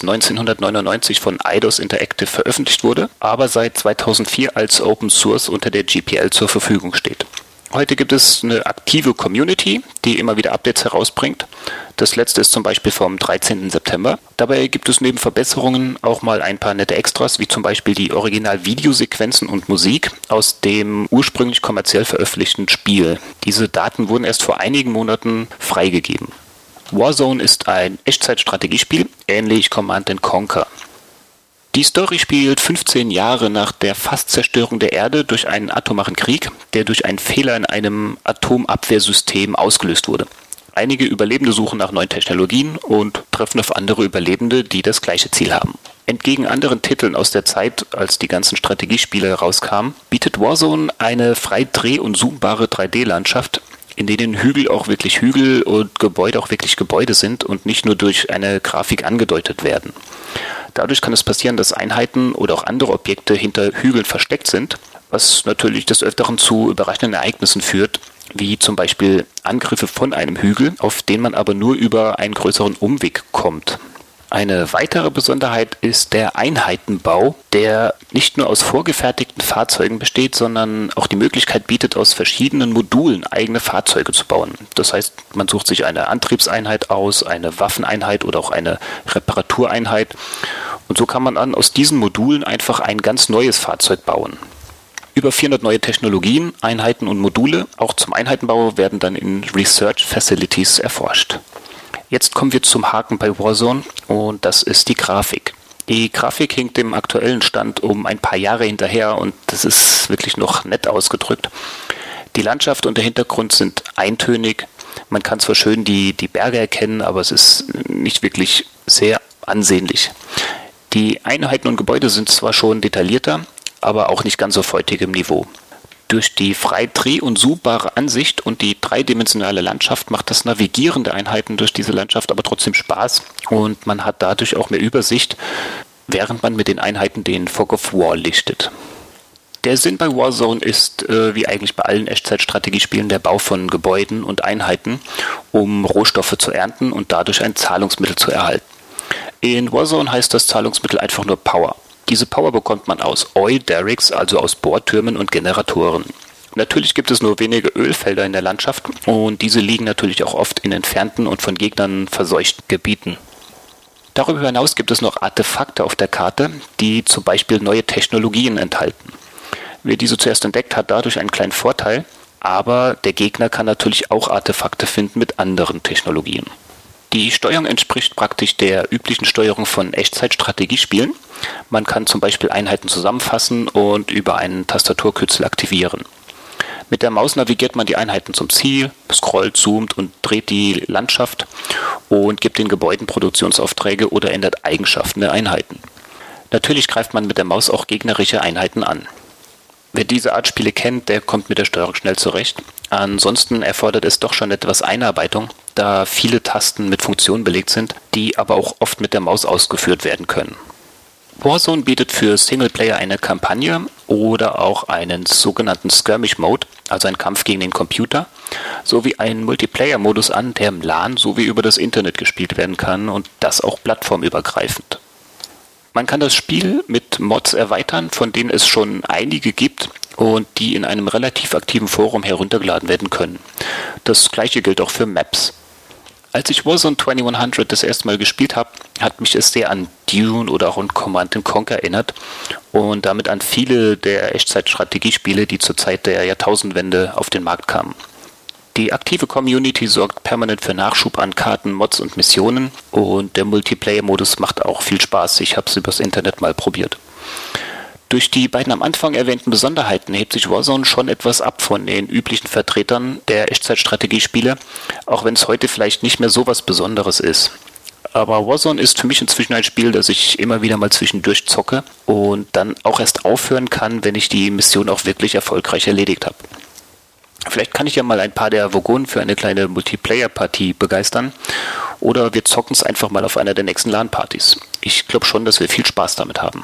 1999 von Eidos Interactive veröffentlicht wurde, aber seit 2004 als Open Source unter der GPL zur Verfügung steht. Heute gibt es eine aktive Community, die immer wieder Updates herausbringt. Das letzte ist zum Beispiel vom 13. September. Dabei gibt es neben Verbesserungen auch mal ein paar nette Extras, wie zum Beispiel die Original-Videosequenzen und Musik aus dem ursprünglich kommerziell veröffentlichten Spiel. Diese Daten wurden erst vor einigen Monaten freigegeben. Warzone ist ein Echtzeitstrategiespiel, ähnlich Command & Conquer. Die Story spielt 15 Jahre nach der Fastzerstörung der Erde durch einen atomaren Krieg, der durch einen Fehler in einem Atomabwehrsystem ausgelöst wurde. Einige Überlebende suchen nach neuen Technologien und treffen auf andere Überlebende, die das gleiche Ziel haben. Entgegen anderen Titeln aus der Zeit, als die ganzen Strategiespiele herauskamen, bietet Warzone eine frei dreh- und zoombare 3D-Landschaft, in denen Hügel auch wirklich Hügel und Gebäude auch wirklich Gebäude sind und nicht nur durch eine Grafik angedeutet werden. Dadurch kann es passieren, dass Einheiten oder auch andere Objekte hinter Hügeln versteckt sind, was natürlich des Öfteren zu überraschenden Ereignissen führt, wie zum Beispiel Angriffe von einem Hügel, auf den man aber nur über einen größeren Umweg kommt. Eine weitere Besonderheit ist der Einheitenbau, der nicht nur aus vorgefertigten Fahrzeugen besteht, sondern auch die Möglichkeit bietet, aus verschiedenen Modulen eigene Fahrzeuge zu bauen. Das heißt, man sucht sich eine Antriebseinheit aus, eine Waffeneinheit oder auch eine Reparatureinheit. Und so kann man dann aus diesen Modulen einfach ein ganz neues Fahrzeug bauen. Über 400 neue Technologien, Einheiten und Module, auch zum Einheitenbau, werden dann in Research Facilities erforscht. Jetzt kommen wir zum Haken bei Warzone und das ist die Grafik. Die Grafik hinkt dem aktuellen Stand um ein paar Jahre hinterher und das ist wirklich noch nett ausgedrückt. Die Landschaft und der Hintergrund sind eintönig. Man kann zwar schön die Berge erkennen, aber es ist nicht wirklich sehr ansehnlich. Die Einheiten und Gebäude sind zwar schon detaillierter, aber auch nicht ganz auf heutigem Niveau. Durch die frei dreh- und zoombare Ansicht und die dreidimensionale Landschaft macht das Navigieren der Einheiten durch diese Landschaft aber trotzdem Spaß und man hat dadurch auch mehr Übersicht, während man mit den Einheiten den Fog of War lichtet. Der Sinn bei Warzone ist, wie eigentlich bei allen Echtzeitstrategiespielen, der Bau von Gebäuden und Einheiten, um Rohstoffe zu ernten und dadurch ein Zahlungsmittel zu erhalten. In Warzone heißt das Zahlungsmittel einfach nur Power. Diese Power bekommt man aus Oil Derricks, also aus Bohrtürmen und Generatoren. Natürlich gibt es nur wenige Ölfelder in der Landschaft und diese liegen natürlich auch oft in entfernten und von Gegnern verseuchten Gebieten. Darüber hinaus gibt es noch Artefakte auf der Karte, die zum Beispiel neue Technologien enthalten. Wer diese zuerst entdeckt, hat dadurch einen kleinen Vorteil, aber der Gegner kann natürlich auch Artefakte finden mit anderen Technologien. Die Steuerung entspricht praktisch der üblichen Steuerung von Echtzeitstrategiespielen. Man kann zum Beispiel Einheiten zusammenfassen und über einen Tastaturkürzel aktivieren. Mit der Maus navigiert man die Einheiten zum Ziel, scrollt, zoomt und dreht die Landschaft und gibt den Gebäuden Produktionsaufträge oder ändert Eigenschaften der Einheiten. Natürlich greift man mit der Maus auch gegnerische Einheiten an. Wer diese Art Spiele kennt, der kommt mit der Steuerung schnell zurecht. Ansonsten erfordert es doch schon etwas Einarbeitung, da viele Tasten mit Funktionen belegt sind, die aber auch oft mit der Maus ausgeführt werden können. Warzone bietet für Singleplayer eine Kampagne oder auch einen sogenannten Skirmish-Mode, also einen Kampf gegen den Computer, sowie einen Multiplayer-Modus an, der im LAN sowie über das Internet gespielt werden kann und das auch plattformübergreifend. Man kann das Spiel mit Mods erweitern, von denen es schon einige gibt und die in einem relativ aktiven Forum heruntergeladen werden können. Das gleiche gilt auch für Maps. Als ich Warzone 2100 das erste Mal gespielt habe, hat mich es sehr an Dune oder auch an Command & Conquer erinnert und damit an viele der Echtzeitstrategiespiele, die zur Zeit der Jahrtausendwende auf den Markt kamen. Die aktive Community sorgt permanent für Nachschub an Karten, Mods und Missionen und der Multiplayer-Modus macht auch viel Spaß. Ich habe es übers Internet mal probiert. Durch die beiden am Anfang erwähnten Besonderheiten hebt sich Warzone schon etwas ab von den üblichen Vertretern der Echtzeitstrategiespiele, auch wenn es heute vielleicht nicht mehr so was Besonderes ist. Aber Warzone ist für mich inzwischen ein Spiel, das ich immer wieder mal zwischendurch zocke und dann auch erst aufhören kann, wenn ich die Mission auch wirklich erfolgreich erledigt habe. Vielleicht kann ich ja mal ein paar der Vogonen für eine kleine Multiplayer-Partie begeistern. Oder wir zocken es einfach mal auf einer der nächsten LAN-Partys. Ich glaube schon, dass wir viel Spaß damit haben.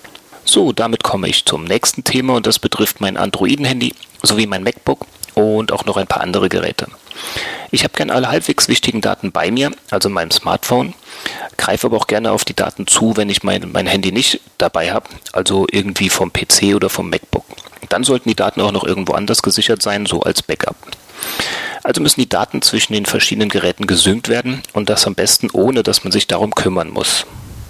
So, damit komme ich zum nächsten Thema und das betrifft mein Androiden-Handy sowie mein MacBook und auch noch ein paar andere Geräte. Ich habe gerne alle halbwegs wichtigen Daten bei mir, also in meinem Smartphone, greife aber auch gerne auf die Daten zu, wenn ich mein Handy nicht dabei habe, also irgendwie vom PC oder vom MacBook. Dann sollten die Daten auch noch irgendwo anders gesichert sein, so als Backup. Also müssen die Daten zwischen den verschiedenen Geräten gesynkt werden und das am besten ohne, dass man sich darum kümmern muss.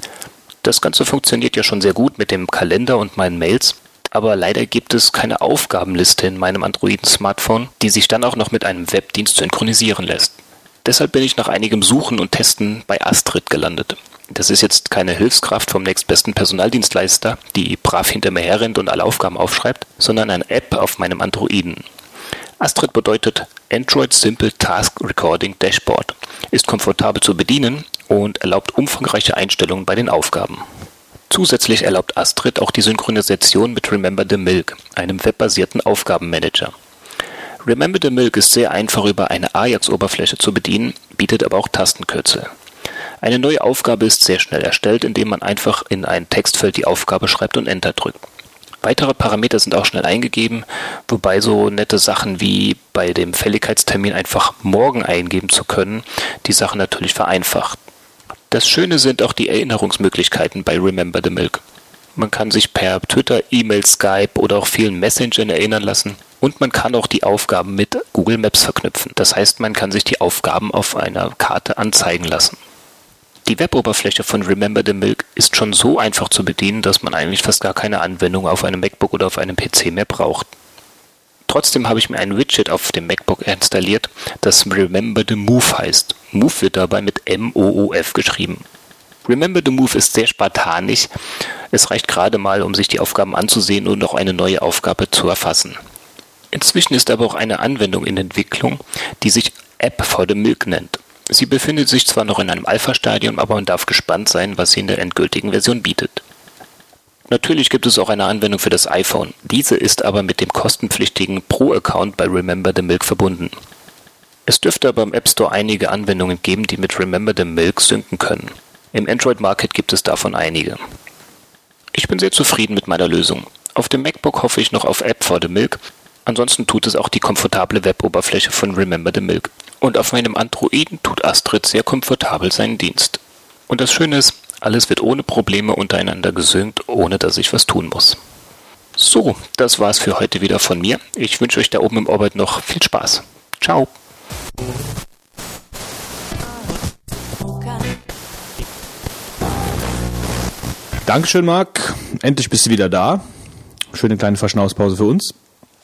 Das Ganze funktioniert ja schon sehr gut mit dem Kalender und meinen Mails, aber leider gibt es keine Aufgabenliste in meinem Androiden-Smartphone, die sich dann auch noch mit einem Webdienst synchronisieren lässt. Deshalb bin ich nach einigem Suchen und Testen bei Astrid gelandet. Das ist jetzt keine Hilfskraft vom nächstbesten Personaldienstleister, die brav hinter mir herrennt und alle Aufgaben aufschreibt, sondern eine App auf meinem Androiden. Astrid bedeutet Android Simple Task Recording Dashboard, ist komfortabel zu bedienen und erlaubt umfangreiche Einstellungen bei den Aufgaben. Zusätzlich erlaubt Astrid auch die Synchronisation mit Remember the Milk, einem webbasierten Aufgabenmanager. Remember the Milk ist sehr einfach über eine Ajax-Oberfläche zu bedienen, bietet aber auch Tastenkürzel. Eine neue Aufgabe ist sehr schnell erstellt, indem man einfach in ein Textfeld die Aufgabe schreibt und Enter drückt. Weitere Parameter sind auch schnell eingegeben, wobei so nette Sachen wie bei dem Fälligkeitstermin einfach morgen eingeben zu können, die Sache natürlich vereinfacht. Das Schöne sind auch die Erinnerungsmöglichkeiten bei Remember the Milk. Man kann sich per Twitter, E-Mail, Skype oder auch vielen Messengern erinnern lassen und man kann auch die Aufgaben mit Google Maps verknüpfen. Das heißt, man kann sich die Aufgaben auf einer Karte anzeigen lassen. Die Weboberfläche von Remember the Milk ist schon so einfach zu bedienen, dass man eigentlich fast gar keine Anwendung auf einem MacBook oder auf einem PC mehr braucht. Trotzdem habe ich mir ein Widget auf dem MacBook installiert, das Remember the Move heißt. Move wird dabei mit M-O-O-F geschrieben. Remember the Move ist sehr spartanisch. Es reicht gerade mal, um sich die Aufgaben anzusehen und auch eine neue Aufgabe zu erfassen. Inzwischen ist aber auch eine Anwendung in Entwicklung, die sich App for the Milk nennt. Sie befindet sich zwar noch in einem Alpha-Stadium, aber man darf gespannt sein, was sie in der endgültigen Version bietet. Natürlich gibt es auch eine Anwendung für das iPhone. Diese ist aber mit dem kostenpflichtigen Pro-Account bei Remember the Milk verbunden. Es dürfte aber im App Store einige Anwendungen geben, die mit Remember the Milk synken können. Im Android-Market gibt es davon einige. Ich bin sehr zufrieden mit meiner Lösung. Auf dem MacBook hoffe ich noch auf App for the Milk. Ansonsten tut es auch die komfortable Weboberfläche von Remember the Milk. Und auf meinem Androiden tut Astrid sehr komfortabel seinen Dienst. Und das Schöne ist, alles wird ohne Probleme untereinander gesynkt, ohne dass ich was tun muss. So, das war's für heute wieder von mir. Ich wünsche euch da oben im Orbit noch viel Spaß. Ciao. Dankeschön, Marc. Endlich bist du wieder da. Schöne kleine Verschnaufspause für uns.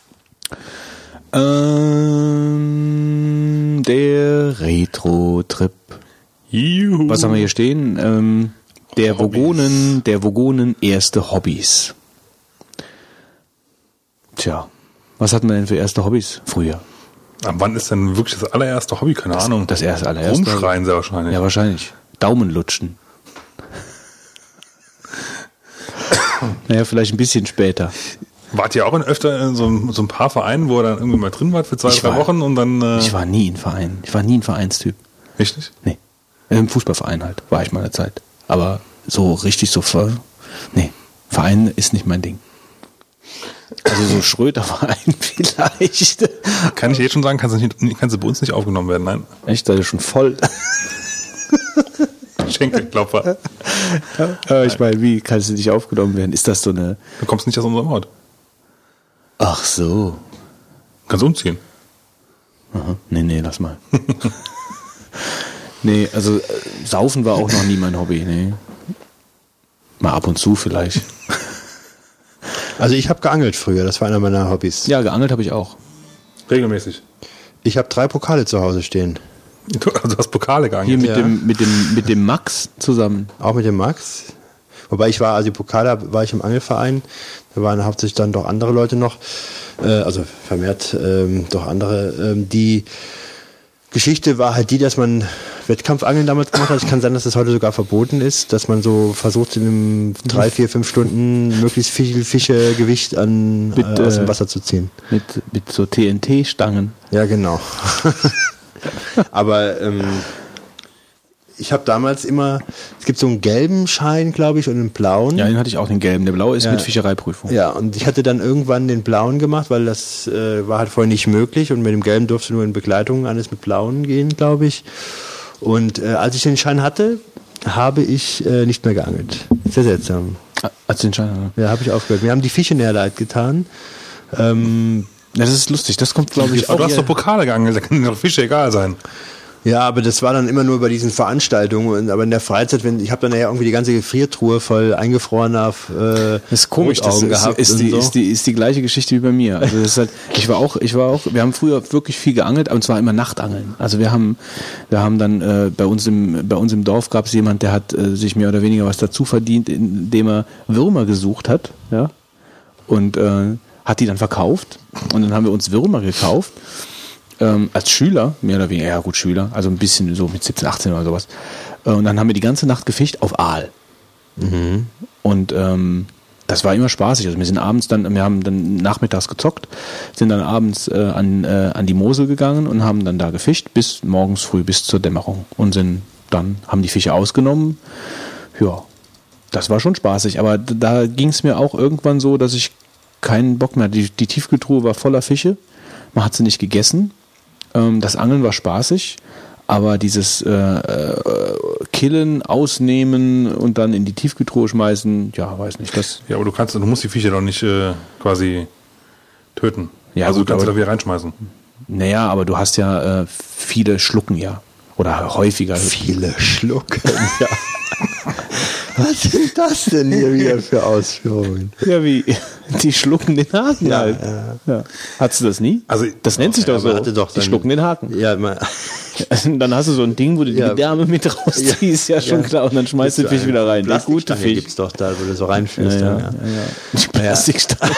Der Retro-Trip. Juhu. Was haben wir hier stehen? Der Vogonen erste Hobbys. Tja, was hatten wir denn für erste Hobbys früher? Ab wann ist denn wirklich das allererste Hobby? Keine Ahnung. Das allererste. Rumschreien sehr wahrscheinlich. Ja, wahrscheinlich. Daumen lutschen. Naja, vielleicht ein bisschen später. Wart ihr auch öfter in so ein paar Vereinen, wo ihr dann irgendwie mal drin wart für 2-3 Wochen und dann... Ich war nie in Verein. Ich war nie ein Vereinstyp. Echt nicht? Nee. Im Fußballverein halt, war ich mal eine Zeit. Aber so richtig so... Nee, Verein ist nicht mein Ding. Also so Schröder-Verein vielleicht. Kann ich jetzt schon sagen, kannst du bei uns nicht aufgenommen werden, nein? Echt, das ist schon voll. Schenkelklopfer. Ich meine, wie kannst du nicht aufgenommen werden? Ist das so eine... Du kommst nicht aus unserem Ort. Ach so. Kannst umziehen. Aha. Nee, lass mal. Nee, also Saufen war auch noch nie mein Hobby, nee. Mal ab und zu vielleicht. Also ich habe geangelt früher, das war einer meiner Hobbys. Ja, geangelt habe ich auch. Regelmäßig. Ich habe 3 Pokale zu Hause stehen. Du hast Pokale geangelt. Hier mit dem Max zusammen. Auch mit dem Max. Wobei die Pokale war ich im Angelverein. Da waren hauptsächlich dann doch andere Leute noch. Also vermehrt doch andere. Die Geschichte war halt die, dass man Wettkampfangeln damals gemacht habe. Es kann sein, dass das heute sogar verboten ist, dass man so versucht, in einem 3, 4, 5 Stunden möglichst viel Fischegewicht aus dem Wasser zu ziehen. Mit so TNT-Stangen. Ja, genau. Aber ich habe damals immer, es gibt so einen gelben Schein, glaube ich, und einen blauen. Ja, den hatte ich auch, den gelben. Der blaue ist mit Fischereiprüfung. Ja, und ich hatte dann irgendwann den blauen gemacht, weil das war halt vorher nicht möglich und mit dem gelben durfte nur in Begleitung alles mit blauen gehen, glaube ich. Und als ich den Schein hatte, habe ich nicht mehr geangelt. Sehr seltsam. Als den Schein hatte? Ja, habe ich aufgehört. Wir haben die Fische näher leid getan. Das ist lustig, das kommt, glaube ich, auch. Du hast doch Pokale geangelt, da können doch Fische egal sein. Ja, aber das war dann immer nur bei diesen Veranstaltungen. Aber in der Freizeit, ich habe dann ja irgendwie die ganze Gefriertruhe voll eingefrorener das ist komisch, das ist die gleiche Geschichte wie bei mir. Also das ist halt, ich war auch, wir haben früher wirklich viel geangelt, und zwar immer Nachtangeln. Also wir haben dann bei uns im Dorf gab es jemand, der hat sich mehr oder weniger was dazu verdient, indem er Würmer gesucht hat, ja, und hat die dann verkauft, und dann haben wir uns Würmer gekauft. Als Schüler, mehr oder weniger, ja gut, Schüler, also ein bisschen so mit 17, 18 oder sowas. Und dann haben wir die ganze Nacht gefischt auf Aal. Mhm. Und das war immer spaßig. Also wir haben dann nachmittags gezockt, sind dann abends an die Mosel gegangen und haben dann da gefischt bis morgens früh, bis zur Dämmerung. Und haben die Fische ausgenommen. Ja, das war schon spaßig. Aber da ging es mir auch irgendwann so, dass ich keinen Bock mehr hatte. Die Tiefkühltruhe war voller Fische. Man hat sie nicht gegessen. Das Angeln war spaßig, aber dieses Killen, Ausnehmen und dann in die Tiefkühltruhe schmeißen, ja, weiß nicht. Ja, aber du musst die Fische doch nicht quasi töten. Ja, also gut, du kannst sie da wieder reinschmeißen. Naja, aber du hast ja viele Schlucken, ja. Oder häufiger. Viele Schlucken, ja. Was sind das denn hier wieder für Ausführungen? Ja, wie? Die schlucken den Haken halt. Ja. Hattest du das nie? Also, das nennt sich doch so. Die schlucken den Haken. Ja, dann hast du so ein Ding, wo du die Gedärme mit rausziehst, ja schon klar, und dann schmeißt du den Fisch wieder rein. Der gute Fisch gibt's doch da, wo du so reinführst. Ja. Die Plastikstange.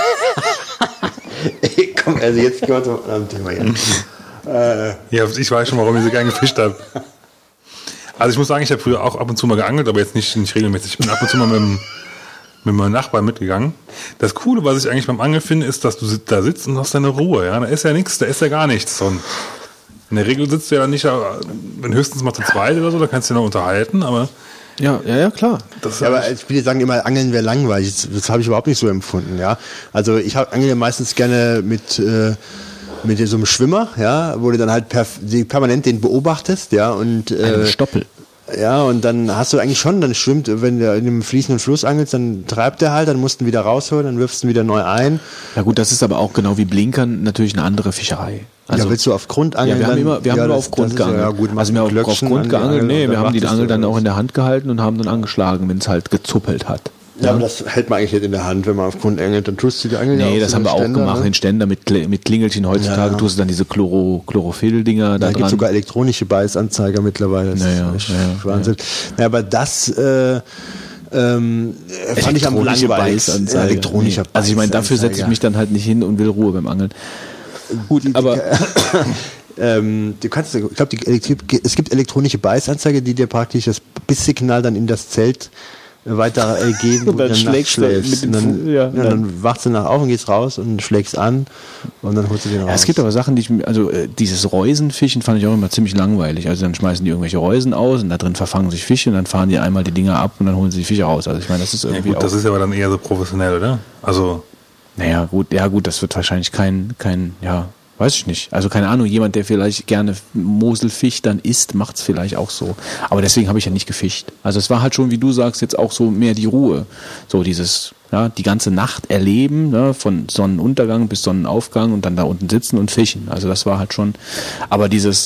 Ey, komm, also jetzt gehört zum anderen Thema hier. Ja, ich weiß schon, warum ich so gern gefischt habe. Also ich muss sagen, ich habe früher auch ab und zu mal geangelt, aber jetzt nicht regelmäßig. Ich bin ab und zu mal mit meinem Nachbarn mitgegangen. Das Coole, was ich eigentlich beim Angeln finde, ist, dass du da sitzt und hast deine Ruhe. Ja? Da ist ja nichts, da ist ja gar nichts. Und in der Regel sitzt du ja dann nicht, wenn höchstens mal zu zweit oder so, da kannst du dich noch unterhalten, aber... Ja, klar. Aber viele sagen immer, Angeln wäre langweilig. Das habe ich überhaupt nicht so empfunden. Ja? Also ich angle meistens gerne mit so einem Schwimmer, ja, wo du dann halt permanent den beobachtest, ja, und ein Stoppel. Ja, und dann hast du eigentlich schon, dann schwimmt, wenn du in einem fließenden Fluss angelst, dann treibt der halt, dann musst du ihn wieder rausholen, dann wirfst du ihn wieder neu ein. Ja gut, das ist aber auch genau wie Blinkern natürlich eine andere Fischerei. Also, ja, willst du auf Grund angeln? Ja, wir haben immer auf Grund geangelt. Ja gut, also wir haben auf Grund geangelt, wir haben die Angel dann auch in der Hand gehalten und haben dann angeschlagen, wenn es halt gezuppelt hat. Ja, aber das hält man eigentlich nicht in der Hand, wenn man auf Grund angelt, dann tust du die Angel. Nee, das haben wir auch gemacht, ne? Den Ständer mit Klingelchen. Heutzutage tust du dann diese Chlorophyll-Dinger da dran. Da gibt es sogar elektronische Beißanzeiger mittlerweile. Das ist Wahnsinn. Ja, aber das fand ich am langweiligsten. Elektronischer Beißanzeiger. Also ich meine, dafür setze ich mich dann halt nicht hin und will Ruhe beim Angeln. Gut, aber... du kannst, ich glaube, es gibt elektronische Beißanzeige, die dir praktisch das Bisssignal dann in das Zelt weiter geben, und dann schlägst du mit dem dann wachst du nach auf und gehst raus und schlägst an und dann holst du den raus. Ja, es gibt aber Sachen, dieses Reusenfischen fand ich auch immer ziemlich langweilig. Also dann schmeißen die irgendwelche Reusen aus und da drin verfangen sich Fische und dann fahren die einmal die Dinger ab und dann holen sie die Fische raus. Also ich meine, das ist irgendwie ja, gut, das ist aber dann eher so professionell, oder? Also naja, gut, das wird wahrscheinlich kein weiß ich nicht. Also keine Ahnung, jemand, der vielleicht gerne Moselfisch dann isst, macht es vielleicht auch so. Aber deswegen habe ich ja nicht gefischt. Also es war halt schon, wie du sagst, jetzt auch so mehr die Ruhe. So dieses, die ganze Nacht erleben, ne, von Sonnenuntergang bis Sonnenaufgang und dann da unten sitzen und fischen. Also das war halt schon, aber dieses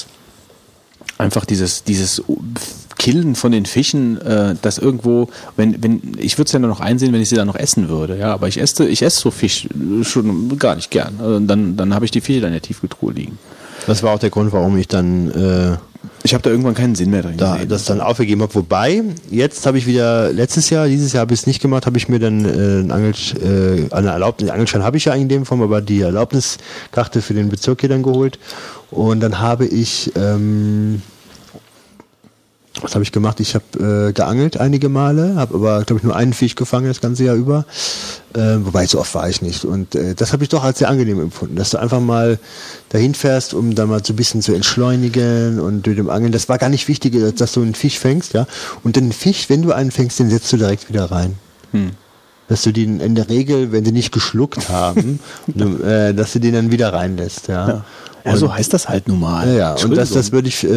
Killen von den Fischen, das irgendwo, wenn ich würde es ja nur noch einsehen, wenn ich sie dann noch essen würde, ja, aber ich esse so Fisch schon gar nicht gern. Also dann habe ich die Fische dann in der Tiefkühltruhe liegen. Das war auch der Grund, warum ich dann ich habe da irgendwann keinen Sinn mehr drin gesehen. Das dann aufgegeben habe. Wobei, jetzt habe ich wieder, dieses Jahr habe ich es nicht gemacht, habe ich mir dann eine Erlaubnis, den Angelschein habe ich ja eigentlich in dem Form, aber die Erlaubniskarte für den Bezirk hier dann geholt. Und dann habe ich Was habe ich gemacht? Ich habe geangelt einige Male, habe aber, glaube ich, nur einen Fisch gefangen das ganze Jahr über. Wobei, so oft war ich nicht. Und das habe ich doch als sehr angenehm empfunden, dass du einfach mal dahin fährst, um da mal so ein bisschen zu entschleunigen und mit dem Angeln. Das war gar nicht wichtig, dass du einen Fisch fängst, ja. Und den Fisch, wenn du einen fängst, den setzt du direkt wieder rein. Dass du den in der Regel, wenn sie nicht geschluckt haben, dass du den dann wieder reinlässt, ja. Ja, so heißt das halt nun mal. Ja, und das würde ich,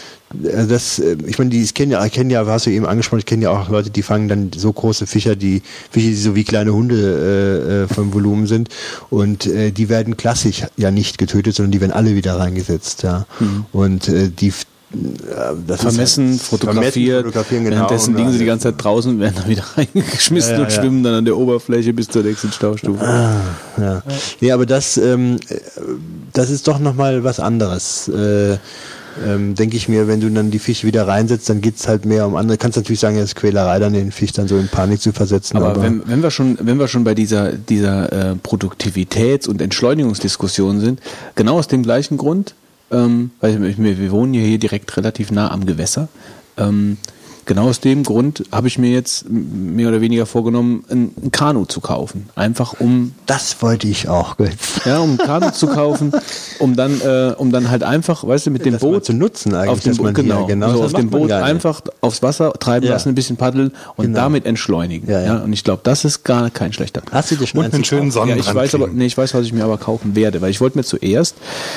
ich meine, ich kenne ja, hast du eben angesprochen, ich kenne ja auch Leute, die fangen dann so große Fische, die so wie kleine Hunde vom Volumen sind, und die werden klassisch ja nicht getötet, sondern die werden alle wieder reingesetzt, ja. Und das vermessen, halt fotografieren, genau, währenddessen liegen sie die ganze Zeit draußen und werden dann wieder reingeschmissen und schwimmen dann an der Oberfläche bis zur nächsten Staustufe. Ja. Nee, aber das ist doch nochmal was anderes. Denke ich mir, wenn du dann die Fische wieder reinsetzt, dann geht's halt mehr um andere. Kannst natürlich sagen, es ist Quälerei, dann den Fisch dann so in Panik zu versetzen. Aber wenn wir schon bei dieser Produktivitäts- und Entschleunigungsdiskussion sind, genau aus dem gleichen Grund, weil wir wohnen hier direkt relativ nah am Gewässer. Genau aus dem Grund habe ich mir jetzt mehr oder weniger vorgenommen, ein Kanu zu kaufen. Einfach um... Das wollte ich auch. Ja, um ein Kanu zu kaufen, um dann halt einfach, weißt du, mit dem Boot zu nutzen eigentlich. Auf dem Boot, genau so auf dem Boot einfach aufs Wasser treiben lassen, ein bisschen paddeln und damit entschleunigen. Ja. Und ich glaube, das ist gar kein schlechter Plan. Hast du dir schon einen schönen Sonnenbrand? Ja, ich weiß, was ich mir aber kaufen werde, weil ich wollte mir zuerst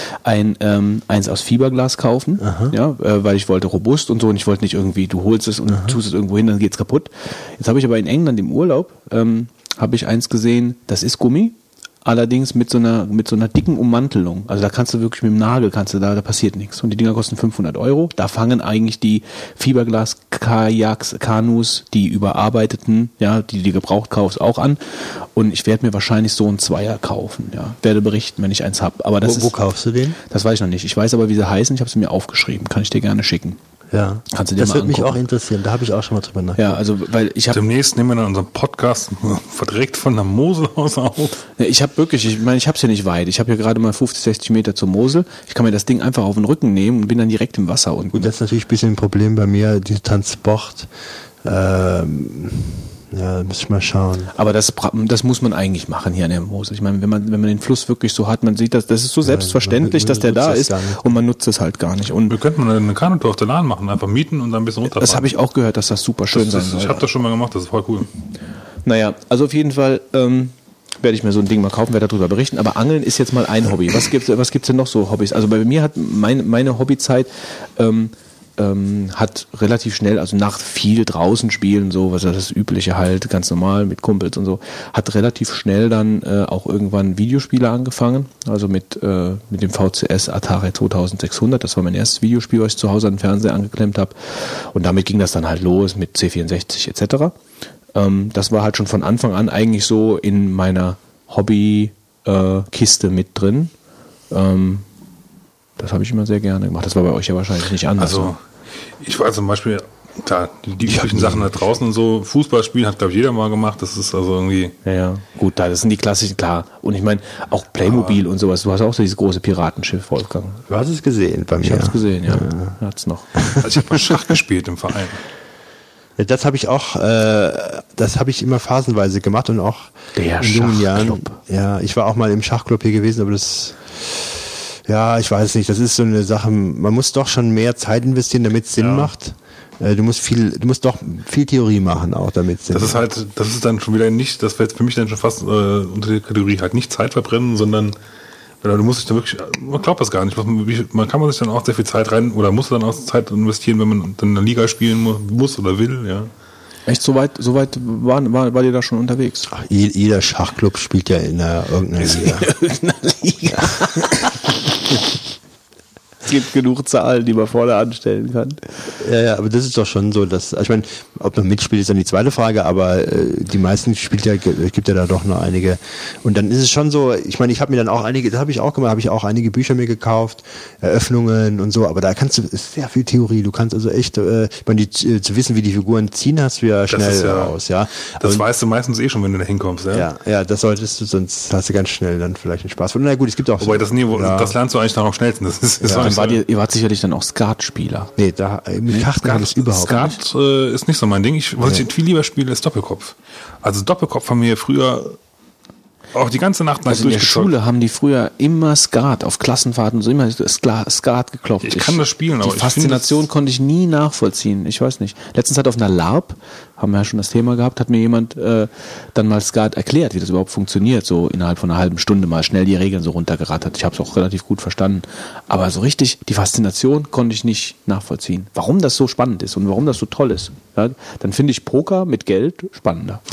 eins aus Fiberglas kaufen, weil ich wollte robust und so, und ich wollte nicht irgendwie, du holst es und tust es irgendwo hin, dann geht's kaputt. Jetzt habe ich aber in England im Urlaub habe ich eins gesehen, das ist Gummi, allerdings mit so einer dicken Ummantelung. Also da kannst du wirklich mit dem Nagel, da passiert nichts. Und die Dinger kosten 500 €. Da fangen eigentlich die Fiberglas-Kajaks, Kanus, die überarbeiteten, ja, die gebraucht kaufst, auch an. Und ich werde mir wahrscheinlich so einen Zweier kaufen. Ja, werde berichten, wenn ich eins habe. Aber wo kaufst du den? Das weiß ich noch nicht. Ich weiß aber, wie sie heißen. Ich habe sie mir aufgeschrieben. Kann ich dir gerne schicken. Ja, kannst du dir das mal würde mich angucken. auch interessieren, da habe ich auch schon mal drüber nachgedacht. Ja, also, weil ich habe... Demnächst nehmen wir dann unseren Podcast direkt von der Mosel aus auf. Ja, ich habe wirklich, ich habe es ja nicht weit. Ich habe ja gerade mal 50, 60 Meter zur Mosel. Ich kann mir das Ding einfach auf den Rücken nehmen und bin dann direkt im Wasser unten. Gut, das ist natürlich ein bisschen ein Problem bei mir, die Transport. Ja, muss ich mal schauen. Aber das muss man eigentlich machen hier an der Mosel. Ich meine, wenn man den Fluss wirklich so hat, man sieht das ist so selbstverständlich, dass der da ist, und man nutzt es halt gar nicht. Und wir könnten mal eine Kanutour auf der Lahn machen, einfach mieten und dann ein bisschen runterfahren. Das habe ich auch gehört, dass das super schön sein soll. Ich habe das schon mal gemacht, das ist voll cool. Naja, also auf jeden Fall werde ich mir so ein Ding mal kaufen, werde darüber berichten. Aber Angeln ist jetzt mal ein Hobby. Was gibt's denn noch so Hobbys? Also bei mir hat meine Hobbyzeit hat relativ schnell, also nach viel draußen spielen, so, was das Übliche halt, ganz normal mit Kumpels und so, hat relativ schnell dann auch irgendwann Videospiele angefangen, also mit dem VCS Atari 2600, das war mein erstes Videospiel, was ich zu Hause an den Fernseher angeklemmt habe, und damit ging das dann halt los mit C64 etc. Das war halt schon von Anfang an eigentlich so in meiner Hobby-Kiste mit drin. Das habe ich immer sehr gerne gemacht. Das war bei euch ja wahrscheinlich nicht anders. Also, ich war zum Beispiel, klar, die üblichen Sachen da draußen und so, Fußball spielen hat, glaube ich, jeder mal gemacht. Das ist also irgendwie... Ja, gut, das sind die klassischen, klar. Und ich meine, auch Playmobil und sowas. Du hast auch so dieses große Piratenschiff, Wolfgang. Du hast es gesehen bei mir. Ich habe es gesehen, ja. Hat's noch. Also ich habe mal Schach gespielt im Verein. Ja, das habe ich auch, das habe ich immer phasenweise gemacht und auch der in jungen Jahren. Schachclub. Ja, ich war auch mal im Schachclub hier gewesen, aber das... Ja, ich weiß nicht, das ist so eine Sache, man muss doch schon mehr Zeit investieren, damit es Sinn macht. Du musst doch viel Theorie machen, auch damit es Sinn macht. Das ist dann schon wieder nicht, das wäre für mich dann schon fast unter der Kategorie halt nicht Zeit verbrennen, sondern du musst dich dann wirklich, man glaubt das gar nicht, man kann sich dann auch sehr viel Zeit rein, oder muss dann auch Zeit investieren, wenn man dann in der Liga spielen muss oder will, ja. Echt, so weit war ihr da schon unterwegs? Ach, jeder Schachclub spielt ja in irgendeiner Liga. Es gibt genug Zahlen, die man vorne anstellen kann. Ja, aber das ist doch schon so, dass, ich meine, ob man mitspielt, ist dann die zweite Frage, aber die meisten gibt ja da doch noch einige. Und dann ist es schon so, ich meine, ich habe mir dann auch einige, das habe ich auch gemacht, habe ich auch einige Bücher mir gekauft, Eröffnungen und so, aber da kannst du, ist sehr viel Theorie, du kannst also echt, ich meine, zu wissen, wie die Figuren ziehen, hast du ja schnell raus, ja. Das weißt du meistens eh schon, wenn du da hinkommst, ja. Ja, das solltest du, sonst hast du ganz schnell dann vielleicht einen Spaß. Na gut, es gibt auch Wobei das lernst du eigentlich noch am schnellsten, das ist so ihr wart sicherlich dann auch Skat-Spieler. Nee, mit Karten habe ich überhaupt nicht. Skat ist nicht so mein Ding. Was ich viel lieber spiele, ist Doppelkopf. Also Doppelkopf haben wir früher auch die ganze Nacht lang Also in der Schule haben die früher immer Skat auf Klassenfahrten, so immer Skat geklopft. Ich kann das spielen, aber die Faszination konnte ich nie nachvollziehen. Ich weiß nicht. Letztens hat auf einer LARP, haben wir ja schon das Thema gehabt, hat mir jemand dann mal Skat erklärt, wie das überhaupt funktioniert. So innerhalb von einer halben Stunde mal schnell die Regeln so runtergerattert. Ich habe es auch relativ gut verstanden. Aber so richtig, die Faszination konnte ich nicht nachvollziehen. Warum das so spannend ist und warum das so toll ist. Ja, dann finde ich Poker mit Geld spannender.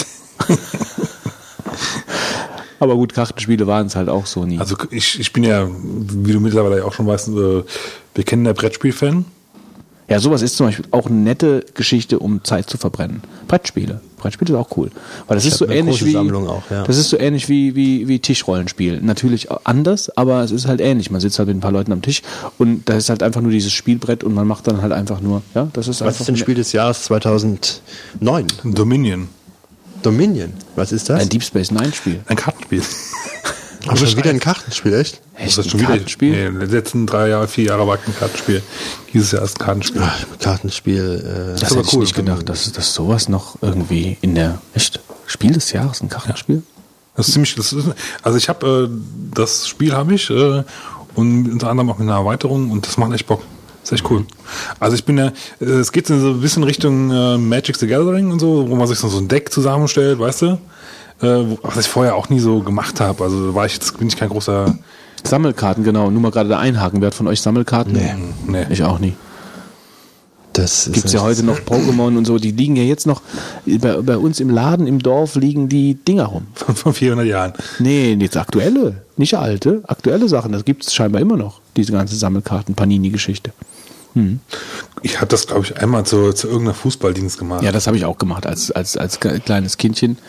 Aber gut, Kartenspiele waren es halt auch so nie. Also ich bin ja, wie du mittlerweile auch schon weißt, wir kennen der Brettspiel-Fan. Ja, sowas ist zum Beispiel auch eine nette Geschichte, um Zeit zu verbrennen. Brettspiele ist auch cool. Weil das ist so ähnlich wie, das ist so ähnlich wie Tischrollenspiel. Natürlich anders, aber es ist halt ähnlich. Man sitzt halt mit ein paar Leuten am Tisch und da ist halt einfach nur dieses Spielbrett und man macht dann halt einfach nur, ja, das ist Was einfach. ist denn Spiel des Jahres 2009? Dominion, was ist das? Ein Deep Space Nine Spiel. Ein Kartenspiel. Ach, schon wieder ein Kartenspiel, echt? Das ist ein Kartenspiel? Nee, in den letzten 4 Jahre war ein Kartenspiel. Dieses Jahr ist ein Kartenspiel. Ach, Kartenspiel. Das hätte ich nicht gedacht, dass sowas noch irgendwie in der Spiel des Jahres ein Kartenspiel? Das ist ziemlich. Also ich habe das Spiel und unter anderem auch mit einer Erweiterung und das macht echt Bock. Das ist echt cool. Also ich bin ja, es geht so ein bisschen Richtung Magic the Gathering und so, wo man sich so ein Deck zusammenstellt, weißt du? Was ich vorher auch nie so gemacht habe. Also bin ich kein großer Sammelkarten, genau. Nur mal gerade da einhaken. Wer hat von euch Sammelkarten? Nee. Ich auch nie. Das gibt's ja heute noch Pokémon und so, die liegen ja jetzt noch, bei uns im Laden, im Dorf liegen die Dinger rum. Von 400 Jahren. Nee, jetzt aktuelle, nicht alte, aktuelle Sachen, das gibt's scheinbar immer noch, diese ganze Sammelkarten, Panini-Geschichte. Ich habe das, glaube ich, einmal zu irgendeiner Fußballdienst gemacht. Ja, das habe ich auch gemacht als kleines Kindchen.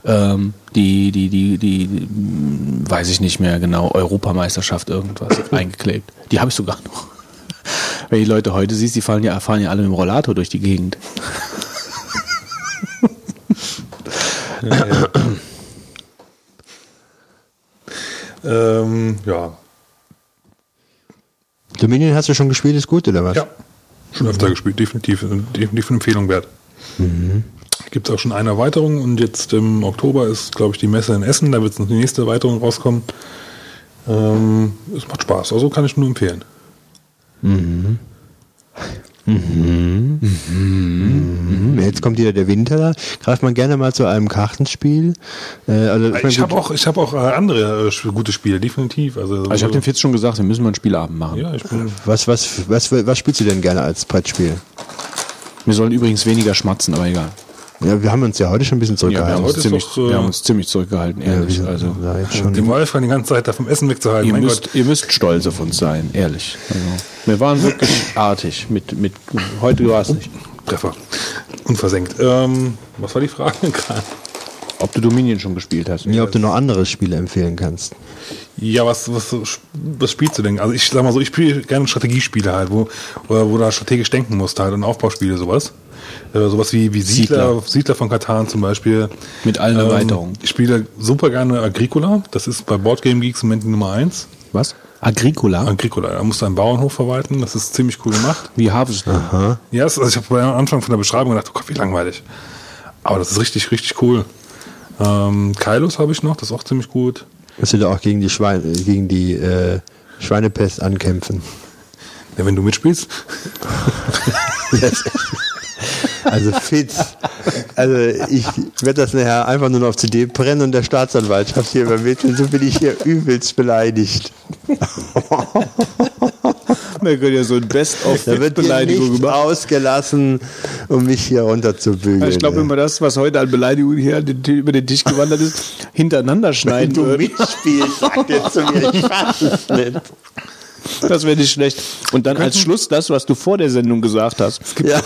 Die weiß ich nicht mehr genau, Europameisterschaft irgendwas eingeklebt. Die habe ich sogar noch. Wenn die Leute heute siehst, die fahren ja alle mit dem Rollator durch die Gegend. Ja. Dominion hast du schon gespielt, ist gut, oder was? Ja, schon öfter gespielt, definitiv eine Empfehlung wert. Gibt es auch schon eine Erweiterung und jetzt im Oktober ist, glaube ich, die Messe in Essen, da wird noch die nächste Erweiterung rauskommen. Es macht Spaß, also kann ich nur empfehlen. Jetzt kommt wieder der Winter, greift man gerne mal zu einem Kartenspiel. Ich habe auch andere gute Spiele, definitiv. Also ich habe dem Fitz schon gesagt, wir müssen mal einen Spielabend machen. Ja, was spielst du denn gerne als Brettspiel? Wir sollen übrigens weniger schmatzen, aber egal. Ja, wir haben uns ja heute schon ein bisschen zurückgehalten. Wir haben uns ziemlich zurückgehalten, ehrlich. Die Wolf die ganze Zeit da vom Essen wegzuhalten. Ihr müsst stolz auf uns sein, ehrlich. Also, wir waren wirklich artig. Heute war es nicht. Treffer. Unversenkt. Was war die Frage gerade? Ob du Dominion schon gespielt hast. Ja, ob du noch andere Spiele empfehlen kannst. Ja, was spielst du denn? Also ich sag mal so, ich spiele gerne Strategiespiele halt, wo du strategisch denken musst halt und Aufbauspiele, sowas. Sowas wie Siedler von Katan zum Beispiel. Mit allen Erweiterungen. Ich spiele super gerne Agricola. Das ist bei Board Game Geeks im Moment die Nummer 1. Was? Agricola? Agricola. Da musst du einen Bauernhof verwalten. Das ist ziemlich cool gemacht. Wie Harvest. Ja, also ich habe am Anfang von der Beschreibung gedacht, oh Gott, wie langweilig. Aber das ist richtig, richtig cool. Kailos habe ich noch. Das ist auch ziemlich gut. Musst du da auch gegen die Schweinepest ankämpfen? Ja, wenn du mitspielst. Also Fitz, ich werde das nachher einfach nur noch auf CD brennen und der Staatsanwaltschaft hier übermitteln, so bin ich hier übelst beleidigt. Wir können ja so ein Best-of-Beleidigung gemacht. Ausgelassen, um mich hier runterzubügeln. Ich glaube, wenn man das, was heute an Beleidigung hier über den Tisch gewandert ist, hintereinander schneiden würde. Wenn du mitspielst, sagt er zu mir, ich fass es nicht. Das wäre nicht schlecht. Und dann als Schluss das, was du vor der Sendung gesagt hast. Es gibt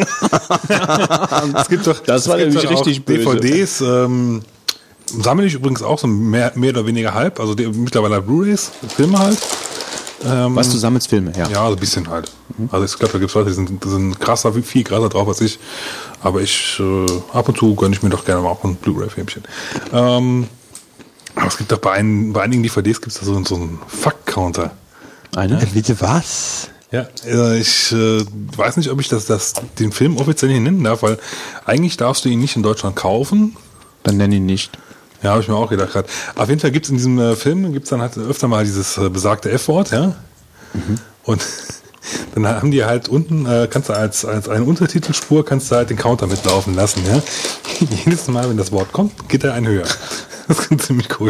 doch, das war nämlich richtig böse. DVDs sammle ich übrigens auch so mehr oder weniger halb. Also mittlerweile Blu-rays, Filme halt. Was, du sammelst Filme? Ja, so ein bisschen halt. Also ich glaube, da gibt es Leute, die sind krasser, viel krasser drauf als ich. Aber ab und zu gönne ich mir doch gerne mal auch ein Blu-ray-Filmchen. Aber es gibt doch bei einigen DVDs gibt es da so einen Fuck-Counter. Eine? Bitte was? Ja, ich weiß nicht, ob ich den Film offiziell hier nennen darf, weil eigentlich darfst du ihn nicht in Deutschland kaufen. Dann nenn ihn nicht. Ja, habe ich mir auch gedacht gerade. Auf jeden Fall gibt es in diesem Film dann halt öfter mal dieses besagte F-Wort, ja. Und dann haben die halt unten, kannst du als eine Untertitelspur kannst du halt den Counter mitlaufen lassen, ja. Jedes Mal, wenn das Wort kommt, geht er einen höher. Das ist ziemlich cool.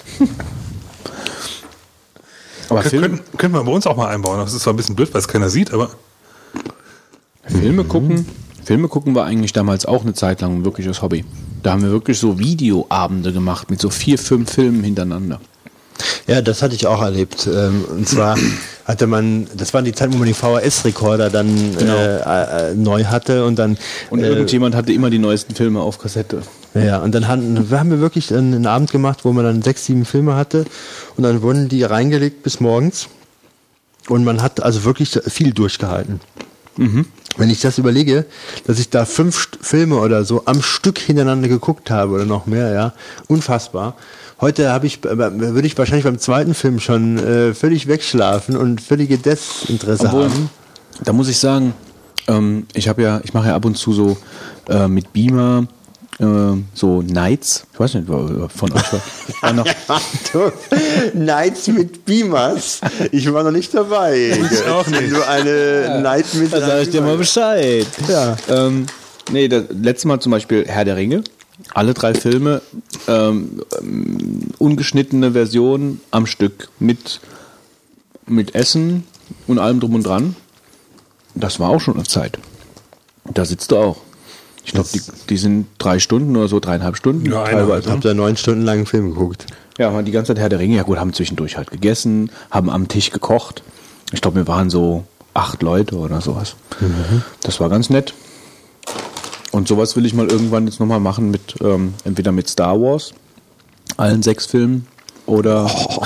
Aber Könnten wir bei uns auch mal einbauen. Das ist zwar ein bisschen blöd, weil es keiner sieht, aber Filme gucken war eigentlich damals auch eine Zeit lang ein wirkliches Hobby. Da haben wir wirklich so Videoabende gemacht mit so 4, 5 Filmen hintereinander. Ja, das hatte ich auch erlebt. Und zwar hatte man, das war die Zeit, wo man den VHS-Rekorder dann neu hatte und dann... Und irgendjemand hatte immer die neuesten Filme auf Kassette. Ja, und dann haben wir wirklich einen Abend gemacht, wo man dann 6, 7 Filme hatte und dann wurden die reingelegt bis morgens und man hat also wirklich viel durchgehalten. Wenn ich das überlege, dass ich da 5 Filme oder so am Stück hintereinander geguckt habe oder noch mehr, ja, unfassbar. Heute würde ich wahrscheinlich beim zweiten Film schon völlig wegschlafen und völlige Desinteresse haben. Da muss ich sagen, ich mache ja ab und zu so mit Beamer so Nights. Ich weiß nicht, von euch war noch. Nights mit Beamers. Ich war noch nicht dabei. Ich auch nicht. Nur eine Night mit. Da sag ich dir mal Bescheid. Ja. Das letzte Mal zum Beispiel Herr der Ringe. Alle 3 Filme, ungeschnittene Version am Stück mit Essen und allem drum und dran. Das war auch schon eine Zeit. Da sitzt du auch. Ich glaube, die sind 3 Stunden oder so, 3,5 Stunden. Ja, teilweise. Ich habe da 9 Stunden lang einen Film geguckt. Ja, haben die ganze Zeit Herr der Ringe, ja gut, haben zwischendurch halt gegessen, haben am Tisch gekocht. Ich glaube, wir waren so 8 Leute oder sowas. Das war ganz nett. Und sowas will ich mal irgendwann jetzt nochmal machen mit, entweder mit Star Wars, allen 6 Filmen, oder...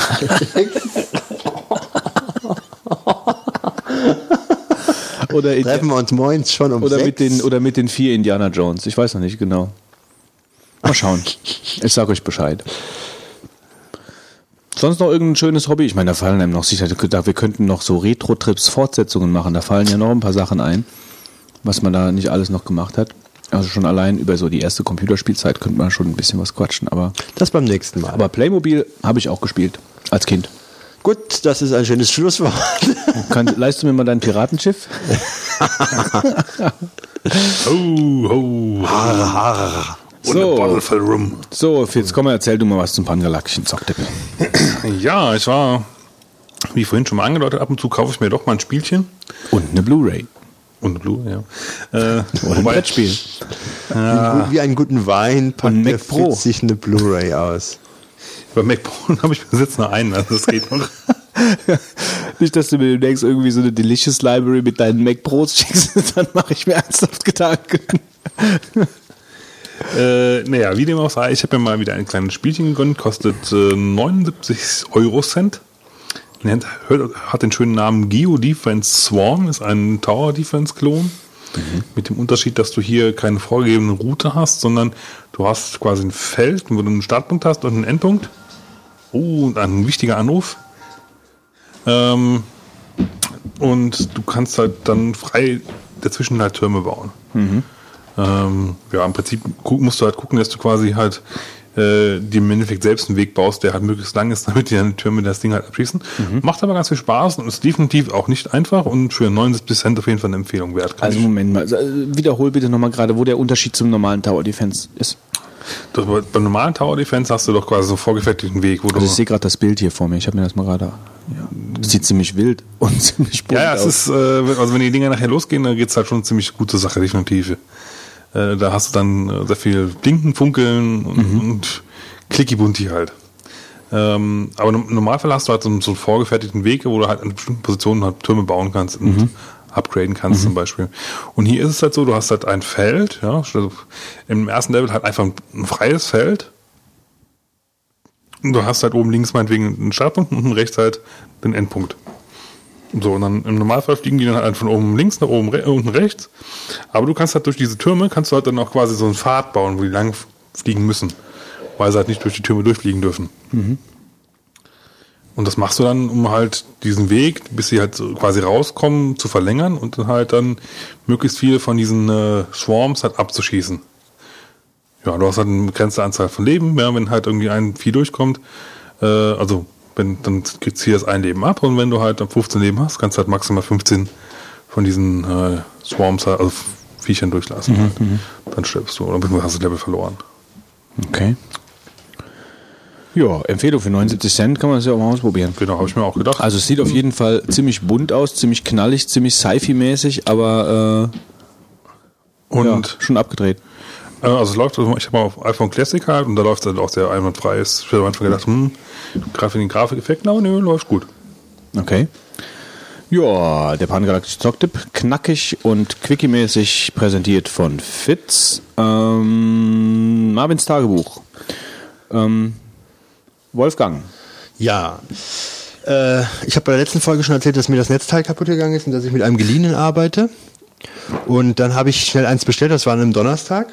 Treffen wir uns morgens schon um 6. Oder mit den 4 Indiana Jones. Ich weiß noch nicht genau. Mal schauen. Ich sage euch Bescheid. Sonst noch irgendein schönes Hobby? Ich meine, da fallen einem noch sicher, wir könnten noch so Retro-Trips, Fortsetzungen machen. Da fallen ja noch ein paar Sachen ein, was man da nicht alles noch gemacht hat. Also schon allein über so die erste Computerspielzeit könnte man schon ein bisschen was quatschen. Aber das beim nächsten Mal. Aber Playmobil habe ich auch gespielt, als Kind. Gut, das ist ein schönes Schlusswort. Leist du mir mal dein Piratenschiff? So, jetzt komm mal, erzähl du mal was zum Pangalaxischen Zocktippel. Ja, ich war, wie vorhin schon mal angedeutet, ab und zu kaufe ich mir doch mal ein Spielchen. Und eine Blu-ray. Und eine Blu-ray, ja. Oder ein Brettspiel. Wie einen guten Wein packt der Fritz sich eine Blu-ray aus. Bei Mac Pro habe ich bis jetzt nur einen, also das geht noch. Nicht, dass du mir demnächst irgendwie so eine Delicious Library mit deinen Mac Pros schickst, dann mache ich mir ernsthaft Gedanken. Naja, wie dem auch sei, ich habe mir mal wieder ein kleines Spielchen gegönnt, kostet 79 Eurocent. Hat den schönen Namen Geo Defense Swarm, ist ein Tower Defense Klon. Mit dem Unterschied, dass du hier keine vorgegebene Route hast, sondern du hast quasi ein Feld, wo du einen Startpunkt hast und einen Endpunkt. Oh, ein wichtiger Anruf. Und du kannst halt dann frei dazwischen halt Türme bauen. Ja, im Prinzip musst du halt gucken, dass du quasi halt dir im Endeffekt selbst einen Weg baust, der halt möglichst lang ist, damit die dann Türme das Ding halt abschießen. Macht aber ganz viel Spaß und ist definitiv auch nicht einfach und für 79 Cent auf jeden Fall eine Empfehlung wert. Also Moment mal, wiederhol bitte nochmal gerade, wo der Unterschied zum normalen Tower Defense ist. Beim normalen Tower Defense hast du doch quasi so einen vorgefertigten Weg. Wo also ich sehe gerade das Bild hier vor mir, ich habe mir das mal gerade... Ja. Das sieht ziemlich wild und ziemlich bunt aus. Es ist, also wenn die Dinger nachher losgehen, dann geht es halt schon eine ziemlich gute Sache, definitiv. Da hast du dann sehr viel Blinken, Funkeln und Klicki-Bunti halt. Aber im Normalfall hast du halt so einen vorgefertigten Weg, wo du halt an bestimmten Positionen halt Türme bauen kannst und upgraden kannst zum Beispiel. Und hier ist es halt so, du hast halt ein Feld, ja, also im ersten Level halt einfach ein freies Feld. Und du hast halt oben links meinetwegen einen Startpunkt und unten rechts halt den Endpunkt. So, und dann im Normalfall fliegen die dann halt von oben links nach oben unten rechts. Aber du kannst halt durch diese Türme, kannst du halt dann auch quasi so einen Pfad bauen, wo die lang fliegen müssen. Weil sie halt nicht durch die Türme durchfliegen dürfen. Und das machst du dann, um halt diesen Weg, bis sie halt so quasi rauskommen, zu verlängern und dann halt dann möglichst viel von diesen Swarms halt abzuschießen. Ja, du hast halt eine begrenzte Anzahl von Leben, ja, wenn halt irgendwie ein Vieh durchkommt, dann zieht das ein Leben ab und wenn du halt dann 15 Leben hast, kannst du halt maximal 15 von diesen Swarms, also Viechern durchlassen. Halt. Dann stirbst du oder hast du das Level verloren. Okay. Ja, Empfehlung für 79 Cent kann man das ja auch mal ausprobieren. Genau, habe ich mir auch gedacht. Also es sieht auf jeden Fall ziemlich bunt aus, ziemlich knallig, ziemlich Sci-Fi-mäßig, aber schon abgedreht. Also es läuft, ich habe mal auf iPhone Classic halt und da läuft es halt auch sehr einwandfrei. Ich habe am Anfang gedacht, gerade für den Grafikeffekten, aber nö, läuft gut. Okay. Ja, der Pangalaktische Zocktipp, knackig und quickie-mäßig präsentiert von Fitz. Marvins Tagebuch. Wolfgang. Ja, ich habe bei der letzten Folge schon erzählt, dass mir das Netzteil kaputt gegangen ist und dass ich mit einem geliehenen arbeite. Und dann habe ich schnell eins bestellt, das war an einem Donnerstag.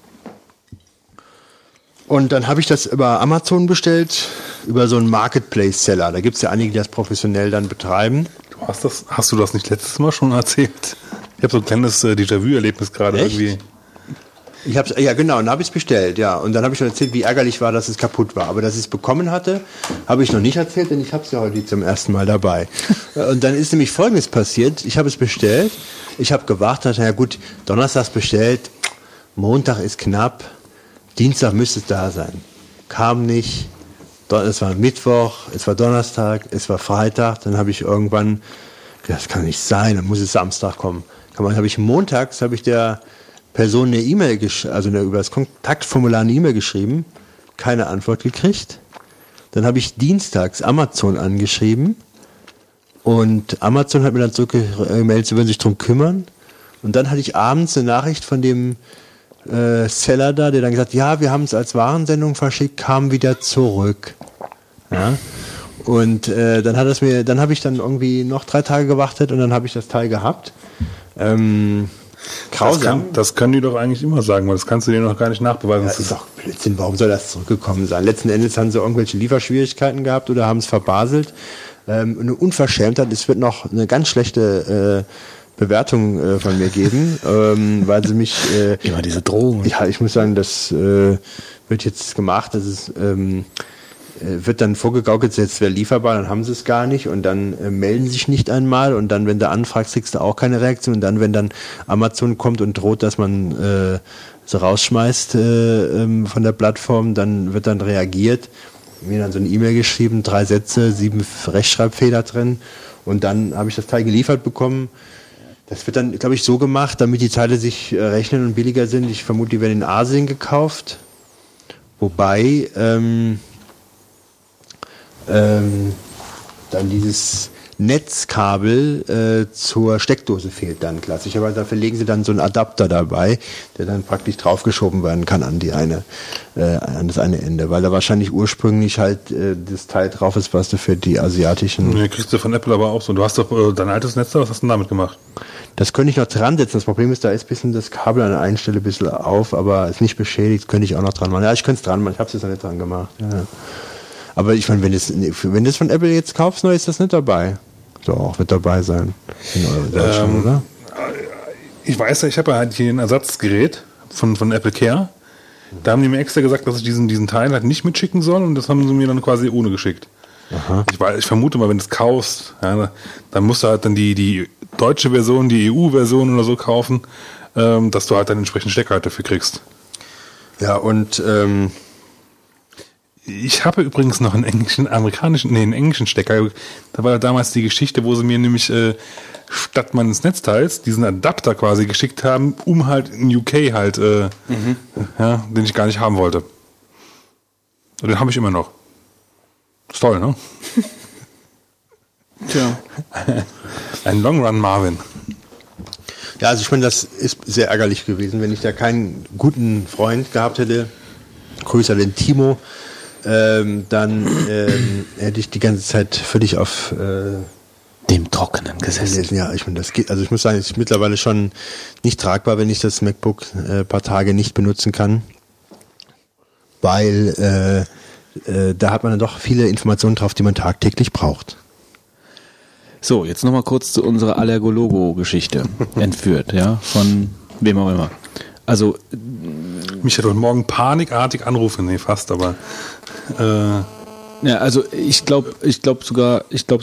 Und dann habe ich das über Amazon bestellt, über so einen Marketplace-Seller. Da gibt es ja einige, die das professionell dann betreiben. Hast du das nicht letztes Mal schon erzählt? Ich habe so ein kleines Déjà-vu-Erlebnis gerade irgendwie. Ja, genau, und dann habe ich es bestellt, ja. Und dann habe ich schon erzählt, wie ärgerlich war, dass es kaputt war. Aber dass ich es bekommen hatte, habe ich noch nicht erzählt, denn ich habe es ja heute zum ersten Mal dabei. Und dann ist nämlich Folgendes passiert. Ich habe es bestellt, ich habe gewartet, naja gut, Donnerstags bestellt, Montag ist knapp, Dienstag müsste es da sein. Kam nicht, es war Mittwoch, es war Donnerstag, es war Freitag, dann habe ich irgendwann gedacht, das kann nicht sein, dann muss es Samstag kommen. Montags habe ich der Person eine E-Mail, über das Kontaktformular eine E-Mail geschrieben, keine Antwort gekriegt. Dann habe ich dienstags Amazon angeschrieben und Amazon hat mir dann zurückgemeldet, sie würden sich darum kümmern. Und dann hatte ich abends eine Nachricht von dem Seller da, der dann gesagt, ja, wir haben es als Warensendung verschickt, kam wieder zurück. Ja. Und dann habe ich dann irgendwie noch 3 Tage gewartet und dann habe ich das Teil gehabt. Grausam. Das können die doch eigentlich immer sagen, weil das kannst du dir noch gar nicht nachbeweisen. Das ist doch Blödsinn, warum soll das zurückgekommen sein? Letzten Endes haben sie irgendwelche Lieferschwierigkeiten gehabt oder haben es verbaselt. Eine Unverschämtheit, es wird noch eine ganz schlechte Bewertung von mir geben, weil sie mich... Immer diese Drohung. Ja, ich muss sagen, das wird jetzt gemacht, das ist... wird dann vorgegaukelt, jetzt wäre lieferbar, dann haben sie es gar nicht und dann melden sich nicht einmal und dann, wenn du anfragst, kriegst du auch keine Reaktion und dann, wenn dann Amazon kommt und droht, dass man so rausschmeißt von der Plattform, dann wird dann reagiert, mir dann so eine E-Mail geschrieben, 3 Sätze, 7 Rechtschreibfehler drin und dann habe ich das Teil geliefert bekommen. Das wird dann, glaube ich, so gemacht, damit die Teile sich rechnen und billiger sind. Ich vermute, die werden in Asien gekauft, wobei dann dieses Netzkabel zur Steckdose fehlt dann klassischerweise. Dafür legen sie dann so einen Adapter dabei, der dann praktisch draufgeschoben werden kann an das eine Ende, weil da wahrscheinlich ursprünglich halt das Teil drauf ist, was du für die asiatischen... Ja, kriegst du von Apple aber auch so. Du hast doch dein altes Netz da, was hast du denn damit gemacht? Das könnte ich noch dran setzen. Das Problem ist, da ist ein bisschen das Kabel an der einen Stelle ein bisschen auf, aber ist nicht beschädigt, das könnte ich auch noch dran machen. Ja, ich könnte es dran machen, ich habe es jetzt noch nicht dran gemacht. Ja. Aber ich meine, wenn du es von Apple jetzt kaufst, neu ist das nicht dabei. So, auch wird dabei sein. In Deutschland, oder? Ich weiß ja, ich habe ja halt hier ein Ersatzgerät von Apple Care. Da haben die mir extra gesagt, dass ich diesen Teil halt nicht mitschicken soll und das haben sie mir dann quasi ohne geschickt. Aha. Ich vermute mal, wenn du es kaufst, ja, dann musst du halt dann die deutsche Version, die EU-Version oder so kaufen, dass du halt dann entsprechend Stecker halt dafür kriegst. Ja, und ich habe übrigens noch einen englischen Stecker. Da war damals die Geschichte, wo sie mir nämlich statt meines Netzteils diesen Adapter quasi geschickt haben, um halt in UK halt, ja, den ich gar nicht haben wollte. Und den habe ich immer noch. Ist toll, ne? Tja. Ein Long Run Marvin. Ja, also ich meine, das ist sehr ärgerlich gewesen, wenn ich da keinen guten Freund gehabt hätte. Grüße an den Timo. Dann hätte ich die ganze Zeit völlig auf dem Trockenen gesessen. Ja, ich meine, das geht. Also ich muss sagen, es ist mittlerweile schon nicht tragbar, wenn ich das MacBook ein paar Tage nicht benutzen kann, weil da hat man dann doch viele Informationen drauf, die man tagtäglich braucht. So, jetzt nochmal kurz zu unserer Allergologo-Geschichte. Entführt, ja, von wem auch immer. Also, Mich hat heute Morgen panikartig anrufen, nee, fast, aber ja, also ich glaube sogar,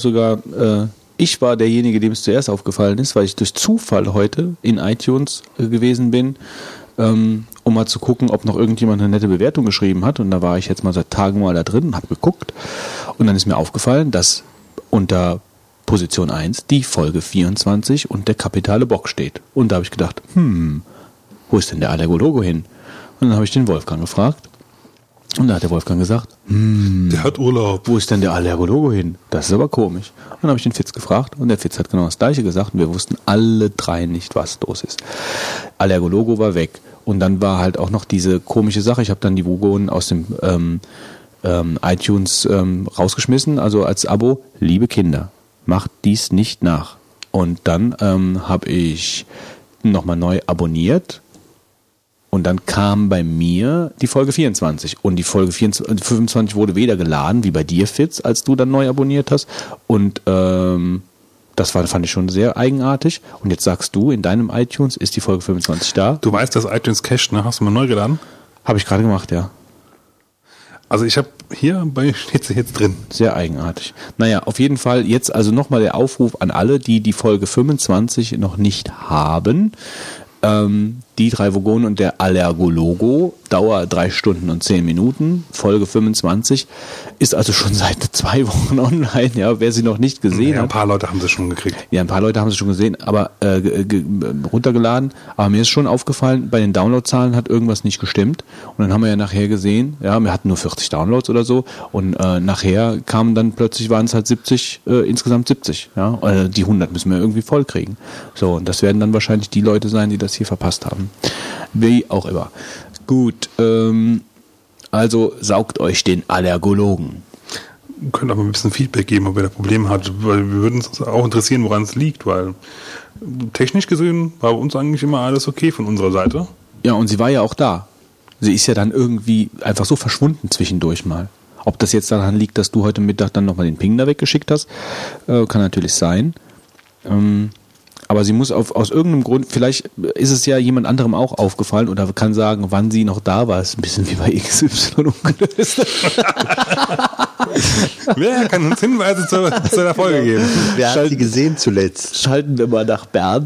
ich war derjenige, dem es zuerst aufgefallen ist, weil ich durch Zufall heute in iTunes gewesen bin, um mal zu gucken, ob noch irgendjemand eine nette Bewertung geschrieben hat. Und da war ich jetzt mal seit Tagen mal da drin und habe geguckt. Und dann ist mir aufgefallen, dass unter Position 1 die Folge 24 und der kapitale Bock steht. Und da habe ich gedacht, wo ist denn der Allergologo hin? Und dann habe ich den Wolfgang gefragt. Und da hat der Wolfgang gesagt, der hat Urlaub. wo ist denn der Allergologo hin? Das ist aber komisch. Und dann habe ich den Fitz gefragt und der Fitz hat genau das Gleiche gesagt und wir wussten alle drei nicht, was los ist. Allergologo war weg. Und dann war halt auch noch diese komische Sache. Ich habe dann die Vogonen aus dem iTunes rausgeschmissen, also als Abo. Liebe Kinder, macht dies nicht nach. Und dann habe ich nochmal neu abonniert. Und dann kam bei mir die Folge 24. Und die Folge 25 wurde weder geladen, wie bei dir, Fitz, als du dann neu abonniert hast. Und das fand ich schon sehr eigenartig. Und jetzt sagst du, in deinem iTunes ist die Folge 25 da. Du weißt, dass iTunes cached, ne? Hast du mal neu geladen? Habe ich gerade gemacht, ja. Also ich habe hier bei steht sie jetzt drin. Sehr eigenartig. Naja, auf jeden Fall jetzt also nochmal der Aufruf an alle, die die Folge 25 noch nicht haben. Die drei Vogonen und der Allergologo, Dauer 3 Stunden und 10 Minuten, Folge 25, ist also schon seit 2 Wochen online, ja, wer sie noch nicht gesehen Ja, ein hat. paar Leute haben sie schon gekriegt. Ja, ein paar Leute haben sie schon gesehen, aber runtergeladen. Aber mir ist schon aufgefallen, bei den Downloadzahlen hat irgendwas nicht gestimmt. Und dann haben wir ja nachher gesehen, ja, wir hatten nur 40 Downloads oder so. Und nachher kamen dann plötzlich, waren es halt 70, insgesamt 70. Ja, die 100 müssen wir irgendwie voll kriegen. So, und das werden dann wahrscheinlich die Leute sein, die das hier verpasst haben. Wie auch immer. Gut, also saugt euch den Allergologen. Ihr könnt auch mal ein bisschen Feedback geben, ob ihr da Probleme habt, weil wir würden uns auch interessieren, woran es liegt, weil technisch gesehen war bei uns eigentlich immer alles okay von unserer Seite. Ja, und sie war ja auch da. Sie ist ja dann irgendwie einfach so verschwunden zwischendurch mal. Ob das jetzt daran liegt, dass du heute Mittag dann nochmal den Ping da weggeschickt hast, kann natürlich sein. Aber sie muss aus irgendeinem Grund, vielleicht ist es ja jemand anderem auch aufgefallen oder kann sagen, wann sie noch da war. Ist ein bisschen wie bei XY ungelöst. Wer kann uns Hinweise zu der Folge geben? Wer hat sie gesehen zuletzt? Schalten wir mal nach Bern.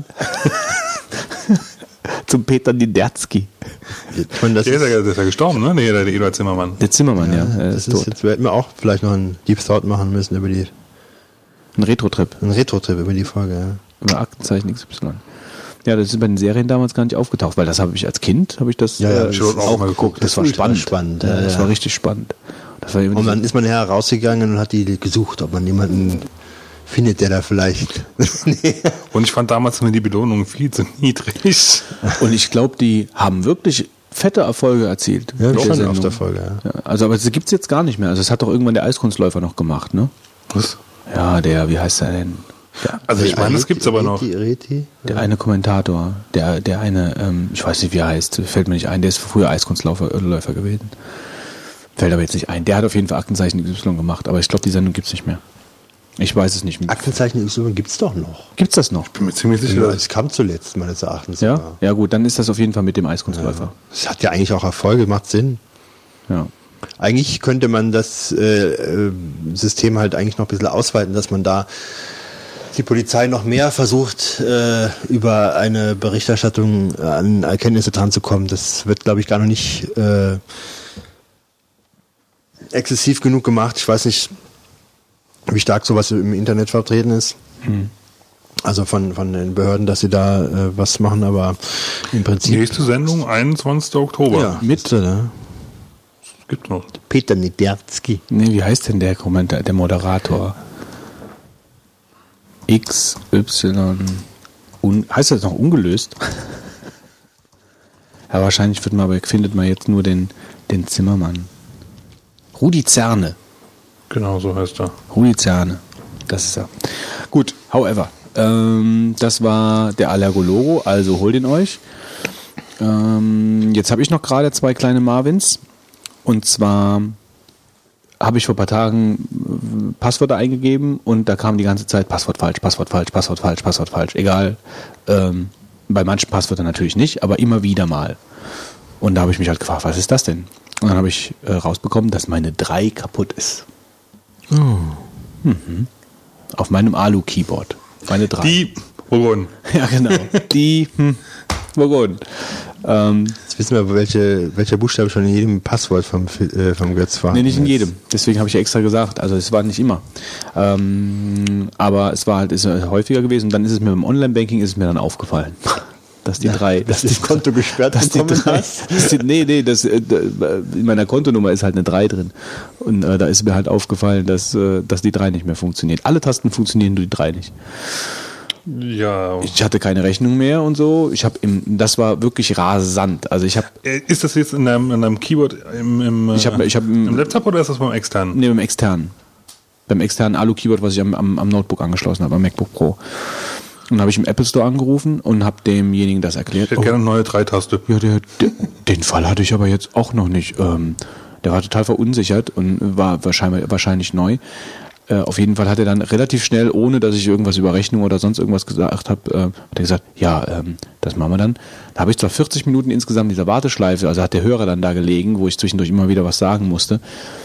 Zum Peter Niederski. Ich meine, Der ist ja gestorben, ne? Nee, der Eduard Zimmermann. Der Zimmermann, ja. das ist jetzt werden wir auch vielleicht noch einen Deep Thought machen müssen über Ein Retro-Trip. einen Retro-Trip über die Folge. Ja. Über Aktenzeichen XY. Ja, das ist bei den Serien damals gar nicht aufgetaucht, weil das habe ich als Kind, das Ja, ich habe auch mal geguckt. Das war ultra spannend. Ja, Das ja. war richtig spannend. Das war Und dann ist man nachher rausgegangen und hat die gesucht, ob man jemanden findet, der da vielleicht... Nee. Und ich fand damals immer die Belohnung viel zu niedrig. Und ich glaube, die haben wirklich fette Erfolge erzielt. Ja, mit der schon Sendung. auf der Folge, ja. Ja, also, aber das gibt's jetzt gar nicht mehr. Also, das hat doch irgendwann der Eiskunstläufer noch gemacht, ne? Was? Ja, wie heißt er denn? Also ich meine, das gibt's aber noch. Reti? Der eine Kommentator, der eine, ich weiß nicht, wie er heißt, fällt mir nicht ein, der ist früher Eiskunstläufer gewesen. Fällt aber jetzt nicht ein. Der hat auf jeden Fall Aktenzeichen XY gemacht, aber ich glaube, die Sendung gibt's nicht mehr. Ich weiß es nicht mehr. Aktenzeichen XY gibt's doch noch. Gibt's das noch? Bin mir ziemlich sicher. Ja, es kam zuletzt, meines Erachtens. Ja? sogar. Ja gut, dann ist das auf jeden Fall mit dem Eiskunstläufer. Es hat ja eigentlich auch Erfolge, macht Sinn. Ja. Eigentlich könnte man das System halt eigentlich noch ein bisschen ausweiten, dass man da die Polizei noch mehr versucht, über eine Berichterstattung an Erkenntnisse dran zu kommen. Das wird, glaube ich, gar noch nicht exzessiv genug gemacht. Ich weiß nicht, wie stark sowas im Internet vertreten ist. Also von den Behörden, dass sie da was machen, aber im Prinzip... Nächste Sendung, 21. Oktober. Ja, mit ne? Gibt noch. Peter Niederski. Nee, wie heißt denn der Moderator? XY. Heißt das noch ungelöst? Ja, wahrscheinlich findet man jetzt nur den Zimmermann. Rudi Zerne. Genau, so heißt er. Rudi Zerne. Das ist er. Gut, however. Das war der Allergologo, also holt ihn euch. Jetzt habe ich noch gerade 2 kleine Marvins. Und zwar habe ich vor ein paar Tagen Passwörter eingegeben und da kam die ganze Zeit Passwort falsch, Passwort falsch, Passwort falsch, Passwort falsch. Egal, bei manchen Passwörtern natürlich nicht, aber immer wieder mal. Und da habe ich mich halt gefragt, was ist das denn? Und dann habe ich rausbekommen, dass meine 3 kaputt ist. Auf meinem Alu-Keyboard. Meine 3. Die Burgund. Ja, genau. Die Burgund. Jetzt wissen wir, welcher Buchstabe schon in jedem Passwort vom Götz war. Nee, nicht in jedem. Deswegen habe ich ja extra gesagt. Also es war nicht immer. Aber ist häufiger gewesen. Und dann ist es mir beim Online-Banking dann aufgefallen. Dass die 3, dass das Konto gesperrt bekommen hast. In meiner Kontonummer ist halt eine 3 drin. Und da ist mir halt aufgefallen, dass die 3 nicht mehr funktioniert. Alle Tasten funktionieren, nur die 3 nicht. Ja. Ich hatte keine Rechnung mehr und so. Das war wirklich rasant. Also ist das jetzt in deinem Keyboard im Laptop oder ist das beim externen? Nee, beim externen. Beim externen Alu-Keyboard, was ich am Notebook angeschlossen habe, am MacBook Pro. Und habe ich im Apple Store angerufen und habe demjenigen das erklärt. Ich hätte gerne eine neue 3-Taste. Ja, den Fall hatte ich aber jetzt auch noch nicht. Der war total verunsichert und war wahrscheinlich neu. Auf jeden Fall hat er dann relativ schnell, ohne dass ich irgendwas über Rechnung oder sonst irgendwas gesagt habe, hat er gesagt, ja, das machen wir dann. Da habe ich zwar 40 Minuten insgesamt in dieser Warteschleife, also hat der Hörer dann da gelegen, wo ich zwischendurch immer wieder was sagen musste.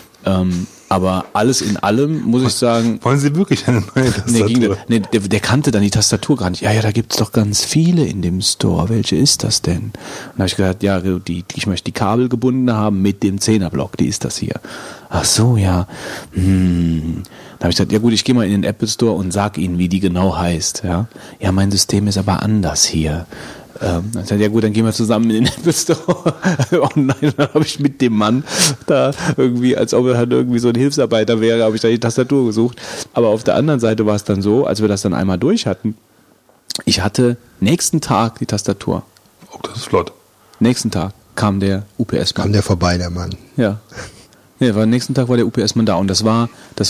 Aber alles in allem muss ich sagen... Wollen Sie wirklich eine neue Tastatur? Der kannte dann die Tastatur gar nicht. Ja, da gibt's doch ganz viele in dem Store. Welche ist das denn? Und da habe ich gesagt, ja, ich möchte die Kabel gebunden haben mit dem 10er-Block. Die ist das hier. Ach so, ja. Da habe ich gesagt, ja gut, ich gehe mal in den Apple Store und sag Ihnen, wie die genau heißt. Ja, mein System ist aber anders hier. Dann sagt ja gut, dann gehen wir zusammen in den Apple Store. Oh nein, dann habe ich mit dem Mann da irgendwie, als ob er halt irgendwie so ein Hilfsarbeiter wäre, habe ich da die Tastatur gesucht. Aber auf der anderen Seite war es dann so, als wir das dann einmal durch hatten, ich hatte nächsten Tag die Tastatur. Oh, das ist flott. Nächsten Tag kam der UPS-Mann. Kam der vorbei, der Mann. Ja. Nee, am nächsten Tag war der UPS-Mann da und das war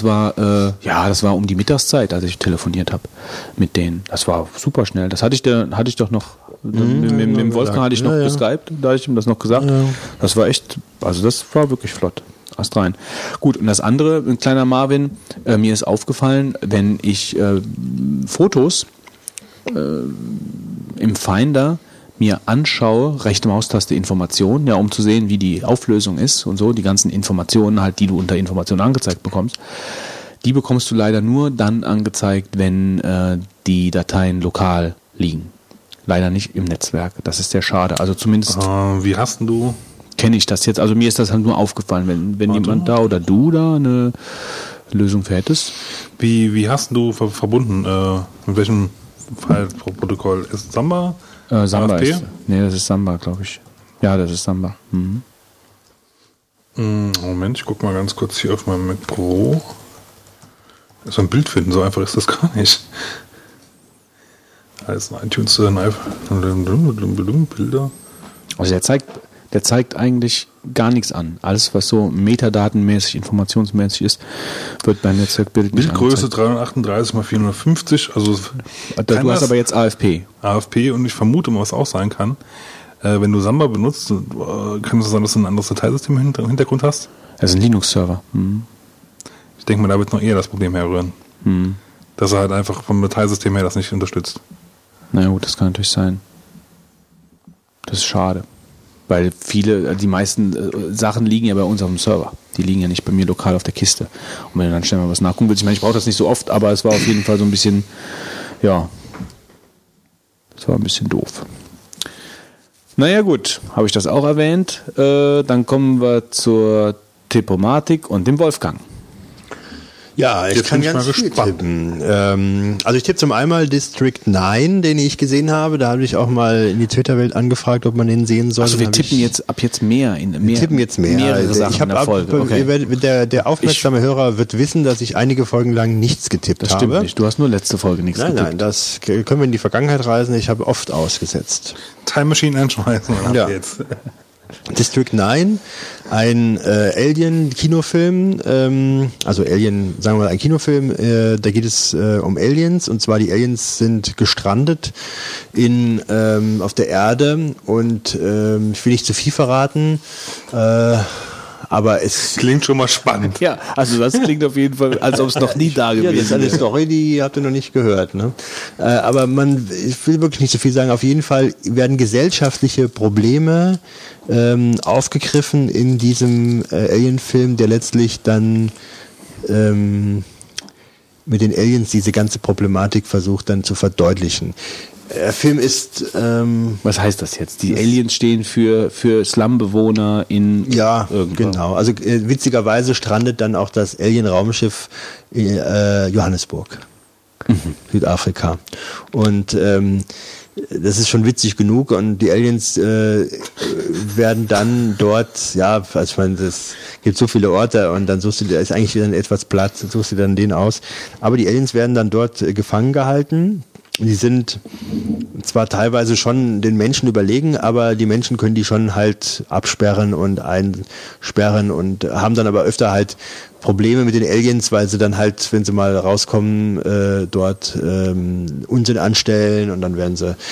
um die Mittagszeit, als ich telefoniert habe mit denen. Das war super schnell. Das hatte ich doch noch, mit dem Wolfgang hatte ich noch geskypt, da hatte ich ihm das noch gesagt. Ja. Das war echt, also das war wirklich flott. Astrein. Gut, und das andere, ein kleiner Marvin, mir ist aufgefallen, wenn ich Fotos im Finder mir anschaue, rechte Maustaste Informationen, ja, um zu sehen, wie die Auflösung ist und so, die ganzen Informationen halt, die du unter Informationen angezeigt bekommst, die bekommst du leider nur dann angezeigt, wenn die Dateien lokal liegen. Leider nicht im Netzwerk. Das ist sehr schade. Also zumindest... wie hast du? Kenne ich das jetzt. Also mir ist das halt nur aufgefallen, wenn jemand da oder du da eine Lösung für hättest. Wie hast du verbunden? Mit welchem File-Protokoll? Ist Samba? Samba AFP? Das ist Samba, glaube ich. Ja, das ist Samba. Moment, ich gucke mal ganz kurz hier auf meinem Mac Pro. So ein Bild finden, so einfach ist das gar nicht. Alles ein iTunes, Bilder. Also der zeigt eigentlich gar nichts an. Alles, was so metadatenmäßig, informationsmäßig ist, wird beim Netzwerkbild nicht Bildgröße 338 x 450, also du hast aber jetzt AFP. AFP und ich vermute mal, was auch sein kann. Wenn du Samba benutzt, kann es sein, dass du ein anderes Dateisystem im Hintergrund hast? Das ist ein Linux-Server. Ich denke mal, da wird noch eher das Problem herrühren. Dass er halt einfach vom Dateisystem her das nicht unterstützt. Na gut, das kann natürlich sein. Das ist schade. Weil die meisten Sachen liegen ja bei uns auf dem Server. Die liegen ja nicht bei mir lokal auf der Kiste. Und wenn du dann schnell mal was nachgucken willst, ich meine, ich brauche das nicht so oft, aber es war auf jeden Fall so ein bisschen, ja, das war ein bisschen doof. Naja gut, habe ich das auch erwähnt. Dann kommen wir zur Tippomatik und dem Wolfgang. Ja, ich kann ganz viel tippen. Also ich tippe zum einen District 9, den ich gesehen habe. Da habe ich auch mal in die Twitter-Welt angefragt, ob man den sehen soll. Also wir tippen ab jetzt mehr. Wir tippen jetzt mehr. Mehrere Sachen in der Folge. Okay. Der aufmerksame Hörer wird wissen, dass ich einige Folgen lang nichts getippt habe. Das stimmt nicht. Du hast nur letzte Folge nichts getippt. Nein, das können wir in die Vergangenheit reisen. Ich habe oft ausgesetzt. Time Machine anschmeißen. Ja. Jetzt. District 9, ein Alien-Kinofilm, also Alien, sagen wir mal ein Kinofilm, da geht es um Aliens, und zwar die Aliens sind gestrandet auf der Erde, und ich will nicht zu viel verraten, aber es Klingt schon mal spannend. Ja, also das klingt auf jeden Fall, als ob es noch nie da gewesen wäre. das ist eine Story, die habt ihr noch nicht gehört. Ne? Aber ich will wirklich nicht so viel sagen. Auf jeden Fall werden gesellschaftliche Probleme aufgegriffen in diesem Alien-Film, der letztlich dann mit den Aliens diese ganze Problematik versucht dann zu verdeutlichen. Der Film ist... Was heißt das jetzt? Die Aliens stehen für Slumbewohner in irgendwo. Genau. Also witzigerweise strandet dann auch das Alien-Raumschiff in Johannesburg, Südafrika. Und das ist schon witzig genug und die Aliens werden dann dort, also ich meine, es gibt so viele Orte und dann suchst du, da ist eigentlich wieder etwas Platz, dann suchst du dann den aus. Aber die Aliens werden dann dort gefangen gehalten. Die sind zwar teilweise schon den Menschen überlegen, aber die Menschen können die schon halt absperren und einsperren und haben dann aber öfter halt Probleme mit den Aliens, weil sie dann halt, wenn sie mal rauskommen, dort Unsinn anstellen und dann werden sie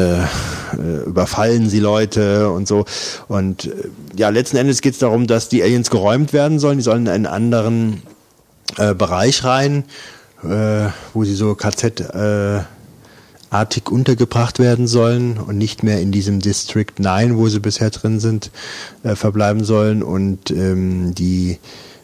überfallen sie Leute und so. Und letzten Endes geht es darum, dass die Aliens geräumt werden sollen. Die sollen in einen anderen Bereich rein, wo sie so KZ-artig untergebracht werden sollen und nicht mehr in diesem District 9, wo sie bisher drin sind, verbleiben sollen. Und die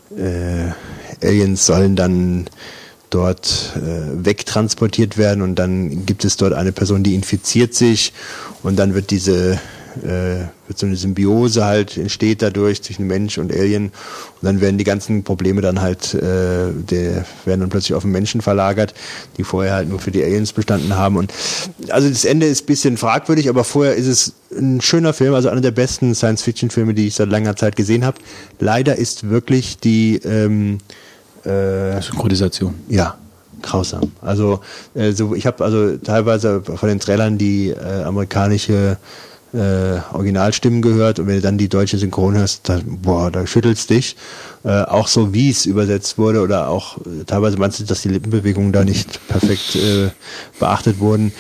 Aliens sollen dann dort wegtransportiert werden und dann gibt es dort eine Person, die infiziert sich und dann wird wird so eine Symbiose halt, entsteht dadurch zwischen Mensch und Alien und dann werden die ganzen Probleme dann halt, werden dann plötzlich auf den Menschen verlagert, die vorher halt nur für die Aliens bestanden haben und also das Ende ist ein bisschen fragwürdig, aber vorher ist es ein schöner Film, also einer der besten Science-Fiction-Filme, die ich seit langer Zeit gesehen habe. Leider ist wirklich die Synchronisation. Ja, grausam. Also ich habe also teilweise von den Trailern die amerikanische Originalstimmen gehört und wenn du dann die deutsche Synchron hörst, da schüttelst dich. Auch so wie es übersetzt wurde oder auch teilweise meinst du, dass die Lippenbewegungen da nicht perfekt beachtet wurden.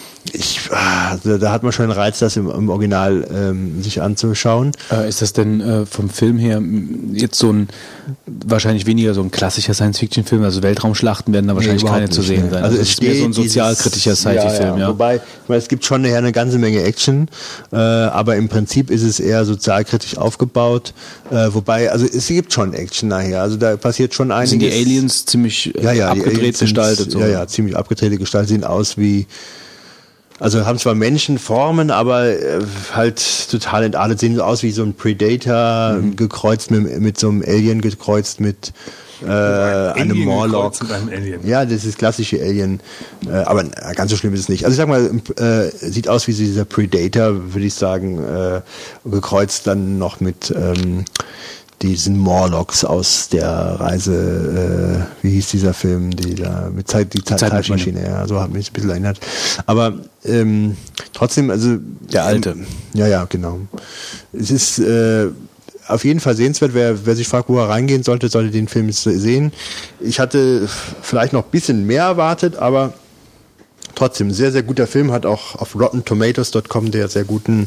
Da hat man schon einen Reiz, das im Original sich anzuschauen. Ist das denn vom Film her jetzt so wahrscheinlich weniger so ein klassischer Science-Fiction-Film, also Weltraumschlachten werden da wahrscheinlich keine zu sehen sein. Also es ist mehr so ein sozialkritischer Sci-Fi-Film. Ja. Wobei, ich meine, es gibt schon nachher eine ganze Menge Action, aber im Prinzip ist es eher sozialkritisch aufgebaut, wobei, also es gibt schon Action nachher, also da passiert schon einiges. Sind die Aliens ziemlich abgedreht gestaltet? So. Ja, ziemlich abgedrehte Gestaltet, sehen aus wie also haben zwar Menschenformen, aber halt total entartet, sehen so aus wie so ein Predator gekreuzt mit so einem Alien, gekreuzt mit einem Morlock. Ja, das ist klassische Alien, aber ganz so schlimm ist es nicht. Also ich sag mal, sieht aus wie dieser Predator, würde ich sagen, gekreuzt dann noch mit diesen Morlocks aus der Reise, wie hieß dieser Film, die Zeitmaschine, ja, so hat mich ein bisschen erinnert. Aber trotzdem, also der alte. Ja, genau. Es ist auf jeden Fall sehenswert, wer sich fragt, wo er reingehen sollte den Film sehen. Ich hatte vielleicht noch ein bisschen mehr erwartet, aber trotzdem sehr, sehr guter Film, hat auch auf RottenTomatoes.com der sehr guten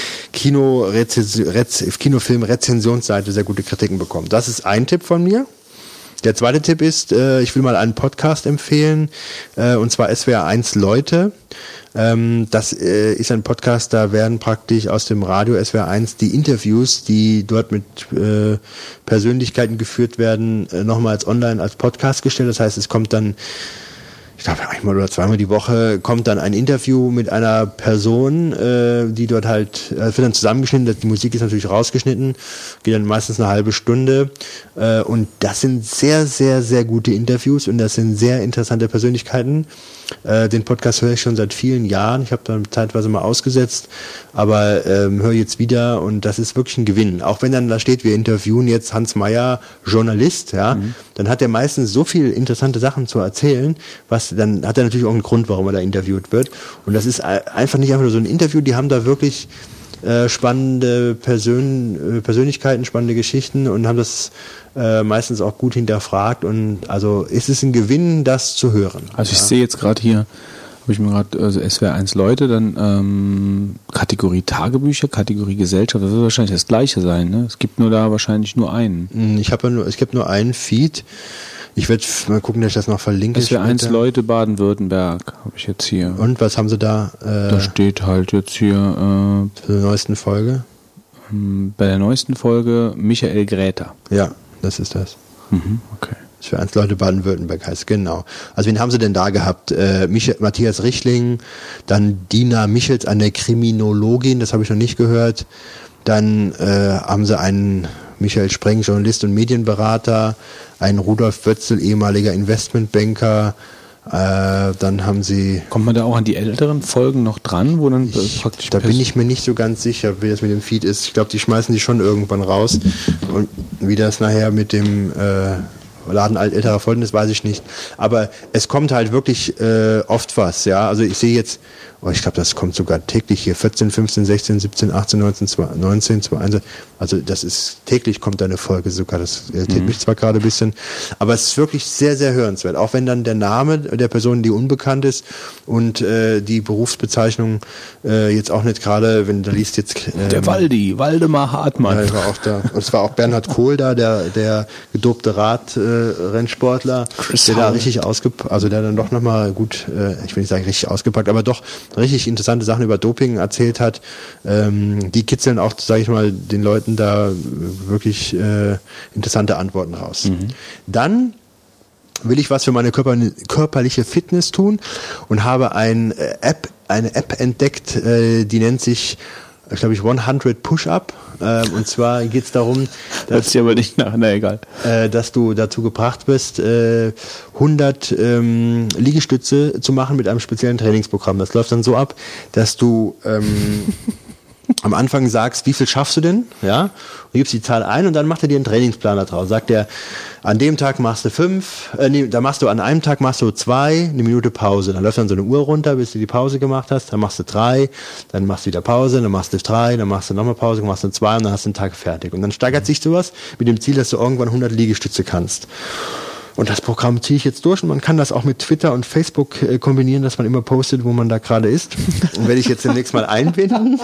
Kinofilm-Rezensionsseite sehr gute Kritiken bekommen. Das ist ein Tipp von mir. Der zweite Tipp ist, ich will mal einen Podcast empfehlen, und zwar SWR 1 Leute. Das ist ein Podcast, da werden praktisch aus dem Radio SWR 1 die Interviews, die dort mit Persönlichkeiten geführt werden, nochmals online als Podcast gestellt. Das heißt, es kommt dann, ich glaube einmal oder zweimal die Woche kommt dann ein Interview mit einer Person, die dort halt, wird dann zusammengeschnitten, die Musik ist natürlich rausgeschnitten, geht dann meistens eine halbe Stunde, und das sind sehr, sehr, sehr gute Interviews und das sind sehr interessante Persönlichkeiten. Den Podcast höre ich schon seit vielen Jahren, ich habe dann zeitweise mal ausgesetzt, aber höre jetzt wieder und das ist wirklich ein Gewinn. Auch wenn dann da steht, wir interviewen jetzt Hans Meyer, Journalist, ja, dann hat er meistens so viel interessante Sachen zu erzählen, dann hat er natürlich auch einen Grund, warum er da interviewt wird. Und das ist einfach nicht einfach nur so ein Interview, die haben da wirklich spannende Persönlichkeiten, spannende Geschichten und haben das meistens auch gut hinterfragt und also ist es ein Gewinn, das zu hören. Also ich sehe jetzt gerade hier Habe ich mir gerade, also SWR1 Leute, dann Kategorie Tagebücher, Kategorie Gesellschaft, das wird wahrscheinlich das gleiche sein, ne? Es gibt nur da wahrscheinlich nur einen. Es gibt nur einen Feed. Ich werde mal gucken, dass ich das noch verlinke. SWR1 Leute Baden-Württemberg habe ich jetzt hier. Und was haben sie da? Da steht halt jetzt hier zur neuesten Folge? Bei der neuesten Folge Michael Gräter. Ja, das ist das. Okay. SWR1 Leute Baden-Württemberg heißt, genau. Also wen haben sie denn da gehabt? Matthias Richtling, dann Dina Michels, eine Kriminologin, das habe ich noch nicht gehört. Dann haben sie einen Michael Spreng, Journalist und Medienberater, einen Rudolf Wötzel, ehemaliger Investmentbanker. Dann haben sie... Kommt man da auch an die älteren Folgen noch dran, wo dann praktisch... Da bin ich mir nicht so ganz sicher, wie das mit dem Feed ist. Ich glaube, die schmeißen die schon irgendwann raus. Und wie das nachher mit dem Laden älterer Folgen ist, weiß ich nicht. Aber es kommt halt wirklich oft was. Ja, also ich sehe jetzt... ich glaube, das kommt sogar täglich hier. 14, 15, 16, 17, 18, 19, 19, 21. Also das ist täglich kommt eine Folge sogar. Das irritiert mich zwar gerade ein bisschen, aber es ist wirklich sehr, sehr hörenswert. Auch wenn dann der Name der Person, die unbekannt ist und die Berufsbezeichnung jetzt auch nicht gerade, wenn du liest jetzt... der Waldemar Hartmann. Ja, war auch da. Und es war auch Bernhard Kohl da, der gedopte Radrennsportler, der da richtig der dann doch nochmal gut, ich will nicht sagen richtig ausgepackt, aber doch richtig interessante Sachen über Doping erzählt hat. Die kitzeln auch, sage ich mal, den Leuten da wirklich interessante Antworten raus. Dann will ich was für meine körperliche Fitness tun und habe eine App entdeckt, die nennt sich, glaube ich, 100 Push-Up. Und zwar geht es darum, dass aber nicht nach, na egal. Dass du dazu gebracht bist, 100 Liegestütze zu machen mit einem speziellen Trainingsprogramm. Das läuft dann so ab, dass du am Anfang sagst, wie viel schaffst du denn? Ja, und gibst die Zahl ein und dann macht er dir einen Trainingsplan da drauf. Sagt er, an dem Tag machst du 5, an einem Tag machst du 2, eine Minute Pause. Dann läuft dann so eine Uhr runter, bis du die Pause gemacht hast. Dann machst du 3, dann machst du wieder Pause, dann machst du 3, dann machst du nochmal Pause, dann machst du 2 und dann hast du den Tag fertig. Und dann steigert sich sowas mit dem Ziel, dass du irgendwann 100 Liegestütze kannst. Und das Programm ziehe ich jetzt durch und man kann das auch mit Twitter und Facebook kombinieren, dass man immer postet, wo man da gerade ist. Und werde ich jetzt demnächst mal einbinden.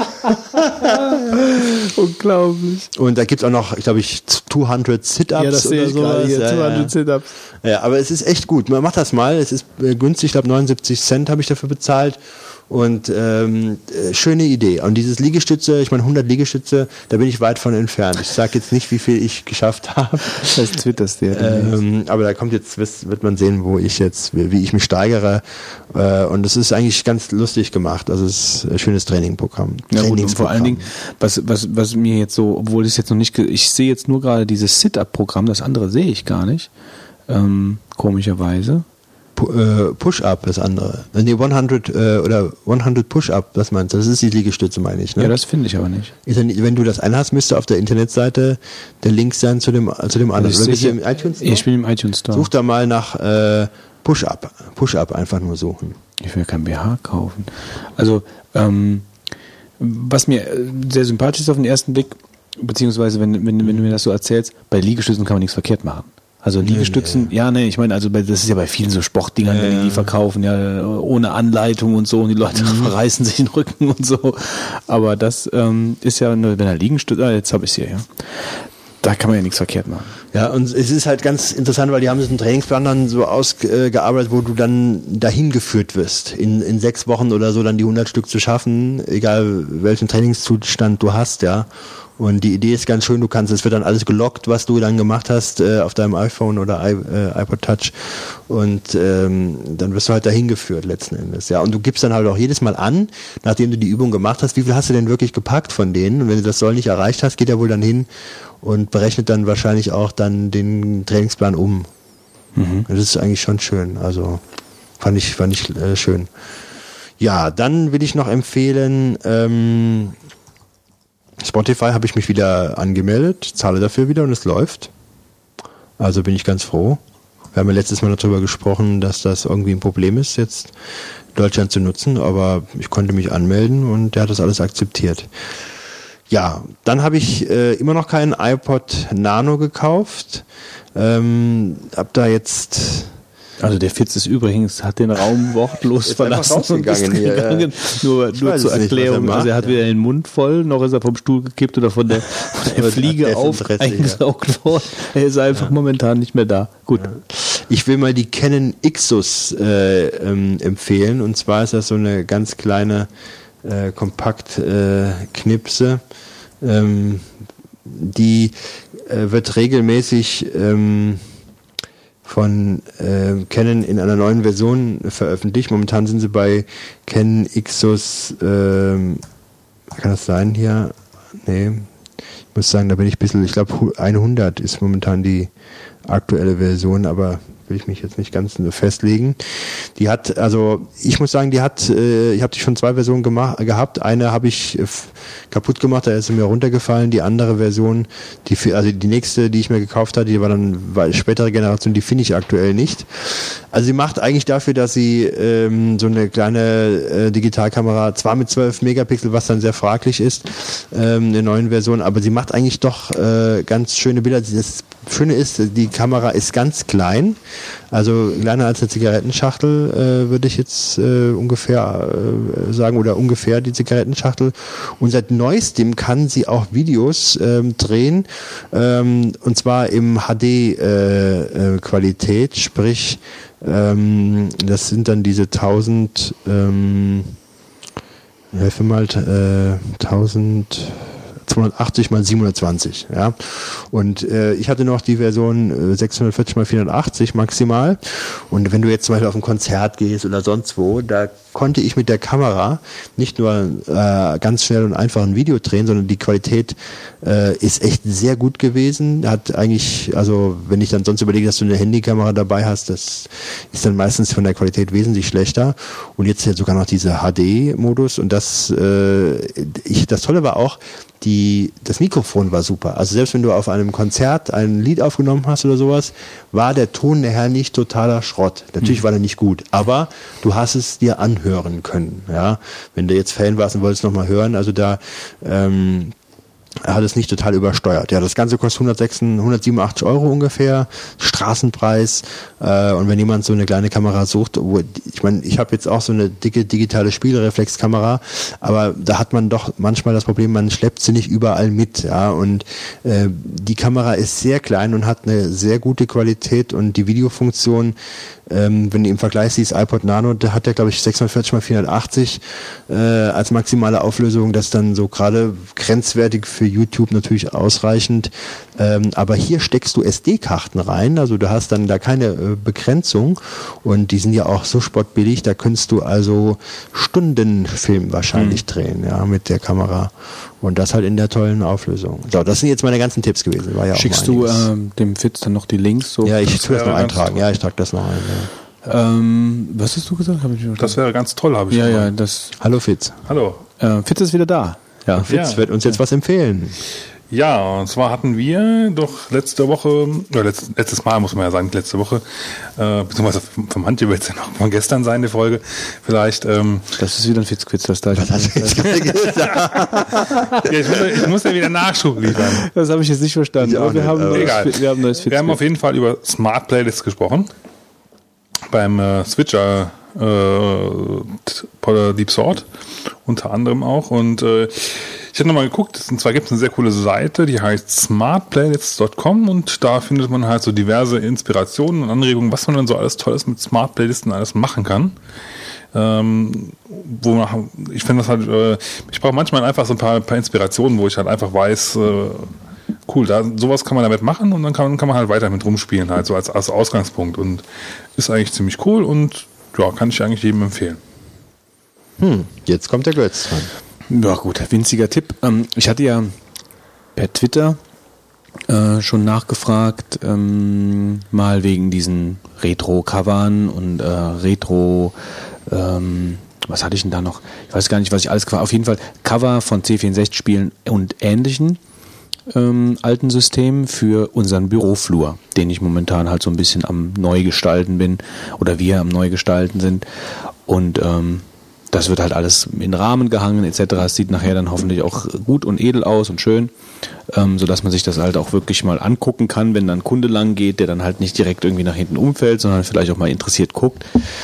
Unglaublich. Und da gibt es auch noch, ich glaube, 200 Sit-Ups ja, das sehe ich gerade hier, 200 Sit-Ups. Ja, aber es ist echt gut. Man macht das mal. Es ist günstig, ich glaube 79 Cent habe ich dafür bezahlt. Und schöne Idee. Und dieses Liegestütze, ich meine 100 Liegestütze, da bin ich weit von entfernt. Ich sage jetzt nicht, wie viel ich geschafft habe. Das twitterst du ja. Aber da kommt jetzt, wird man sehen, wie ich mich steigere. Und es ist eigentlich ganz lustig gemacht. Also es ist ein schönes Trainingprogramm. Ja, gut, und vor allen Dingen, was mir jetzt so, obwohl ich es jetzt noch nicht, ich sehe jetzt nur gerade dieses Sit-Up-Programm, das andere sehe ich gar nicht. Komischerweise. Push-Up, das andere. Nee, 100 Push-Up, was meinst du? Das ist die Liegestütze, meine ich. Ne? Ja, das finde ich aber nicht. Wenn du das einhast, müsste auf der Internetseite der Link sein zu dem anderen. Also bist du im iTunes Store? Ich bin im iTunes Store. Such da mal nach Push-Up. Push-Up einfach nur suchen. Ich will kein BH kaufen. Also, was mir sehr sympathisch ist auf den ersten Blick, beziehungsweise wenn du mir das so erzählst, bei Liegestützen kann man nichts verkehrt machen. Also Liegestützen, ich meine, also das ist ja bei vielen so Sportdingern, wenn die verkaufen, ja, ohne Anleitung und so und die Leute verreißen sich den Rücken und so. Aber das ist ja, wenn er Liegestütze, jetzt habe ich es hier, ja. Da kann man ja nichts verkehrt machen. Ja, und es ist halt ganz interessant, weil die haben einen Trainingsplan dann so ausgearbeitet, wo du dann dahin geführt wirst, in 6 Wochen oder so dann die 100 Stück zu schaffen, egal welchen Trainingszustand du hast, ja. Und die Idee ist ganz schön, es wird dann alles gelockt, was du dann gemacht hast auf deinem iPhone oder iPod Touch und dann wirst du halt dahin geführt letzten Endes. Ja, und du gibst dann halt auch jedes Mal an, nachdem du die Übung gemacht hast, wie viel hast du denn wirklich gepackt von denen? Und wenn du das Soll nicht erreicht hast, geht er wohl dann hin und berechnet dann wahrscheinlich auch dann den Trainingsplan um. Das ist eigentlich schon schön. Also fand ich schön. Ja, dann will ich noch empfehlen, Spotify habe ich mich wieder angemeldet, zahle dafür wieder und es läuft. Also bin ich ganz froh. Wir haben ja letztes Mal darüber gesprochen, dass das irgendwie ein Problem ist, jetzt Deutschland zu nutzen, aber ich konnte mich anmelden und der hat das alles akzeptiert. Ja, dann habe ich immer noch keinen iPod Nano gekauft. Hab da jetzt Also der Fitz ist übrigens, hat den Raum wortlos Ist verlassen einfach rausgegangen hier, gegangen. Nur zur weiß es nicht, Erklärung, was er macht, also er hat wieder den Mund voll, noch ist er vom Stuhl gekippt oder von der Fliege Desinteresse, eingesaugt worden. Er ist einfach momentan nicht mehr da. Gut. Ich will mal die Canon Ixus empfehlen. Und zwar ist das so eine ganz kleine Kompakt-Knipse. Die wird regelmäßig von Canon in einer neuen Version veröffentlicht. Momentan sind sie bei Canon Ixus, kann das sein hier? Nee, ich muss sagen, da bin ich ein bisschen, ich glaube 100 ist momentan die aktuelle Version, aber will ich mich jetzt nicht ganz festlegen. Die hat, also ich muss sagen, ich habe die schon 2 Versionen gehabt. Eine habe ich kaputt gemacht, da ist sie mir runtergefallen. Die andere Version, also die nächste, die ich mir gekauft hatte, die war dann spätere Generation, die finde ich aktuell nicht. Also sie macht eigentlich dafür, dass sie so eine kleine Digitalkamera, zwar mit 12 Megapixel, was dann sehr fraglich ist, in der neuen Version, aber sie macht eigentlich doch ganz schöne Bilder. Das Schöne ist, die Kamera ist ganz klein, also kleiner als eine Zigarettenschachtel, würde ich jetzt ungefähr sagen, oder ungefähr die Zigarettenschachtel. Und seit neuestem kann sie auch Videos drehen, und zwar im HD-Qualität, sprich, das sind dann diese 1000, helfe mal, 1280 x 720, ja. Und ich hatte noch die Version 640 x 480 maximal. Und wenn du jetzt zum Beispiel auf ein Konzert gehst oder sonst wo, da konnte ich mit der Kamera nicht nur ganz schnell und einfach ein Video drehen, sondern die Qualität ist echt sehr gut gewesen. Hat eigentlich, also wenn ich dann sonst überlege, dass du eine Handykamera dabei hast, das ist dann meistens von der Qualität wesentlich schlechter. Und jetzt ja sogar noch dieser HD-Modus. Und das Tolle war auch, das Mikrofon war super. Also selbst wenn du auf einem Konzert ein Lied aufgenommen hast oder sowas, war der Ton nachher nicht totaler Schrott. Natürlich war der nicht gut, aber du hast es dir anhören können. Ja, wenn du jetzt Fan warst und wolltest noch mal hören, also da hat es nicht total übersteuert. Ja, das Ganze kostet 187 € ungefähr, Straßenpreis. Und wenn jemand so eine kleine Kamera sucht, ich meine, ich habe jetzt auch so eine dicke digitale Spiegelreflexkamera, aber da hat man doch manchmal das Problem, man schleppt sie nicht überall mit. Ja, und die Kamera ist sehr klein und hat eine sehr gute Qualität und die Videofunktion, wenn du im Vergleich siehst, iPod Nano, da hat der, glaube ich, 640 x 480 als maximale Auflösung, das dann so gerade grenzwertig für YouTube natürlich ausreichend. Aber hier steckst du SD-Karten rein, also du hast dann da keine Begrenzung und die sind ja auch so spottbillig, da könntest du also Stundenfilm wahrscheinlich drehen, ja, mit der Kamera. Und das halt in der tollen Auflösung. So, das sind jetzt meine ganzen Tipps gewesen. War ja Schickst auch du dem Fitz dann noch die Links? So? Ja, ich tue das noch eintragen. Ja, ich trage das noch ein. Ja. Was hast du gesagt? Das wäre ganz toll, habe ich Ja, gesagt. ja, das. Hallo Fitz. Hallo. Fitz ist wieder da. Ja. Fitz wird uns jetzt was empfehlen. Ja, und zwar hatten wir doch letzte Woche, oder letztes Mal muss man ja sagen, letzte Woche, beziehungsweise für manche wird es ja noch von gestern sein, die Folge, vielleicht. Das ist wieder ein Fitzquiz, das da. Was hast du jetzt gerade gesagt? Ja, ich muss ja wieder Nachschub liefern. Das habe ich jetzt nicht verstanden. Aber wir haben ein neues Fitzquiz. Wir haben auf jeden Fall über Smart Playlists gesprochen. Beim Switcher Deep Sword unter anderem auch. Und ich habe nochmal geguckt, und zwar gibt es eine sehr coole Seite, die heißt smartplaylists.com und da findet man halt so diverse Inspirationen und Anregungen, was man dann so alles Tolles mit Smart Playlisten alles machen kann. Ich finde das halt, ich brauche manchmal einfach so ein paar Inspirationen, wo ich halt einfach weiß, cool, sowas kann man damit machen und dann kann man halt weiter mit rumspielen, halt so als Ausgangspunkt und ist eigentlich ziemlich cool und ja, kann ich eigentlich jedem empfehlen. Jetzt kommt der Götz dran. Ja gut, winziger Tipp. Ich hatte ja per Twitter schon nachgefragt, mal wegen diesen Retro-Covern und Retro, was hatte ich denn da noch? Ich weiß gar nicht, was ich alles gefragt habe. Auf jeden Fall Cover von C64-Spielen und ähnlichen alten Systemen für unseren Büroflur, den ich momentan halt so ein bisschen am Neugestalten bin oder wir am Neugestalten sind. Und das wird halt alles in Rahmen gehangen etc. Es sieht nachher dann hoffentlich auch gut und edel aus und schön, sodass man sich das halt auch wirklich mal angucken kann, wenn dann ein Kunde lang geht, der dann halt nicht direkt irgendwie nach hinten umfällt, sondern vielleicht auch mal interessiert guckt.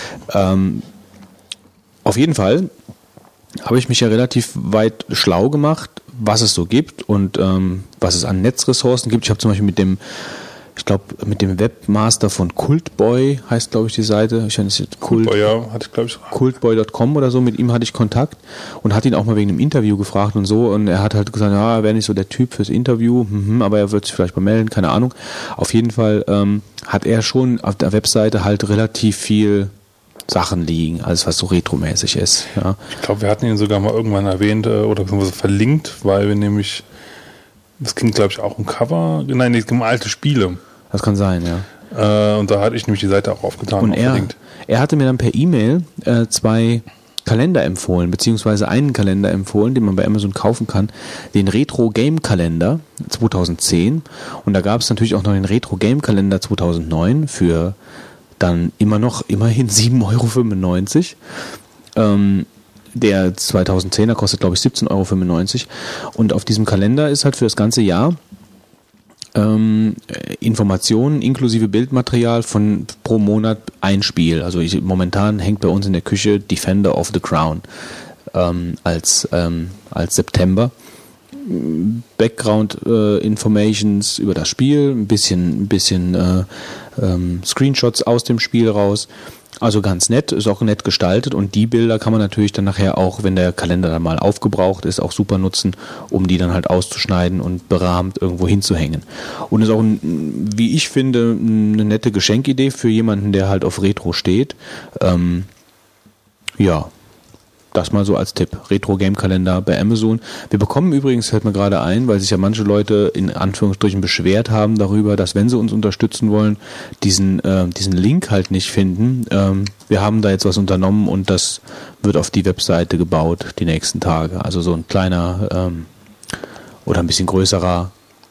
Auf jeden Fall habe ich mich ja relativ weit schlau gemacht, was es so gibt und was es an Netzressourcen gibt. Ich habe zum Beispiel mit dem Webmaster von Cultboy, heißt glaube ich die Seite. Ich weiß nicht, Cultboy, ja, hatte ich glaube ich. Cultboy.com oder so, mit ihm hatte ich Kontakt und hatte ihn auch mal wegen einem Interview gefragt und so. Und er hat halt gesagt, ja, er wäre nicht so der Typ fürs Interview, aber er wird sich vielleicht mal melden, keine Ahnung. Auf jeden Fall hat er schon auf der Webseite halt relativ viel Sachen liegen, alles was so retromäßig ist. Ja. Ich glaube, wir hatten ihn sogar mal irgendwann erwähnt oder verlinkt, weil wir nämlich, das ging glaube ich auch um Cover, nein, es ging um alte Spiele. Das kann sein, ja. Und da hatte ich nämlich die Seite auch aufgetan und und verlinkt. Er hatte mir dann per E-Mail 2 Kalender empfohlen, beziehungsweise einen Kalender empfohlen, den man bei Amazon kaufen kann, den Retro Game Kalender 2010. Und da gab es natürlich auch noch den Retro Game Kalender 2009 für dann immerhin 7,95 €. Der 2010er kostet, glaube ich, 17,95 €. Und auf diesem Kalender ist halt für das ganze Jahr Informationen inklusive Bildmaterial von pro Monat ein Spiel. Also momentan hängt bei uns in der Küche Defender of the Crown als September. Background Informations über das Spiel, ein bisschen Screenshots aus dem Spiel raus. Also ganz nett, ist auch nett gestaltet und die Bilder kann man natürlich dann nachher auch, wenn der Kalender dann mal aufgebraucht ist, auch super nutzen, um die dann halt auszuschneiden und berahmt irgendwo hinzuhängen. Und ist auch, wie ich finde, eine nette Geschenkidee für jemanden, der halt auf Retro steht. Ja, das mal so als Tipp. Retro-Game-Kalender bei Amazon. Wir bekommen übrigens, fällt mir gerade ein, weil sich ja manche Leute in Anführungsstrichen beschwert haben darüber, dass wenn sie uns unterstützen wollen, diesen Link halt nicht finden. Wir haben da jetzt was unternommen und das wird auf die Webseite gebaut die nächsten Tage. Also so ein kleiner oder ein bisschen größerer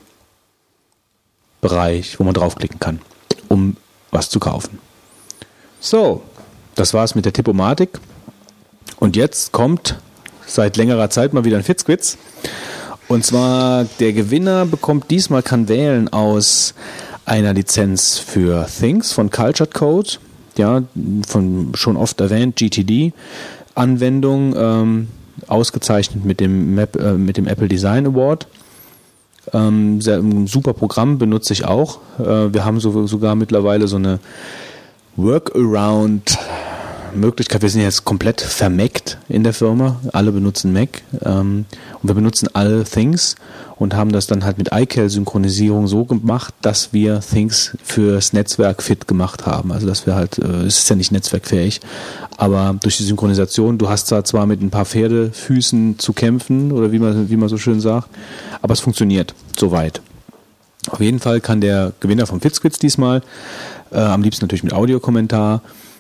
Bereich, wo man draufklicken kann, um was zu kaufen. So, das war's mit der Tippomatik. Und jetzt kommt seit längerer Zeit mal wieder ein Fitzquiz. Und zwar der Gewinner kann wählen aus einer Lizenz für Things von Cultured Code, ja, von schon oft erwähnt GTD-Anwendung, ausgezeichnet mit dem Apple Design Award. Ein super Programm, benutze ich auch. Wir haben sogar mittlerweile so eine Workaround Möglichkeit, wir sind jetzt komplett vermackt in der Firma, alle benutzen Mac und wir benutzen alle Things und haben das dann halt mit iCal-Synchronisierung so gemacht, dass wir Things fürs Netzwerk fit gemacht haben. Also dass wir halt, es ist ja nicht netzwerkfähig, aber durch die Synchronisation, du hast zwar mit ein paar Pferdefüßen zu kämpfen oder wie man so schön sagt, aber es funktioniert soweit. Auf jeden Fall kann der Gewinner vom Fitzquiz diesmal, am liebsten natürlich mit Audiokommentar,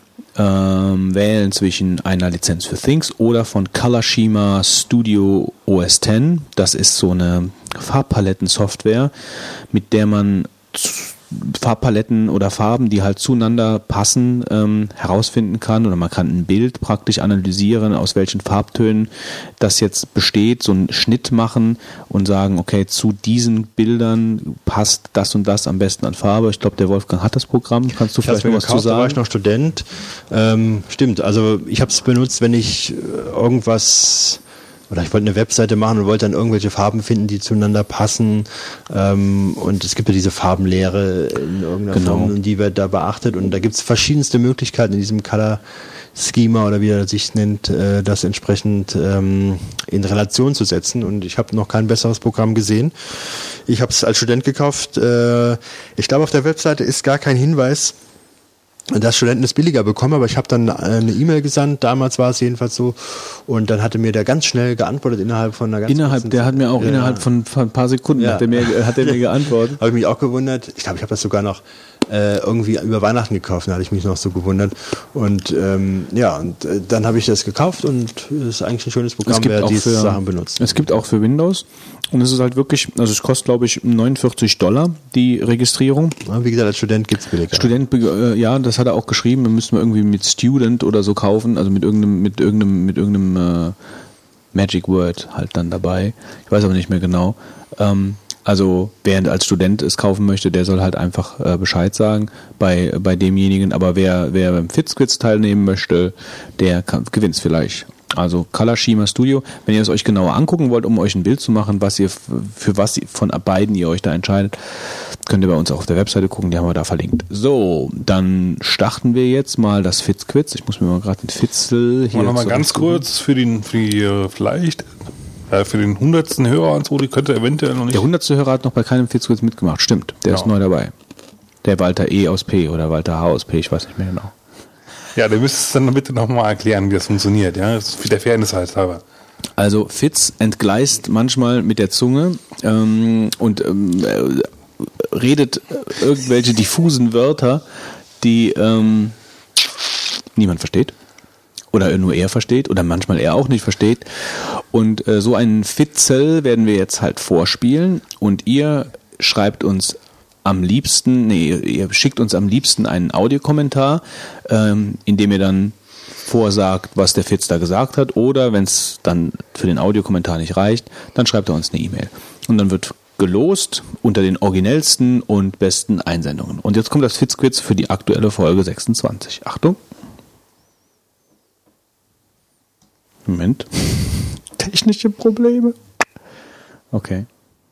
wählen zwischen einer Lizenz für Things oder von Colorschema Studio OS X. Das ist so eine Farbpalettensoftware, mit der man Farbpaletten oder Farben, die halt zueinander passen, herausfinden kann, oder man kann ein Bild praktisch analysieren, aus welchen Farbtönen das jetzt besteht, so einen Schnitt machen und sagen, okay, zu diesen Bildern passt das und das am besten an Farbe. Ich glaube, der Wolfgang hat das Programm. Kannst du vielleicht noch was zu sagen? Da war ich noch Student. Stimmt, also ich habe es benutzt, wenn ich irgendwas... Oder ich wollte eine Webseite machen und wollte dann irgendwelche Farben finden, die zueinander passen. Und es gibt ja diese Farbenlehre in irgendeiner Form, die wird da beachtet. Und da gibt es verschiedenste Möglichkeiten in diesem Color Schema oder wie er sich nennt, das entsprechend in Relation zu setzen. Und ich habe noch kein besseres Programm gesehen. Ich habe es als Student gekauft. Ich glaube, auf der Webseite ist gar kein Hinweis, dass Studenten es billiger bekommen, aber ich habe dann eine E-Mail gesandt, damals war es jedenfalls so, und dann hatte mir der ganz schnell geantwortet innerhalb von einer ganz kurzen Zeit. Hat mir auch innerhalb von ein paar Sekunden hat er mir geantwortet. Habe ich mich auch gewundert. Ich glaube, ich habe das sogar noch irgendwie über Weihnachten gekauft. Da hatte ich mich noch so gewundert. Und dann habe ich das gekauft und es ist eigentlich ein schönes Programm, wer diese Sachen benutzt. Es gibt auch für Windows und es ist halt wirklich, also es kostet glaube ich $49 die Registrierung. Wie gesagt, als Student gibt es billiger. Ja, das hat er auch geschrieben, wir müssen irgendwie mit Student oder so kaufen, also mit irgendeinem Magic Word halt dann dabei. Ich weiß aber nicht mehr genau. Also wer als Student es kaufen möchte, der soll halt einfach Bescheid sagen bei demjenigen. Aber wer beim Fitzquiz teilnehmen möchte, der gewinnt es vielleicht. Also Kalashima Studio. Wenn ihr es euch genauer angucken wollt, um euch ein Bild zu machen, für was von beiden ihr euch da entscheidet, könnt ihr bei uns auch auf der Webseite gucken, die haben wir da verlinkt. So, dann starten wir jetzt mal das Fitzquiz. Ich muss mir mal gerade den Fitzel hier... Mal nochmal ganz kurz für den 100. Hörer und so, die könnte eventuell noch nicht... Der 100. Hörer hat noch bei keinem Fitzquiz mitgemacht, stimmt. Der ist neu dabei. Der Walter E. aus P. oder Walter H. aus P., ich weiß nicht mehr genau. Ja, der müsste es dann bitte nochmal erklären, wie das funktioniert, ja? Das ist der Fairness halt halber. Also Fitz entgleist manchmal mit der Zunge und redet irgendwelche diffusen Wörter, die niemand versteht. Oder nur er versteht oder manchmal er auch nicht versteht. Und so einen Fitzel werden wir jetzt halt vorspielen und ihr schreibt uns ihr schickt uns am liebsten einen Audiokommentar, in dem ihr dann vorsagt, was der Fitz da gesagt hat, oder wenn es dann für den Audiokommentar nicht reicht, dann schreibt er uns eine E-Mail. Und dann wird gelost unter den originellsten und besten Einsendungen. Und jetzt kommt das Fitzquiz für die aktuelle Folge 26. Achtung! Moment. Technische Probleme. Okay.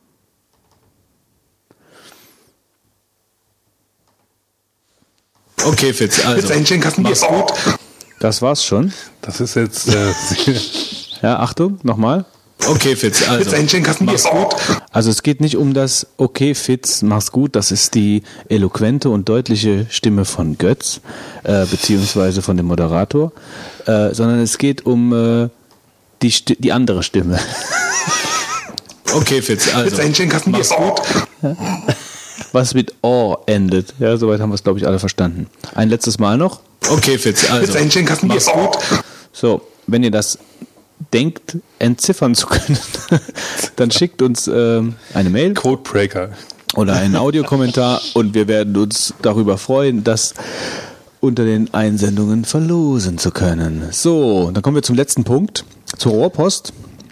Okay, Fitz, also. Mach's gut. Das war's schon. Das ist jetzt... Ja, Achtung, nochmal. Okay, Fitz, also. Mach's gut. Also es geht nicht um das Okay, Fitz, mach's gut. Das ist die eloquente und deutliche Stimme von Götz, beziehungsweise von dem Moderator, sondern es geht um die andere Stimme. Okay, Fitz, also. Mach's gut. Was mit O endet. Ja, soweit haben wir es, glaube ich, alle verstanden. Ein letztes Mal noch. Okay, Fitz, also. Mach's gut. So, wenn ihr das denkt, entziffern zu können, dann schickt uns eine Mail. Codebreaker. Oder einen Audiokommentar und wir werden uns darüber freuen, das unter den Einsendungen verlosen zu können. So, dann kommen wir zum letzten Punkt, zur Rohrpost.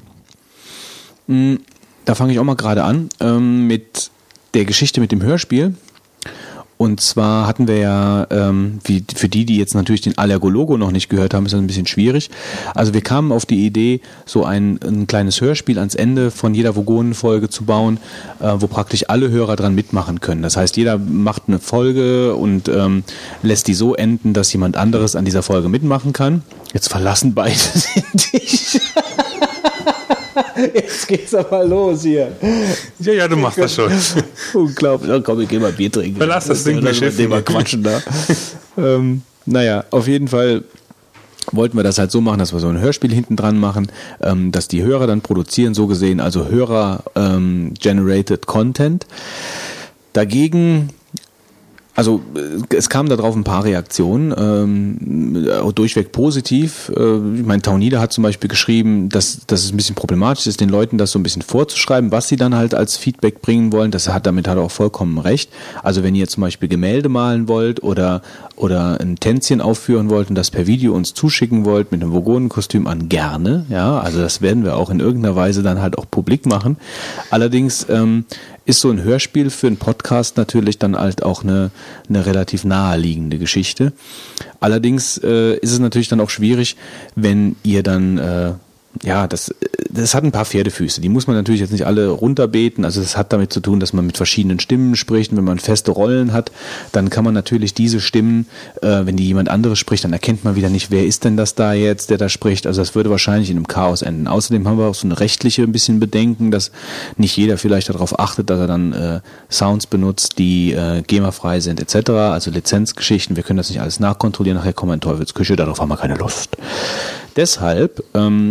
Da fange ich auch mal gerade an mit der Geschichte mit dem Hörspiel. Und zwar hatten wir ja, für die jetzt natürlich den Allergologo noch nicht gehört haben, ist das ein bisschen schwierig. Also wir kamen auf die Idee, so ein kleines Hörspiel ans Ende von jeder Vogonen-Folge zu bauen, wo praktisch alle Hörer dran mitmachen können. Das heißt, jeder macht eine Folge und lässt die so enden, dass jemand anderes an dieser Folge mitmachen kann. Jetzt verlassen beide den Tisch. Jetzt geht's aber los hier. Ja, du machst das schon. Unglaublich. Oh, komm, ich geh mal Bier trinken. Verlass das Ding mit Schiff. Mal quatschen da. Naja, auf jeden Fall wollten wir das halt so machen, dass wir so ein Hörspiel hinten dran machen, dass die Hörer dann produzieren, so gesehen, also Hörer-generated Content. Dagegen... Also es kamen darauf ein paar Reaktionen, durchweg positiv. Ich meine, Taunida hat zum Beispiel geschrieben, dass es ein bisschen problematisch ist, den Leuten das so ein bisschen vorzuschreiben, was sie dann halt als Feedback bringen wollen. Damit hat er auch vollkommen recht. Also wenn ihr zum Beispiel Gemälde malen wollt oder ein Tänzchen aufführen wollt und das per Video uns zuschicken wollt mit einem Vogonenkostüm an, gerne. Ja, also das werden wir auch in irgendeiner Weise dann halt auch publik machen. Allerdings ist so ein Hörspiel für einen Podcast natürlich dann halt auch eine relativ naheliegende Geschichte. Allerdings ist es natürlich dann auch schwierig, wenn ihr dann das hat ein paar Pferdefüße. Die muss man natürlich jetzt nicht alle runterbeten. Also das hat damit zu tun, dass man mit verschiedenen Stimmen spricht. Und wenn man feste Rollen hat, dann kann man natürlich diese Stimmen, wenn die jemand anderes spricht, dann erkennt man wieder nicht, wer ist denn das da jetzt, der da spricht. Also das würde wahrscheinlich in einem Chaos enden. Außerdem haben wir auch so eine rechtliche ein bisschen Bedenken, dass nicht jeder vielleicht darauf achtet, dass er dann Sounds benutzt, die GEMA-frei sind etc. Also Lizenzgeschichten. Wir können das nicht alles nachkontrollieren. Nachher kommen wir in Teufelsküche. Darauf haben wir keine Lust. Deshalb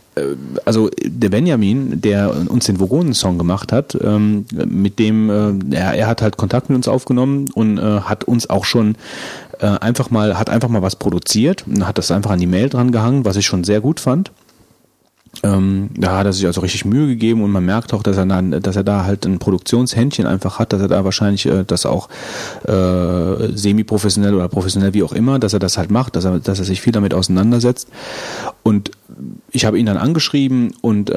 also der Benjamin, der uns den Vogonen-Song gemacht hat, mit dem, er hat halt Kontakt mit uns aufgenommen und hat uns auch schon einfach mal was produziert und hat das einfach an die Mail dran gehangen, was ich schon sehr gut fand. Da hat er sich also richtig Mühe gegeben und man merkt auch, dass er da halt ein Produktionshändchen einfach hat, dass er da wahrscheinlich das auch semi-professionell oder professionell wie auch immer, dass er das halt macht, dass er sich viel damit auseinandersetzt. Und ich habe ihn dann angeschrieben und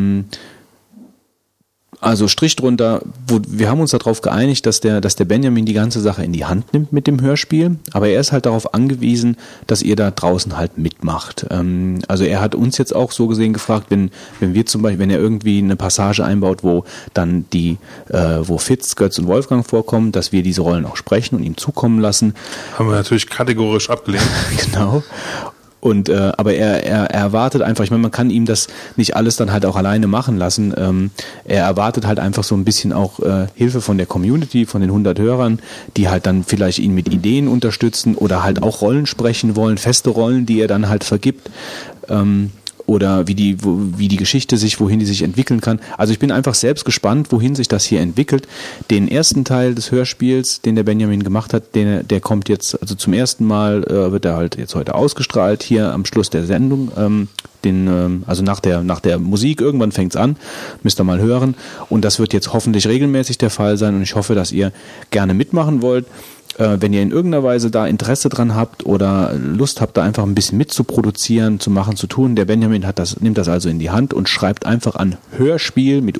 also Strich drunter, wir haben uns darauf geeinigt, dass der Benjamin die ganze Sache in die Hand nimmt mit dem Hörspiel, aber er ist halt darauf angewiesen, dass ihr da draußen halt mitmacht. Also er hat uns jetzt auch so gesehen gefragt, wenn wir zum Beispiel, wenn er irgendwie eine Passage einbaut, wo dann wo Fitz, Götz und Wolfgang vorkommen, dass wir diese Rollen auch sprechen und ihm zukommen lassen. Haben wir natürlich kategorisch abgelehnt. Genau. Und aber er erwartet einfach, ich meine, man kann ihm das nicht alles dann halt auch alleine machen lassen. Er erwartet halt einfach so ein bisschen auch Hilfe von der Community, von den 100 Hörern, die halt dann vielleicht ihn mit Ideen unterstützen oder halt auch Rollen sprechen wollen, feste Rollen, die er dann halt vergibt. Oder wie die Geschichte wohin die sich entwickeln kann. Also ich bin einfach selbst gespannt, wohin sich das hier entwickelt. Den ersten Teil des Hörspiels, den der Benjamin gemacht hat, der kommt jetzt, also zum ersten Mal wird er halt jetzt heute ausgestrahlt, hier am Schluss der Sendung, also nach der Musik, irgendwann fängt's an, müsst ihr mal hören. Und das wird jetzt hoffentlich regelmäßig der Fall sein und ich hoffe, dass ihr gerne mitmachen wollt. Wenn ihr in irgendeiner Weise da Interesse dran habt oder Lust habt, da einfach ein bisschen mitzuproduzieren, zu machen, zu tun, der Benjamin nimmt das also in die Hand und schreibt einfach an Hörspiel mit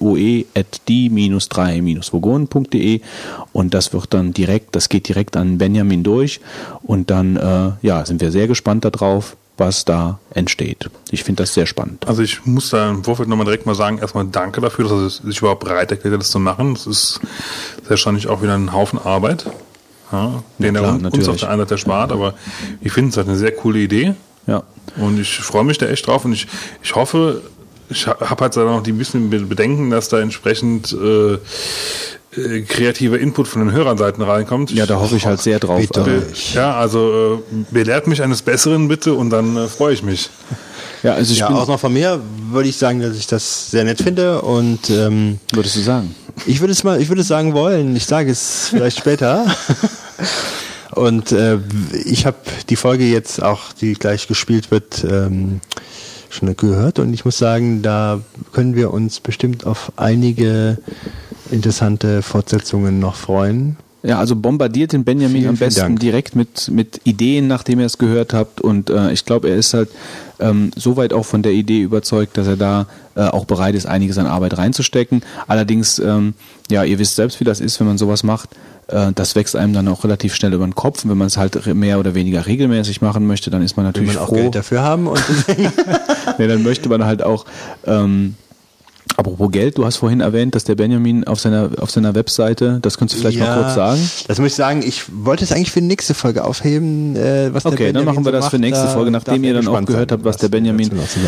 oe@die-3-vogonen.de und das geht direkt an Benjamin durch und dann sind wir sehr gespannt darauf, was da entsteht. Ich finde das sehr spannend. Also ich muss da im Vorfeld nochmal direkt mal sagen, erstmal danke dafür, dass er sich überhaupt bereit erklärt hat, das zu machen. Das ist sehr wahrscheinlich auch wieder ein Haufen Arbeit. Ja, den er uns auf der einen Seite erspart, aber ich finde es halt eine sehr coole Idee. Ja. Und ich freue mich da echt drauf und ich hoffe, ich habe halt noch die bisschen Bedenken, dass da entsprechend kreativer Input von den Hörerseiten reinkommt. Ja, da hoffe ich halt sehr drauf. Ja, also belehrt mich eines Besseren bitte und dann freue ich mich. Ja, also auch noch von mir würde ich sagen, dass ich das sehr nett finde und würdest du sagen? Ich würde es sagen wollen. Ich sage es vielleicht später. Und ich habe die Folge jetzt auch, die gleich gespielt wird, schon gehört und ich muss sagen, da können wir uns bestimmt auf einige interessante Fortsetzungen noch freuen. Ja, also bombardiert den Benjamin am besten direkt mit Ideen, nachdem ihr es gehört habt und ich glaube, er ist halt soweit auch von der Idee überzeugt, dass er da auch bereit ist, einiges an Arbeit reinzustecken. Allerdings, ihr wisst selbst, wie das ist, wenn man sowas macht. Das wächst einem dann auch relativ schnell über den Kopf. Und wenn man es halt mehr oder weniger regelmäßig machen möchte, dann ist man natürlich froh. Will man auch Geld dafür haben. Und dann möchte man halt auch apropos Geld, du hast vorhin erwähnt, dass der Benjamin auf seiner Webseite, das könntest du vielleicht mal kurz sagen? Das muss ich sagen, ich wollte es eigentlich für die nächste Folge aufheben, was der Benjamin dann machen wir das für nächste Folge, nachdem ihr dann auch gehört habt, was der Benjamin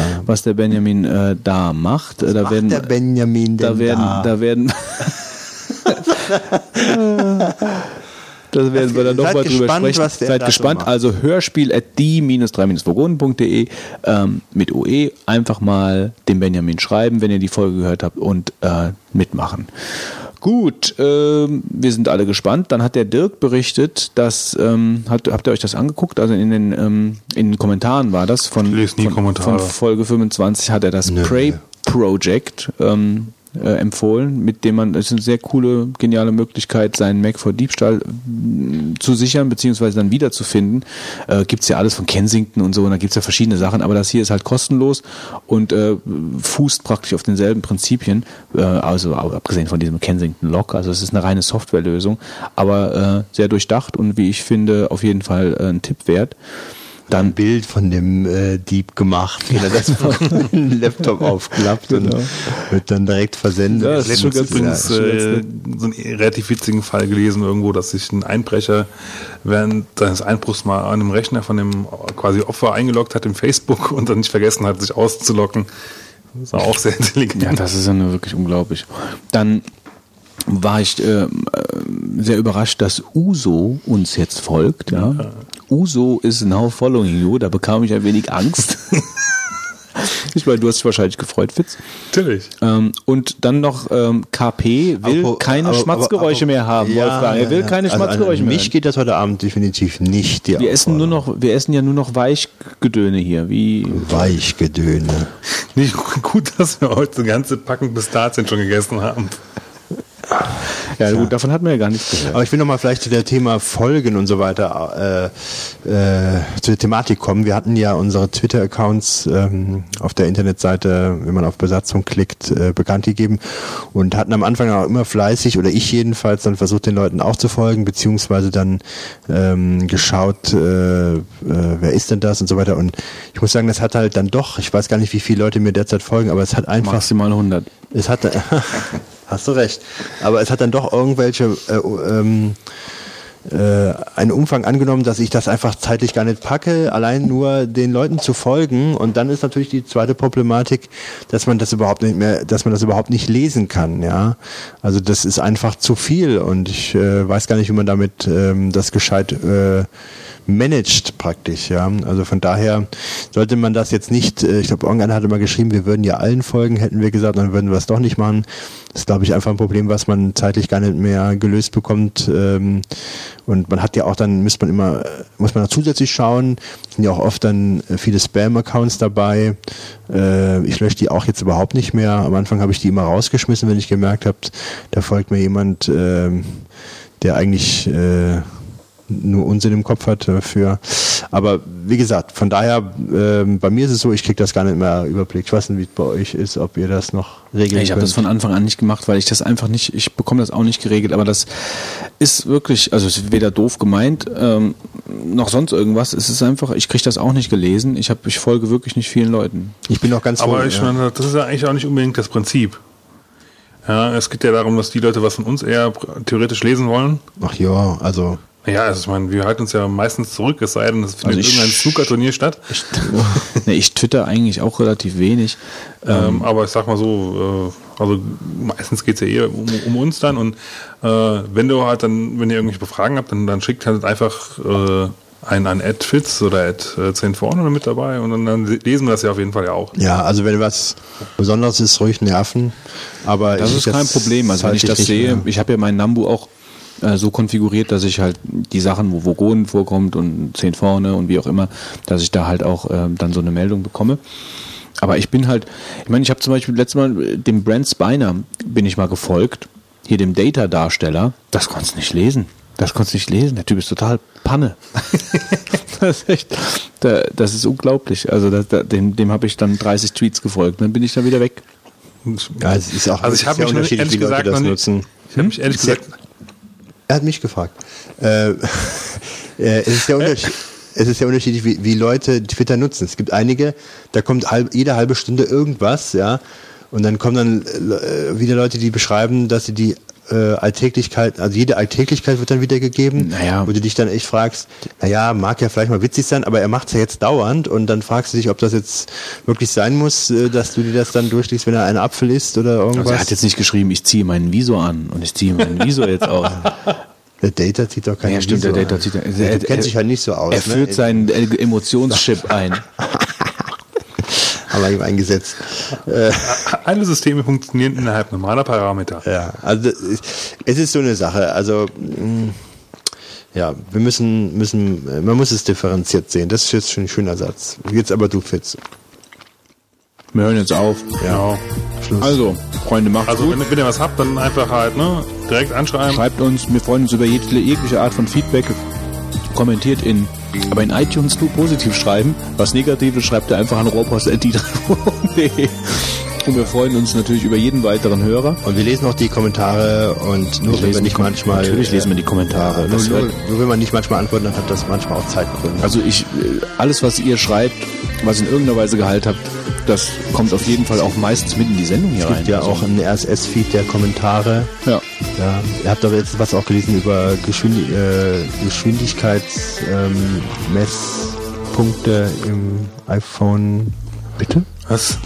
da macht. Da werden wir dann nochmal drüber sprechen. Seid gespannt. Also hörspiel@die-3-vogonen.de mit OE einfach mal dem Benjamin schreiben, wenn ihr die Folge gehört habt und mitmachen. Gut, wir sind alle gespannt. Dann hat der Dirk berichtet, dass habt ihr euch das angeguckt? Also in den Kommentaren war das von Folge 25 hat er das Prey Project empfohlen, mit dem das ist eine sehr coole, geniale Möglichkeit, seinen Mac vor Diebstahl zu sichern, beziehungsweise dann wiederzufinden. Gibt's ja alles von Kensington und so, und da gibt's ja verschiedene Sachen, aber das hier ist halt kostenlos und fußt praktisch auf denselben Prinzipien, also abgesehen von diesem Kensington Lock, also es ist eine reine Softwarelösung, aber sehr durchdacht und wie ich finde, auf jeden Fall ein Tipp wert. Dann ein Bild von dem Dieb gemacht, wenn er das von dem Laptop aufklappt und wird dann direkt versendet. Ja, das ist schon ganz übrigens so einen relativ witzigen Fall gelesen irgendwo, dass sich ein Einbrecher während seines Einbruchs mal an einem Rechner von dem quasi Opfer eingeloggt hat im Facebook und dann nicht vergessen hat, sich auszuloggen. Das war auch sehr intelligent. Ja, das ist ja nur wirklich unglaublich. Dann war ich sehr überrascht, dass Uso uns jetzt folgt. Ja. Uso is now following you. Da bekam ich ein wenig Angst. Ich lustig, weil du hast dich wahrscheinlich gefreut, Fitz. Natürlich. Und dann noch KP will keine Schmatzgeräusche mehr haben, Wolfgang. Er will keine Schmatzgeräusche mehr. Mich geht das heute Abend definitiv nicht. Wir essen ja nur noch Weichgedöne hier. Wie Weichgedöne. Nicht gut, dass wir heute eine ganze Packung Pistazien schon gegessen haben. Ja, gut, davon hat man ja gar nichts gehört. Aber ich will nochmal vielleicht zu der Thema Folgen und so weiter, zu der Thematik kommen. Wir hatten ja unsere Twitter-Accounts auf der Internetseite, wenn man auf Besatzung klickt, bekannt gegeben und hatten am Anfang auch immer fleißig, oder ich jedenfalls, dann versucht, den Leuten auch zu folgen, beziehungsweise dann geschaut, wer ist denn das und so weiter. Und ich muss sagen, das hat halt dann doch, ich weiß gar nicht, wie viele Leute mir derzeit folgen, aber es hat einfach... Maximal 100. Es hat... Hast du recht. Aber es hat dann doch irgendwelche einen Umfang angenommen, dass ich das einfach zeitlich gar nicht packe, allein nur den Leuten zu folgen. Und dann ist natürlich die zweite Problematik, dass man das überhaupt nicht lesen kann, ja. Also das ist einfach zu viel und ich weiß gar nicht, wie man damit das gescheit managt praktisch, ja. Also von daher sollte man das jetzt nicht, ich glaube, irgendeiner hatte mal geschrieben, wir würden ja allen folgen, hätten wir gesagt, dann würden wir es doch nicht machen. Das ist, glaube ich, einfach ein Problem, was man zeitlich gar nicht mehr gelöst bekommt. Und man hat ja auch dann, muss man noch zusätzlich schauen, sind ja auch oft dann viele Spam-Accounts dabei. Ich lösche die auch jetzt überhaupt nicht mehr. Am Anfang habe ich die immer rausgeschmissen, wenn ich gemerkt habe, da folgt mir jemand, der eigentlich nur Unsinn im Kopf hat dafür. Aber wie gesagt, von daher, bei mir ist es so, ich kriege das gar nicht mehr Überblick. Ich weiß nicht, wie es bei euch ist, ob ihr das noch regeln Ich habe das von Anfang an nicht gemacht, weil ich das einfach nicht, ich bekomme das auch nicht geregelt, aber das ist wirklich, also es ist weder doof gemeint, noch sonst irgendwas. Es ist einfach, ich kriege das auch nicht gelesen. Ich folge wirklich nicht vielen Leuten. Ich bin auch ganz froh. Aber ich meine, das ist ja eigentlich auch nicht unbedingt das Prinzip. Ja, es geht ja darum, dass die Leute was von uns eher theoretisch lesen wollen. Ach ja, also... Ja, also ich meine, wir halten uns ja meistens zurück, es sei denn, es findet irgendein Snooker-Turnier statt. Ich twitter eigentlich auch relativ wenig. Aber ich sag mal so, also meistens geht's ja eher um uns dann und wenn ihr irgendwelche Fragen habt, dann schickt halt einfach ein @fitz oder @10 vorne mit dabei und dann lesen wir das ja auf jeden Fall ja auch. Ja, also wenn was Besonderes ist, ruhig nerven. Aber das ist kein Problem. Also wenn ich das sehe, ich habe ja meinen Nambu auch so konfiguriert, dass ich halt die Sachen, wo Vogonen vorkommt und 10 vorne und wie auch immer, dass ich da halt auch dann so eine Meldung bekomme. Aber ich bin halt, ich meine, ich habe zum Beispiel letztes Mal dem Brent Spiner bin ich mal gefolgt, hier dem Data-Darsteller, das konntest du nicht lesen. Der Typ ist total Panne. Das ist echt, das ist unglaublich. Also dem habe ich dann 30 Tweets gefolgt, dann bin ich dann wieder weg. Ja, es ist auch, also ich habe mich ehrlich gesagt noch nicht, Er hat mich gefragt. Es ist ja unterschiedlich, wie Leute Twitter nutzen. Es gibt einige, da kommt jede halbe Stunde irgendwas, ja, und dann kommen dann wieder Leute, die beschreiben, dass sie die Alltäglichkeit, also jede Alltäglichkeit wird dann wiedergegeben, wo du dich dann echt fragst, mag ja vielleicht mal witzig sein, aber er macht es ja jetzt dauernd und dann fragst du dich, ob das jetzt wirklich sein muss, dass du dir das dann durchliest, wenn er einen Apfel isst oder irgendwas. Also er hat jetzt nicht geschrieben, ich ziehe meinen Visor an und ich ziehe meinen Visor jetzt aus. Der Data zieht doch keinen Visor. Der Data zieht, er kennt sich halt nicht so aus. Er führt seinen Emotionschip ein. Haben wir ihm eingesetzt. Alle Systeme funktionieren innerhalb normaler Parameter. Ja, also es ist so eine Sache. Also ja, man muss es differenziert sehen. Das ist jetzt schon ein schöner Satz. Jetzt aber du, Fitz. Wir hören jetzt auf. Ja. Schluss. Also, Freunde, macht's gut. Also wenn ihr was habt, dann einfach halt direkt anschreiben. Schreibt uns, wir freuen uns über jegliche Art von Feedback. Kommentiert aber in iTunes nur positiv schreiben. Was Negatives schreibt ihr einfach an rohrpost@die3.de. Und wir freuen uns natürlich über jeden weiteren Hörer. Und wir lesen auch die Kommentare und nur wenn wir nicht manchmal... Natürlich lesen wir die Kommentare. Nur wenn man nicht manchmal antworten, dann hat das manchmal auch Zeitgründe. Also alles, was ihr schreibt, was in irgendeiner Weise Gehalt habt, das kommt auf jeden Fall auch meistens mit in die Sendung hier rein. Es gibt ja auch einen RSS-Feed der Kommentare. Ja. Ihr habt aber jetzt was auch gelesen über Geschwindigkeitsmesspunkte im iPhone. Bitte? Was?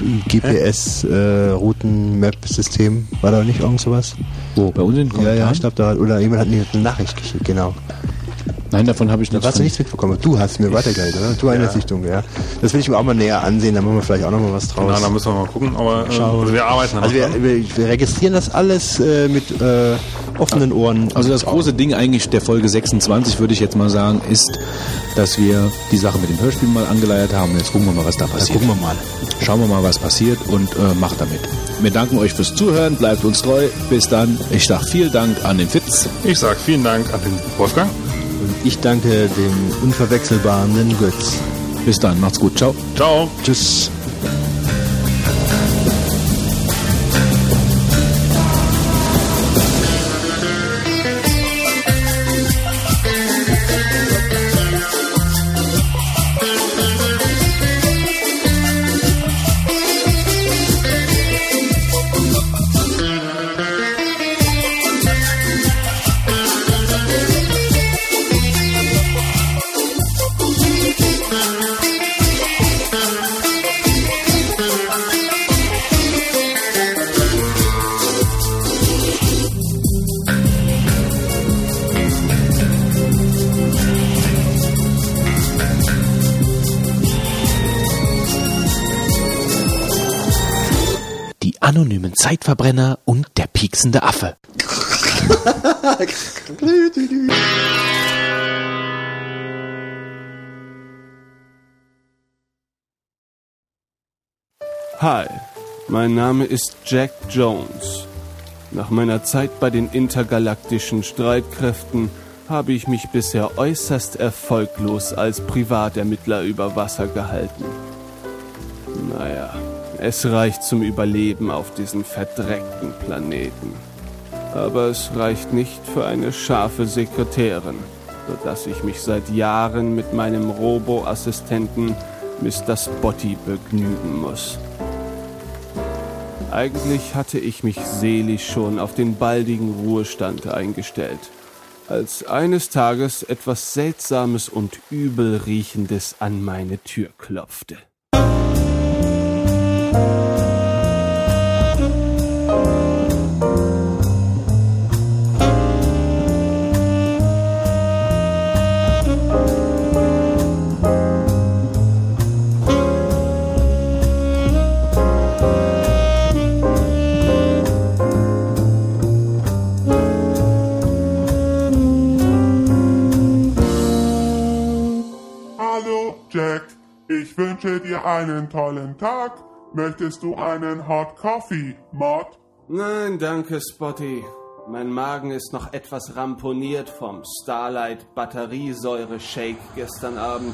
GPS-Routen-Map-System. War da nicht irgend sowas? Wo? Bei uns in den Kommentaren? Ja, ich glaube, oder jemand hat mir eine Nachricht geschickt, genau. Nein, davon habe ich Da hast du nichts mitbekommen. Du hast mir weitergeleitet, oder? Du erinnerst dich dunkel, ja. Das will ich mir auch mal näher ansehen, dann machen wir vielleicht auch noch mal was draus. Na, da müssen wir mal gucken, aber wir arbeiten Also wir registrieren das alles mit offenen Ohren. Also das große Ding eigentlich der Folge 26, würde ich jetzt mal sagen, ist, dass wir die Sache mit dem Hörspiel mal angeleiert haben. Jetzt gucken wir mal, was da passiert. Gucken wir mal. Schauen wir mal, was passiert und macht damit. Wir danken euch fürs Zuhören, bleibt uns treu. Bis dann. Ich sage vielen Dank an den Fitz. Ich sage vielen Dank an den Wolfgang. Und ich danke dem unverwechselbaren Götz. Bis dann, macht's gut. Ciao. Ciao. Tschüss. Anonymen Zeitverbrenner und der pieksende Affe. Hi, mein Name ist Jack Jones. Nach meiner Zeit bei den intergalaktischen Streitkräften habe ich mich bisher äußerst erfolglos als Privatermittler über Wasser gehalten. Naja, es reicht zum Überleben auf diesem verdreckten Planeten. Aber es reicht nicht für eine scharfe Sekretärin, sodass ich mich seit Jahren mit meinem Robo-Assistenten Mr. Spotty begnügen muss. Eigentlich hatte ich mich seelisch schon auf den baldigen Ruhestand eingestellt, als eines Tages etwas Seltsames und Übelriechendes an meine Tür klopfte. Jack, ich wünsche dir einen tollen Tag. Möchtest du einen Hot Coffee, Mod? Nein, danke, Spotty. Mein Magen ist noch etwas ramponiert vom Starlight Batteriesäure-Shake gestern Abend.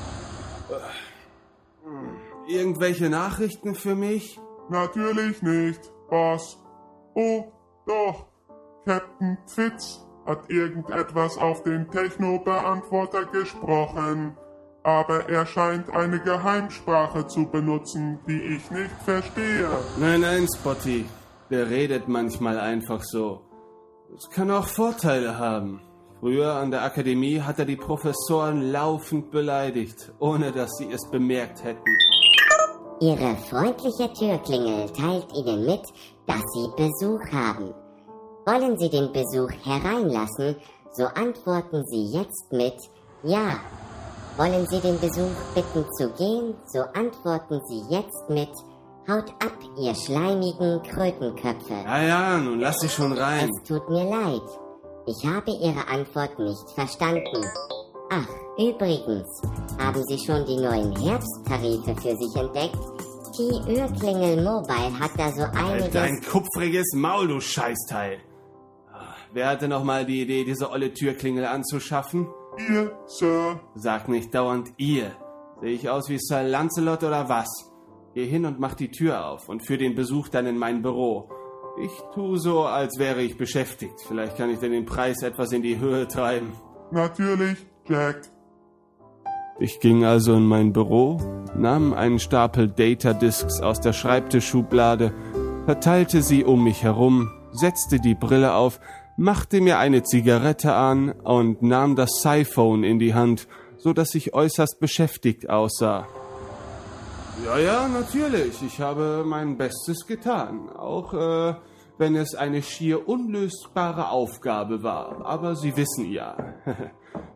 Irgendwelche Nachrichten für mich? Natürlich nicht, Boss. Oh, doch. Captain Fitz hat irgendetwas auf den Techno-Beantworter gesprochen. Aber er scheint eine Geheimsprache zu benutzen, die ich nicht verstehe. Nein, Spotty. Der redet manchmal einfach so. Das kann auch Vorteile haben. Früher an der Akademie hat er die Professoren laufend beleidigt, ohne dass sie es bemerkt hätten. Ihre freundliche Türklingel teilt Ihnen mit, dass Sie Besuch haben. Wollen Sie den Besuch hereinlassen, so antworten Sie jetzt mit Ja. Wollen Sie den Besuch bitten zu gehen, so antworten Sie jetzt mit Haut ab, ihr schleimigen Krötenköpfe. Ja, nun lass dich schon rein. Es tut mir leid. Ich habe Ihre Antwort nicht verstanden. Ach, übrigens, haben Sie schon die neuen Herbsttarife für sich entdeckt? Die Türklingel Mobile hat da so einiges... Dein kupfriges Maul, du Scheißteil. Wer hatte nochmal die Idee, diese olle Türklingel anzuschaffen? Ihr, Sir. Sag nicht dauernd ihr. Sehe ich aus wie Sir Lancelot oder was? Geh hin und mach die Tür auf und führ den Besuch dann in mein Büro. Ich tu so, als wäre ich beschäftigt. Vielleicht kann ich denn den Preis etwas in die Höhe treiben. Natürlich, Jack. Ich ging also in mein Büro, nahm einen Stapel Datadisks aus der Schreibtischschublade, verteilte sie um mich herum, setzte die Brille auf, machte mir eine Zigarette an und nahm das Sci-Phone in die Hand, so dass ich äußerst beschäftigt aussah. Ja, natürlich. Ich habe mein Bestes getan. Auch wenn es eine schier unlösbare Aufgabe war. Aber Sie wissen ja,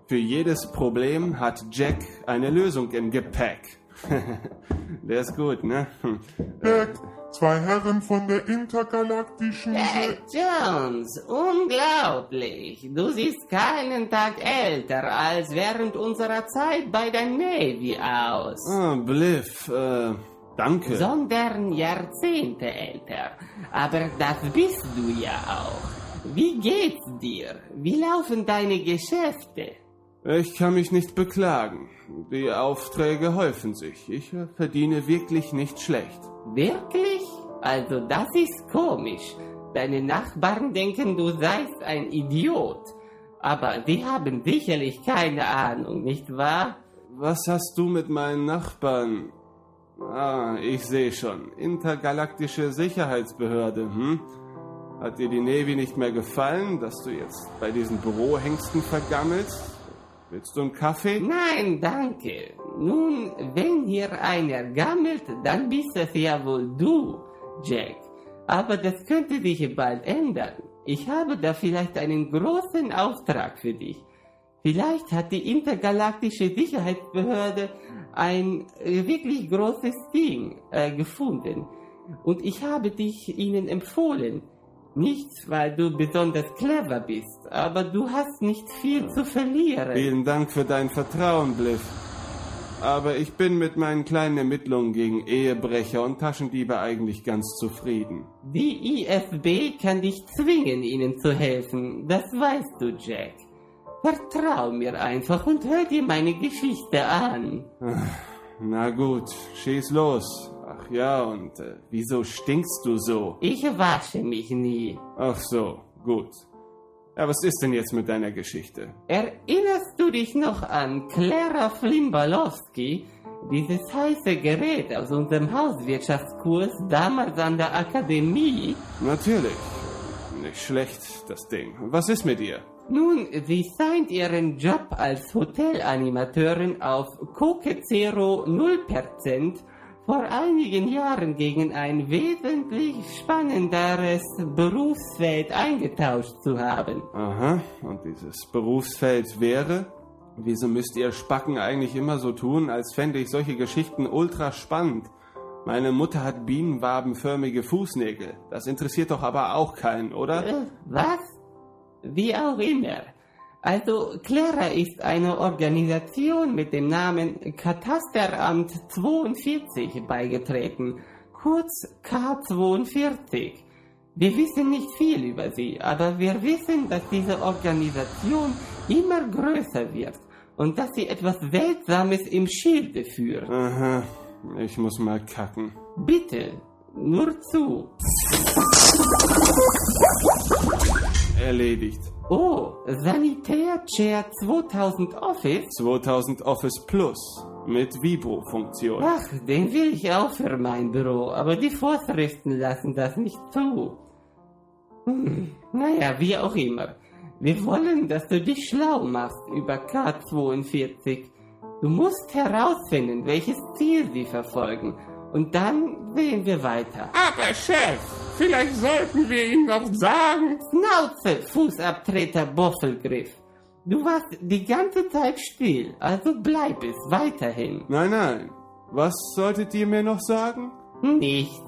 Für jedes Problem hat Jack eine Lösung im Gepäck. Der ist gut, ne? Jack, zwei Herren von der intergalaktischen... Jack Jones, unglaublich. Du siehst keinen Tag älter als während unserer Zeit bei der Navy aus. Bliff, danke. Sondern Jahrzehnte älter. Aber das bist du ja auch. Wie geht's dir? Wie laufen deine Geschäfte? Ich kann mich nicht beklagen. Die Aufträge häufen sich. Ich verdiene wirklich nicht schlecht. Wirklich? Also das ist komisch. Deine Nachbarn denken, du seist ein Idiot. Aber die haben sicherlich keine Ahnung, nicht wahr? Was hast du mit meinen Nachbarn? Ich sehe schon. Intergalaktische Sicherheitsbehörde, Hat dir die Navy nicht mehr gefallen, dass du jetzt bei diesen Bürohengsten vergammelst? Willst du einen Kaffee? Nein, danke. Nun, wenn hier einer gammelt, dann bist es ja wohl du, Jack. Aber das könnte sich bald ändern. Ich habe da vielleicht einen großen Auftrag für dich. Vielleicht hat die intergalaktische Sicherheitsbehörde ein wirklich großes Ding gefunden. Und ich habe dich ihnen empfohlen. Nicht, weil du besonders clever bist, aber du hast nicht viel zu verlieren. Vielen Dank für dein Vertrauen, Bliff. Aber ich bin mit meinen kleinen Ermittlungen gegen Ehebrecher und Taschendiebe eigentlich ganz zufrieden. Die IFB kann dich zwingen, ihnen zu helfen. Das weißt du, Jack. Vertrau mir einfach und hör dir meine Geschichte an. Na gut, schieß los. Ach ja, und wieso stinkst du so? Ich wasche mich nie. Ach so, gut. Ja, was ist denn jetzt mit deiner Geschichte? Erinnerst du dich noch an Clara Flynn-Balowski? Dieses heiße Gerät aus unserem Hauswirtschaftskurs damals an der Akademie? Natürlich. Nicht schlecht, das Ding. Was ist mit ihr? Nun, sie signed ihren Job als Hotelanimateurin auf Coke Zero 0% vor einigen Jahren gegen ein wesentlich spannenderes Berufsfeld eingetauscht zu haben. Aha, und dieses Berufsfeld wäre? Wieso müsst ihr Spacken eigentlich immer so tun, als fände ich solche Geschichten ultra spannend? Meine Mutter hat bienenwabenförmige Fußnägel. Das interessiert doch aber auch keinen, oder? Was? Wie auch immer. Also, Clara ist eine Organisation mit dem Namen Katasteramt 42 beigetreten, kurz K42. Wir wissen nicht viel über sie, aber wir wissen, dass diese Organisation immer größer wird und dass sie etwas Seltsames im Schilde führt. Aha, ich muss mal kacken. Bitte, nur zu. Erledigt. Oh, Sanitär-Chair 2000 Office? 2000 Office Plus mit Vibro-Funktion. Ach, den will ich auch für mein Büro, aber die Vorschriften lassen das nicht zu. Naja, wie auch immer. Wir wollen, dass du dich schlau machst über K42. Du musst herausfinden, welches Ziel sie verfolgen. Und dann sehen wir weiter. Aber Chef, vielleicht sollten wir ihm noch sagen... Schnauze, Fußabtreter Boffelgriff. Du warst die ganze Zeit still, also bleib es weiterhin. Nein. Was solltet ihr mir noch sagen? Nichts.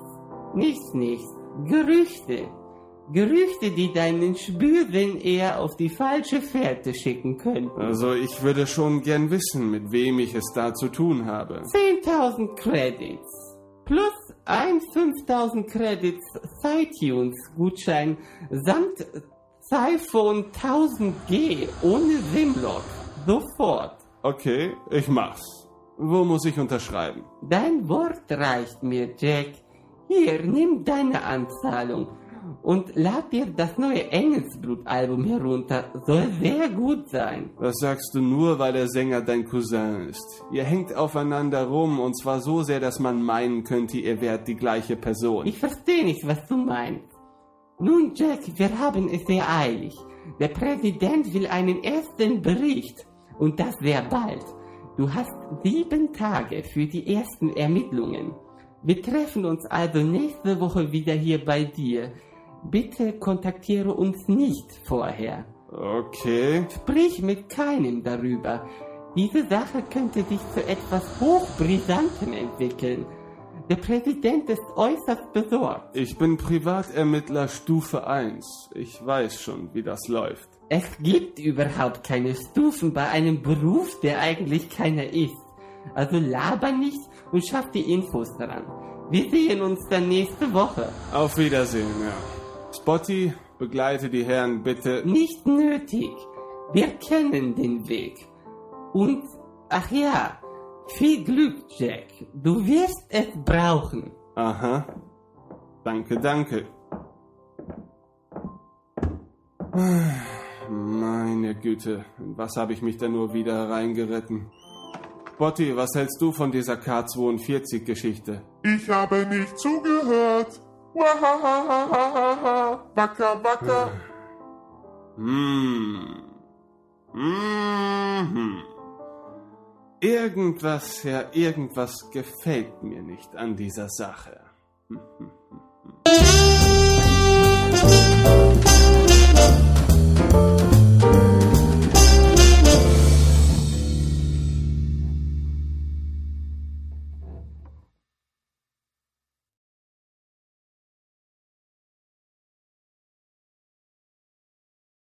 Gerüchte. Gerüchte, die deinen Spürsinn eher auf die falsche Fährte schicken könnten. Also ich würde schon gern wissen, mit wem ich es da zu tun habe. 10.000 Credits. Plus ein 5.000 Credits iTunes-Gutschein samt iPhone 1000G ohne SIM-Lock. Sofort. Okay, ich mach's. Wo muss ich unterschreiben? Dein Wort reicht mir, Jack. Hier, nimm deine Anzahlung und lad dir das neue Engelsblut-Album herunter. Soll sehr gut sein. Das sagst du nur, weil der Sänger dein Cousin ist. Ihr hängt aufeinander rum und zwar so sehr, dass man meinen könnte, ihr wärt die gleiche Person. Ich verstehe nicht, was du meinst. Nun, Jack, wir haben es sehr eilig. Der Präsident will einen ersten Bericht und das sehr bald. Du hast 7 Tage für die ersten Ermittlungen. Wir treffen uns also nächste Woche wieder hier bei dir. Bitte kontaktiere uns nicht vorher. Okay. Sprich mit keinem darüber. Diese Sache könnte sich zu etwas Hochbrisantem entwickeln. Der Präsident ist äußerst besorgt. Ich bin Privatermittler Stufe 1. Ich weiß schon, wie das läuft. Es gibt überhaupt keine Stufen bei einem Beruf, der eigentlich keiner ist. Also laber nicht und schaff die Infos daran. Wir sehen uns dann nächste Woche. Auf Wiedersehen, ja. Spotty, begleite die Herren bitte. Nicht nötig. Wir kennen den Weg. Und, ach ja, viel Glück, Jack. Du wirst es brauchen. Aha. Danke, danke. Meine Güte, in was habe ich mich denn nur wieder reingeritten? Spotty, was hältst du von dieser K42-Geschichte? Ich habe nicht zugehört. Wahahahaha. Wacker, wacker. Irgendwas gefällt mir nicht an dieser Sache.